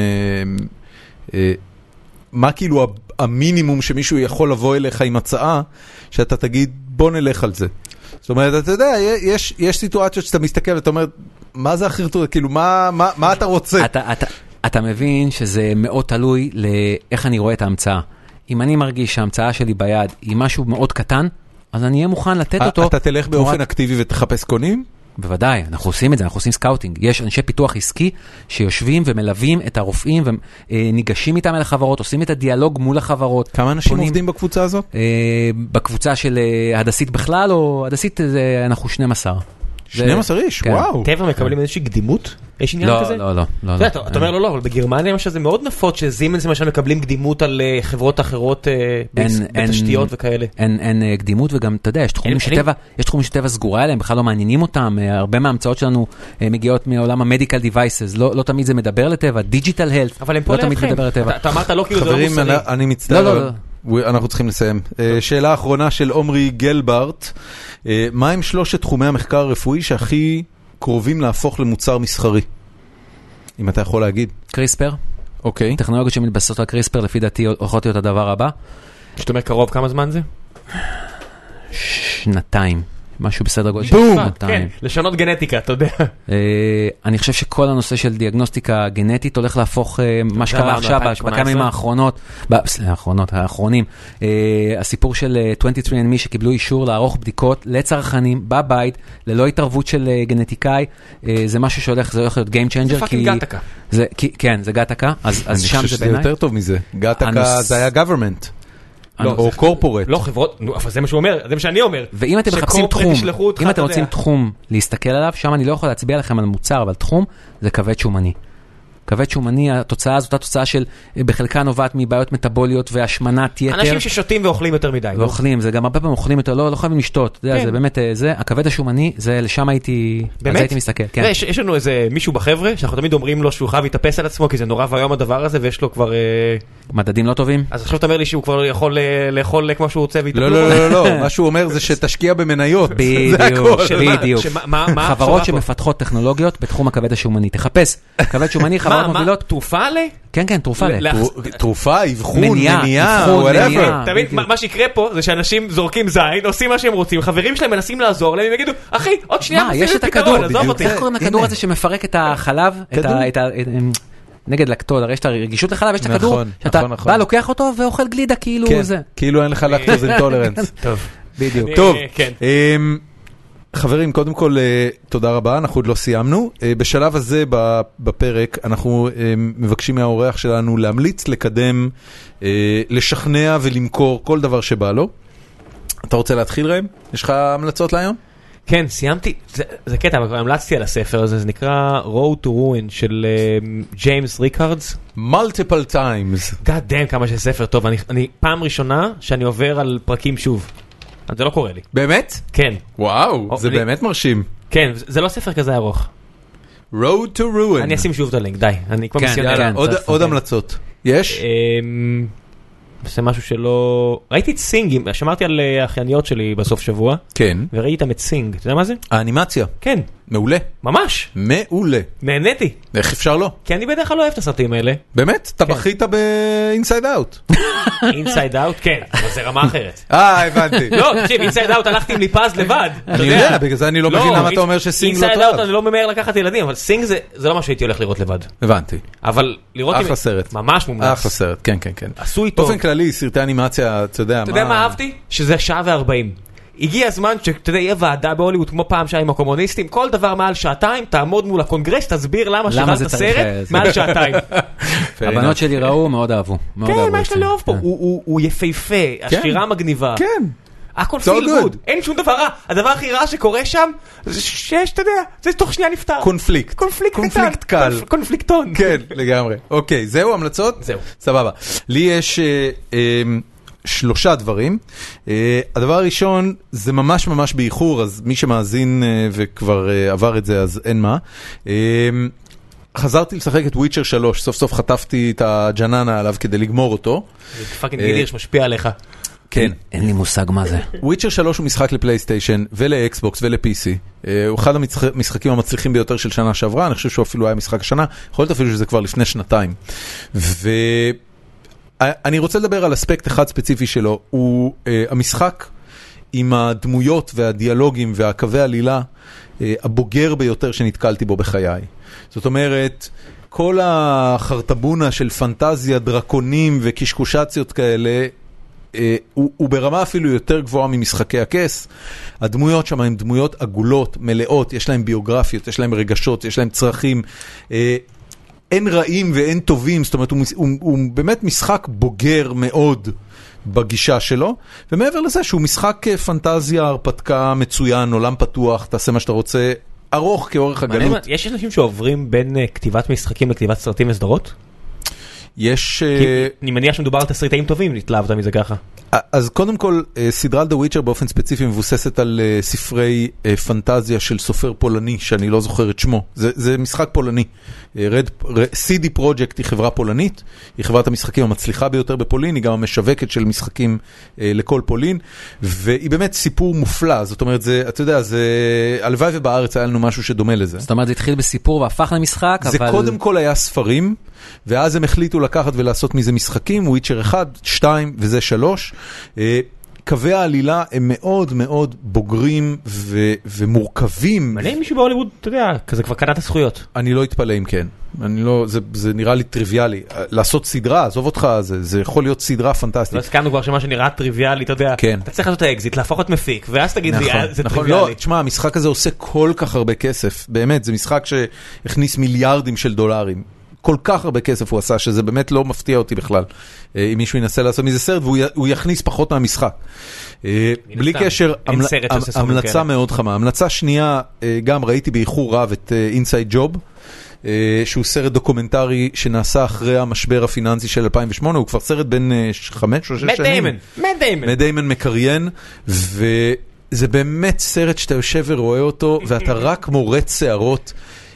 מה כאילו המינימום שמישהו יכול לבוא אליך עם הצעה, שאתה תגיד, בוא נלך על זה. זאת אומרת, אתה יודע, יש, יש סיטואציות שאתה מסתכל ואתה אומר, מה זה החרטוט? כאילו, מה, מה, מה אתה רוצה? אתה, אתה, אתה מבין שזה מאוד תלוי לאיך אני רואה את ההמצאה. אם אני מרגיש שההמצאה שלי ביד היא משהו מאוד קטן, אז אני אהיה מוכן לתת אותו. אתה תלך באופן אקטיבי ותחפש קונים? בוודאי, אנחנו עושים את זה, אנחנו עושים סקאוטינג. יש אנשי פיתוח עסקי שיושבים ומלווים את הרופאים וניגשים איתם אל החברות, עושים את הדיאלוג מול החברות. כמה אנשים עובדים בקבוצה הזאת? בקבוצה של הדסית בכלל, או הדסית אנחנו שנים עשר. שנים עשר איש, וואו. טבע מקבלים איזושהי קדימות? יש עניין לא, כזה? לא, לא, לא. אתה אומר לו לא, אבל בגרמניה למשל זה מאוד נפוץ שזימנס למשל מקבלים קדימות על חברות אחרות בתשתיות וכאלה. אין קדימות וגם, אתה יודע, יש תחומים שטבע, יש תחומים שטבע סגורה אליהם, בכלל לא מעניינים אותם, הרבה מההמצאות שלנו מגיעות מעולם המדיקל דיווייסס, לא תמיד זה מדבר לטבע, דיג'יטל הלט, לא תמיד מדבר לטבע. אתה אמרת לא כאילו זה לא חברים, מוסרי. אני מצטער, אנחנו צריכים לסיים. שאלה אחרונה של עומרי גלברט, מה עם שלושת תחומי המחקר הרפואי שהכי קרובים להפוך למוצר מסחרי? אם אתה יכול להגיד. קריספר. אוקיי. טכנולוגיות שמתבססות על קריספר, לפי דעתי, הולכות להיות הדבר הבא. שאתה אומר קרוב, כמה זמן זה? שנתיים. משהו בסדר גודל של שנתיים. כן, לשנות גנטיקה, אתה יודע. אני חושב שכל הנושא של דיאגנוסטיקה גנטית הולך להפוך, מה שקרה עכשיו, בכמה ימים האחרונות, האחרונות, האחרונים, הסיפור של עשרים ושלוש אנד מי שקיבלו אישור לערוך בדיקות לצרכנים בבית, ללא התערבות של גנטיקאי, זה משהו שהולך, זה הולך להיות Game Changer. זה פאקינג גטקה. כן, זה גטקה, אז שם זה בעיניי. אני חושב שזה יותר טוב מזה. גטקה זה היה government. או קורפורט. לא חברות, אבל זה מה שהוא אומר, זה מה שאני אומר. ואם אתם מחפשים תחום, אם אתם רוצים תחום להסתכל עליו, שם אני לא יכול להצביע לכם על מוצר, אבל תחום זה כבד שומני. כבד שומני, התוצאה הזאת, התוצאה של בחלקה נובעת מבעיות מטאבוליות והשמנת יתר. אנשים ששותים ואוכלים יותר מדי. ואוכלים, זה גם הרבה פעמים אוכלים יותר, לא חייבים לשתות. זה באמת, זה, הכבד השומני, זה לשם הייתי, אז הייתי מסתכל. יש לנו איזה מישהו בחבר'ה, שאנחנו תמיד אומרים לו שהוא חייב להתאפס על עצמו, כי זה נורא והיום הדבר הזה, ויש לו כבר מדדים לא טובים. אז עכשיו אתה אומר לי שהוא כבר יכול לאכול כמו שהוא רוצה לא, לא, לא, לא, מה שהוא אומר זה שתשקיע במניות. בדיוק, בדיוק. חברות שמפתחות טכנולוגיות בתחום הכבד השומני. תחפש, כבד שומני, חברות מובילות. תרופה ל? כן, כן, תרופה ל. תרופה, אבחון, מניעה, whatever. תמיד, מה שיקרה פה זה שאנשים זורקים זין, עושים מה שהם רוצים, חברים שלהם מנסים לעזור להם, הם יגידו, אחי, עוד שנייה, מה, יש את הכדור, איך קוראים לכדור הזה שמפרק את החלב, נגד לקטוז, הרי יש את הרגישות לחלב, יש את הכדור, שאתה בא, לוקח אותו ואוכל גלידה כאילו זה. כאילו אין לך לקטוז אינטולרנס. טוב, בדיוק. טוב, חברים, קודם כל, תודה רבה, אנחנו עוד לא סיימנו. בשלב הזה בפרק, אנחנו מבקשים מהאורח שלנו להמליץ, לקדם, לשכנע ולמכור כל דבר שבא לו. אתה רוצה להתחיל ראם? יש לך המלצות להיום? כן, סיימתי, זה, זה קטע, אבל המלצתי על הספר הזה, זה נקרא Road to Ruin של ג'יימס ריקארדס. Multiple times. God damn, כמה שספר טוב, אני, אני פעם ראשונה שאני עובר על פרקים שוב. זה לא קורה לי. באמת? כן. וואו, או, זה אני... באמת מרשים. כן, זה, זה לא ספר כזה ארוך. Road to Ruin. אני אשים שוב את הלינק, די. אני כבר כן, מסיונר. כן, עוד, עוד המלצות. יש? זה משהו שלא... ראיתי את סינג, שמרתי על האחייניות שלי בסוף שבוע. כן. וראיתי את סינג, אתה יודע מה זה? האנימציה. כן. מעולה. ממש. מעולה. נהניתי. איך אפשר לא? כי אני בדרך כלל לא אוהב את הסרטים האלה. באמת? אתה בכית ב-Inside Out. Inside Out, כן. אבל זה רמה אחרת. אה, הבנתי. לא, תקשיב, Inside Out הלכתי עם ליפז לבד. אני יודע, בגלל זה אני לא מבין למה אתה אומר שסינג לא טוב. Inside Out אני לא ממהר לקחת ילדים, אבל סינג זה לא מה שהייתי הולך לראות לבד. הבנתי. אבל לראות... אחלה סרט. ממש מומלץ. אחלה סרט, כן, כן, כן. עשו איתו. באופן כללי, סרטי אנימציה, אתה יודע מה... אתה יודע מה אהבתי? שזה שעה וארבעים. הגיע הזמן שאתה יודע, יהיה ועדה בהוליווד כמו פעם שעה עם הקומוניסטים, כל דבר מעל שעתיים, תעמוד מול הקונגרס, תסביר למה שרלת הסרט מעל שעתיים. הבנות שלי ראו, מאוד אהבו. כן, מה יש לה לאהוב פה? הוא יפהפה, השירה מגניבה. כן. הכל פיל גוד, אין שום דבר רע. הדבר הכי רע שקורה שם, זה שיש, אתה יודע, זה תוך שנייה נפטר. קונפליקט. קונפליקט קטן. קונפליקט קל. קונפליקטון. כן, לגמרי. אוקיי, זהו המלצות? זהו. סבבה. לי יש... שלושה דברים. Uh, הדבר הראשון, זה ממש ממש באיחור, אז מי שמאזין uh, וכבר uh, עבר את זה, אז אין מה. Uh, חזרתי לשחק את וויצ'ר שלוש, סוף סוף חטפתי את הג'ננה עליו כדי לגמור אותו. פאקינג גידיר שמשפיע עליך. כן. אין לי מושג מה זה. וויצ'ר שלוש הוא משחק לפלייסטיישן ולאקסבוקס ולפי סי. הוא אחד המשחקים המצליחים ביותר של שנה שעברה, אני חושב שהוא אפילו היה משחק השנה, יכול להיות אפילו שזה כבר לפני שנתיים. ו... אני רוצה לדבר על אספקט אחד ספציפי שלו, הוא uh, המשחק עם הדמויות והדיאלוגים והקווי עלילה uh, הבוגר ביותר שנתקלתי בו בחיי. זאת אומרת, כל החרטבונה של פנטזיה, דרקונים וקשקושציות כאלה, uh, הוא, הוא ברמה אפילו יותר גבוהה ממשחקי הכס. הדמויות שם הן דמויות עגולות, מלאות, יש להן ביוגרפיות, יש להן רגשות, יש להן צרכים, uh, אין רעים ואין טובים, זאת אומרת, הוא, הוא, הוא באמת משחק בוגר מאוד בגישה שלו, ומעבר לזה שהוא משחק פנטזיה, הרפתקה, מצוין, עולם פתוח, תעשה מה שאתה רוצה, ארוך כאורך הגלות. יש אנשים שעוברים בין כתיבת משחקים לכתיבת סרטים וסדרות? יש... אני מניח שמדובר על תסריטאים טובים, התלהבת מזה ככה. אז קודם כל, סדרת The Witcher באופן ספציפי מבוססת על ספרי פנטזיה של סופר פולני, שאני לא זוכר את שמו. זה, זה משחק פולני. סי די Projekt היא חברה פולנית, היא חברת המשחקים המצליחה ביותר בפולין, היא גם המשווקת של משחקים לכל פולין, והיא באמת סיפור מופלא. זאת אומרת, זה, אתה יודע, זה... הלוואי ובארץ היה לנו משהו שדומה לזה. זאת אומרת, זה התחיל בסיפור והפך למשחק, זה אבל... קודם כל היה ספרים, ואז הם החליטו לקחת ולעשות מזה משחקים, וויצ'ר אחד, שתיים וזה שלוש. קווי העלילה הם מאוד מאוד בוגרים ו- ומורכבים. מלא מישהו בהוליווד, אתה יודע, כזה כבר קנה את הזכויות. אני לא אתפלא אם כן. אני לא, זה, זה נראה לי טריוויאלי. לעשות סדרה, עזוב אותך, זה, זה יכול להיות סדרה פנטסטית. לא הסכמנו כבר שמה שנראה טריוויאלי, אתה יודע, כן. אתה צריך לעשות את האקזיט, להפוך את מפיק, ואז תגיד נכון, לי, אה, זה נכון, טריוויאלי. לא, תשמע, המשחק הזה עושה כל כך הרבה כסף, באמת, זה משחק שהכניס מיליארדים של דולרים. כל כך הרבה כסף הוא עשה, שזה באמת לא מפתיע אותי בכלל. אם מישהו ינסה לעשות מזה סרט, והוא יכניס פחות מהמשחק. בלי קשר, המלצה מאוד חמה. המלצה שנייה, גם ראיתי באיחור רב את Inside Job, שהוא סרט דוקומנטרי שנעשה אחרי המשבר הפיננסי של אלפיים ושמונה, הוא כבר סרט בין חמש או שש שנים. מאט דיימון, מאט דיימון. מאט דיימון מקריין, וזה באמת סרט שאתה יושב ורואה אותו, ואתה רק מורד שערות.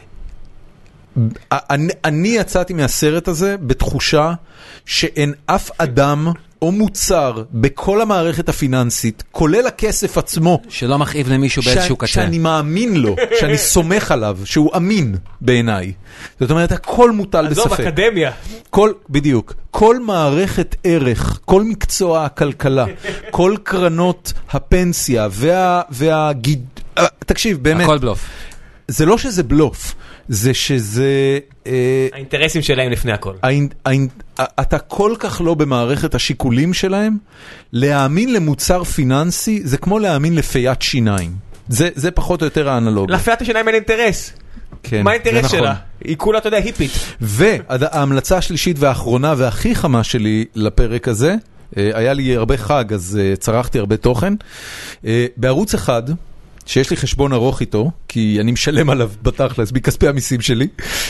אני, אני יצאתי מהסרט הזה בתחושה שאין אף אדם או מוצר בכל המערכת הפיננסית, כולל הכסף עצמו, שלא מכאיב למישהו באיזשהו קצה. שאני מאמין לו, שאני סומך עליו, שהוא אמין בעיניי. זאת אומרת, הכל מוטל בספק. עזוב, אקדמיה. כל, בדיוק. כל מערכת ערך, כל מקצוע הכלכלה, כל קרנות הפנסיה וה, והגיד... תקשיב, באמת. הכל בלוף. זה לא שזה בלוף. זה שזה... האינטרסים שלהם לפני הכל. אתה כל כך לא במערכת השיקולים שלהם, להאמין למוצר פיננסי זה כמו להאמין לפיית שיניים. זה פחות או יותר האנלוגיה. לפיית השיניים אין אינטרס. מה האינטרס שלה? היא כולה, אתה יודע, היפית. וההמלצה השלישית והאחרונה והכי חמה שלי לפרק הזה, היה לי הרבה חג, אז צרכתי הרבה תוכן. בערוץ אחד, שיש לי חשבון ארוך איתו, כי אני משלם עליו בתכלס, בכספי המיסים שלי,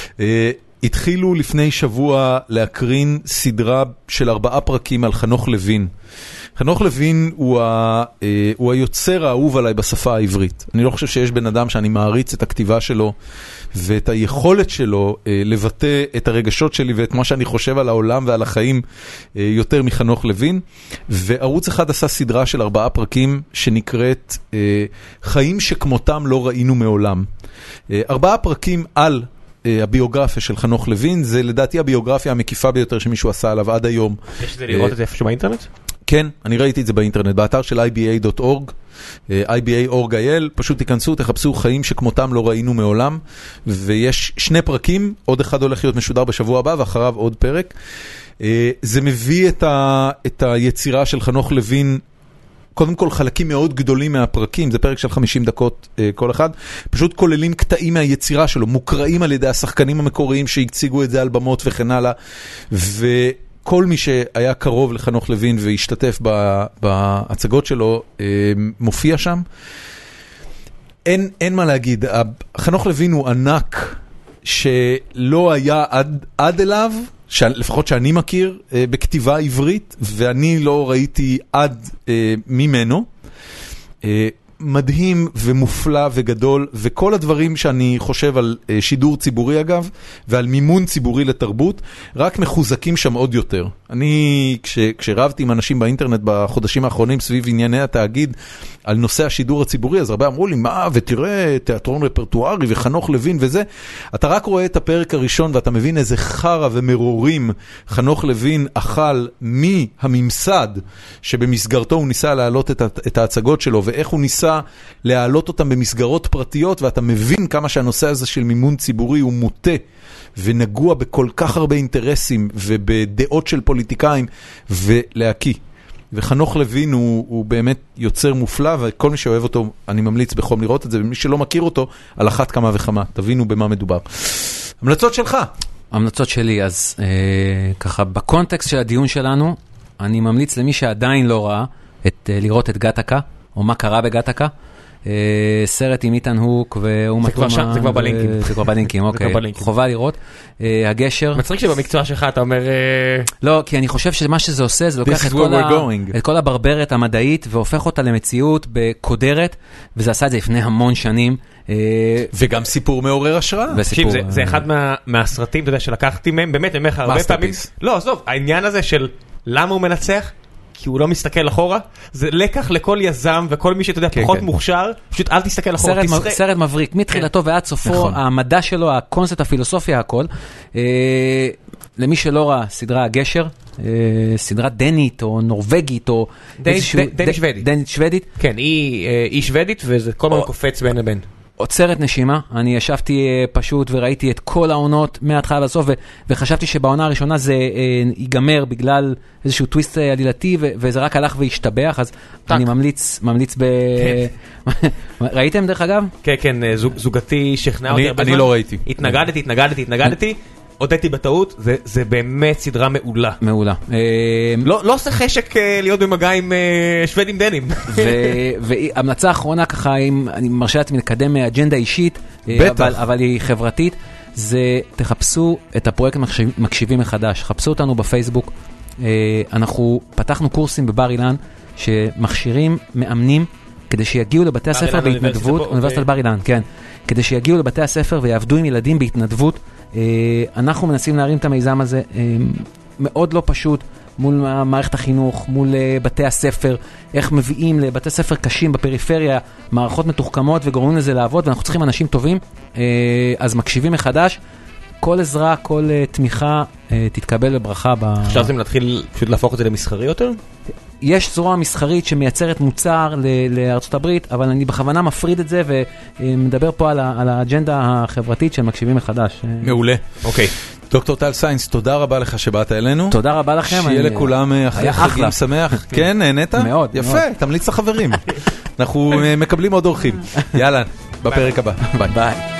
התחילו לפני שבוע להקרין סדרה של ארבעה פרקים על חנוך לוין. חנוך לוין הוא, ה, הוא היוצר האהוב עליי בשפה העברית. אני לא חושב שיש בן אדם שאני מעריץ את הכתיבה שלו, ואת היכולת שלו לבטא את הרגשות שלי ואת מה שאני חושב על העולם ועל החיים יותר מחנוך לוין. וערוץ אחד עשה סדרה של ארבעה פרקים שנקראת חיים שכמותם לא ראינו מעולם. ארבעה פרקים על הביוגרפיה של חנוך לוין, זה לדעתי הביוגרפיה המקיפה ביותר שמישהו עשה עליו עד היום. יש לזה לראות את זה איפשהו באינטרנט? כן, אני ראיתי את זה באינטרנט, באתר של איי בי איי דוט אורג, איי בי איי דוט אורג דוט איי אל, פשוט תיכנסו, תחפשו חיים שכמותם לא ראינו מעולם, ויש שני פרקים, עוד אחד הולך להיות משודר בשבוע הבא, ואחריו עוד פרק. זה מביא את, ה, את היצירה של חנוך לוין, קודם כל חלקים מאוד גדולים מהפרקים, זה פרק של חמישים דקות כל אחד, פשוט כוללים קטעים מהיצירה שלו, מוקראים על ידי השחקנים המקוריים שהציגו את זה על במות וכן הלאה, וכל מי שהיה קרוב לחנוך לוין והשתתף בהצגות שלו, מופיע שם. אין, אין מה להגיד, חנוך לוין הוא ענק שלא היה עד, עד אליו, לפחות שאני מכיר, בכתיבה עברית, ואני לא ראיתי עד ממנו. מדהים ומופלא וגדול, וכל הדברים שאני חושב על שידור ציבורי אגב, ועל מימון ציבורי לתרבות, רק מחוזקים שם עוד יותר. אני, כש, כשרבתי עם אנשים באינטרנט בחודשים האחרונים סביב ענייני התאגיד, על נושא השידור הציבורי, אז הרבה אמרו לי, מה, ותראה, תיאטרון רפרטוארי וחנוך לוין וזה. אתה רק רואה את הפרק הראשון, ואתה מבין איזה חרה ומרורים חנוך לוין אכל מהממסד, שבמסגרתו הוא ניסה להעלות את, את ההצגות שלו, ואיך הוא ניסה להעלות אותם במסגרות פרטיות, ואתה מבין כמה שהנושא הזה של מימון ציבורי הוא מוטה, ונגוע בכל כך הרבה אינטרסים, ובדעות של פוליטיקאים, ולהקיא. וחנוך לוין הוא, הוא באמת יוצר מופלא, וכל מי שאוהב אותו, אני ממליץ בחום לראות את זה, ומי שלא מכיר אותו, על אחת כמה וכמה. תבינו במה מדובר. המלצות שלך. המלצות שלי, אז אה, ככה, בקונטקסט של הדיון שלנו, אני ממליץ למי שעדיין לא ראה, את, לראות את גטקה, או מה קרה בגטקה. סרט עם איתן הוק ואומה תומה. זה כבר בלינקים. זה כבר בלינקים, אוקיי. חובה לראות. הגשר. מצחיק שבמקצוע שלך אתה אומר... לא, כי אני חושב שמה שזה עושה, זה לוקח את כל הברברת המדעית, והופך אותה למציאות בקודרת, וזה עשה את זה לפני המון שנים. וגם סיפור מעורר השראה. זה אחד מהסרטים, אתה יודע, שלקחתי מהם, באמת, אני אומר לך הרבה פעמים... לא, עזוב, העניין הזה של למה הוא מנצח, כי הוא לא מסתכל אחורה, זה לקח לכל יזם וכל מי שאתה יודע פחות מוכשר, פשוט אל תסתכל אחורה. סרט מבריק, מתחילתו ועד סופו, המדע שלו, הקונספט, הפילוסופיה, הכל. למי שלא ראה, סדרה הגשר, סדרה דנית או נורווגית או... דנית שוודית. דנית שוודית. כן, היא שוודית וזה כל הזמן קופץ בין לבין. עוצרת נשימה, אני ישבתי פשוט וראיתי את כל העונות מההתחלה לסוף, וחשבתי שבעונה הראשונה זה ייגמר בגלל איזשהו טוויסט עלילתי, וזה רק הלך והשתבח, אז אני ממליץ, ממליץ ב... ראיתם דרך אגב? כן, כן, זוגתי שכנעה אותי הרבה זמן. אני לא ראיתי. התנגדתי, התנגדתי, התנגדתי. הודעתי בטעות, זה, זה באמת סדרה מעולה. מעולה. לא, לא עושה חשק להיות במגע עם שוודים דנים. והמלצה האחרונה ככה, אני מרשה לעצמי לקדם אג'נדה אישית, אבל, אבל היא חברתית, זה תחפשו את הפרויקט מקשיבים מחדש. חפשו אותנו בפייסבוק. אנחנו פתחנו קורסים בבר אילן, שמכשירים מאמנים, כדי שיגיעו לבתי הספר בהתנדבות, אוניברסיטת בר אילן, כן. כדי שיגיעו לבתי הספר ויעבדו עם ילדים בהתנדבות. אנחנו מנסים להרים את המיזם הזה, מאוד לא פשוט, מול מערכת החינוך, מול בתי הספר, איך מביאים לבתי ספר קשים בפריפריה, מערכות מתוחכמות וגורמים לזה לעבוד, ואנחנו צריכים אנשים טובים, אז מקשיבים מחדש, כל עזרה, כל תמיכה תתקבל בברכה. עכשיו זה להתחיל פשוט להפוך את זה למסחרי יותר? יש זרוע מסחרית שמייצרת מוצר לארצות הברית, אבל אני בכוונה מפריד את זה ומדבר פה על האג'נדה החברתית של מקשיבים מחדש. מעולה. אוקיי. דוקטור טל סיינס, תודה רבה לך שבאת אלינו. תודה רבה לכם. שיהיה לכולם אחרי חגים שמח. כן, נהנית? מאוד. יפה, תמליץ לחברים. אנחנו מקבלים עוד אורחים. יאללה, בפרק הבא. ביי. ביי.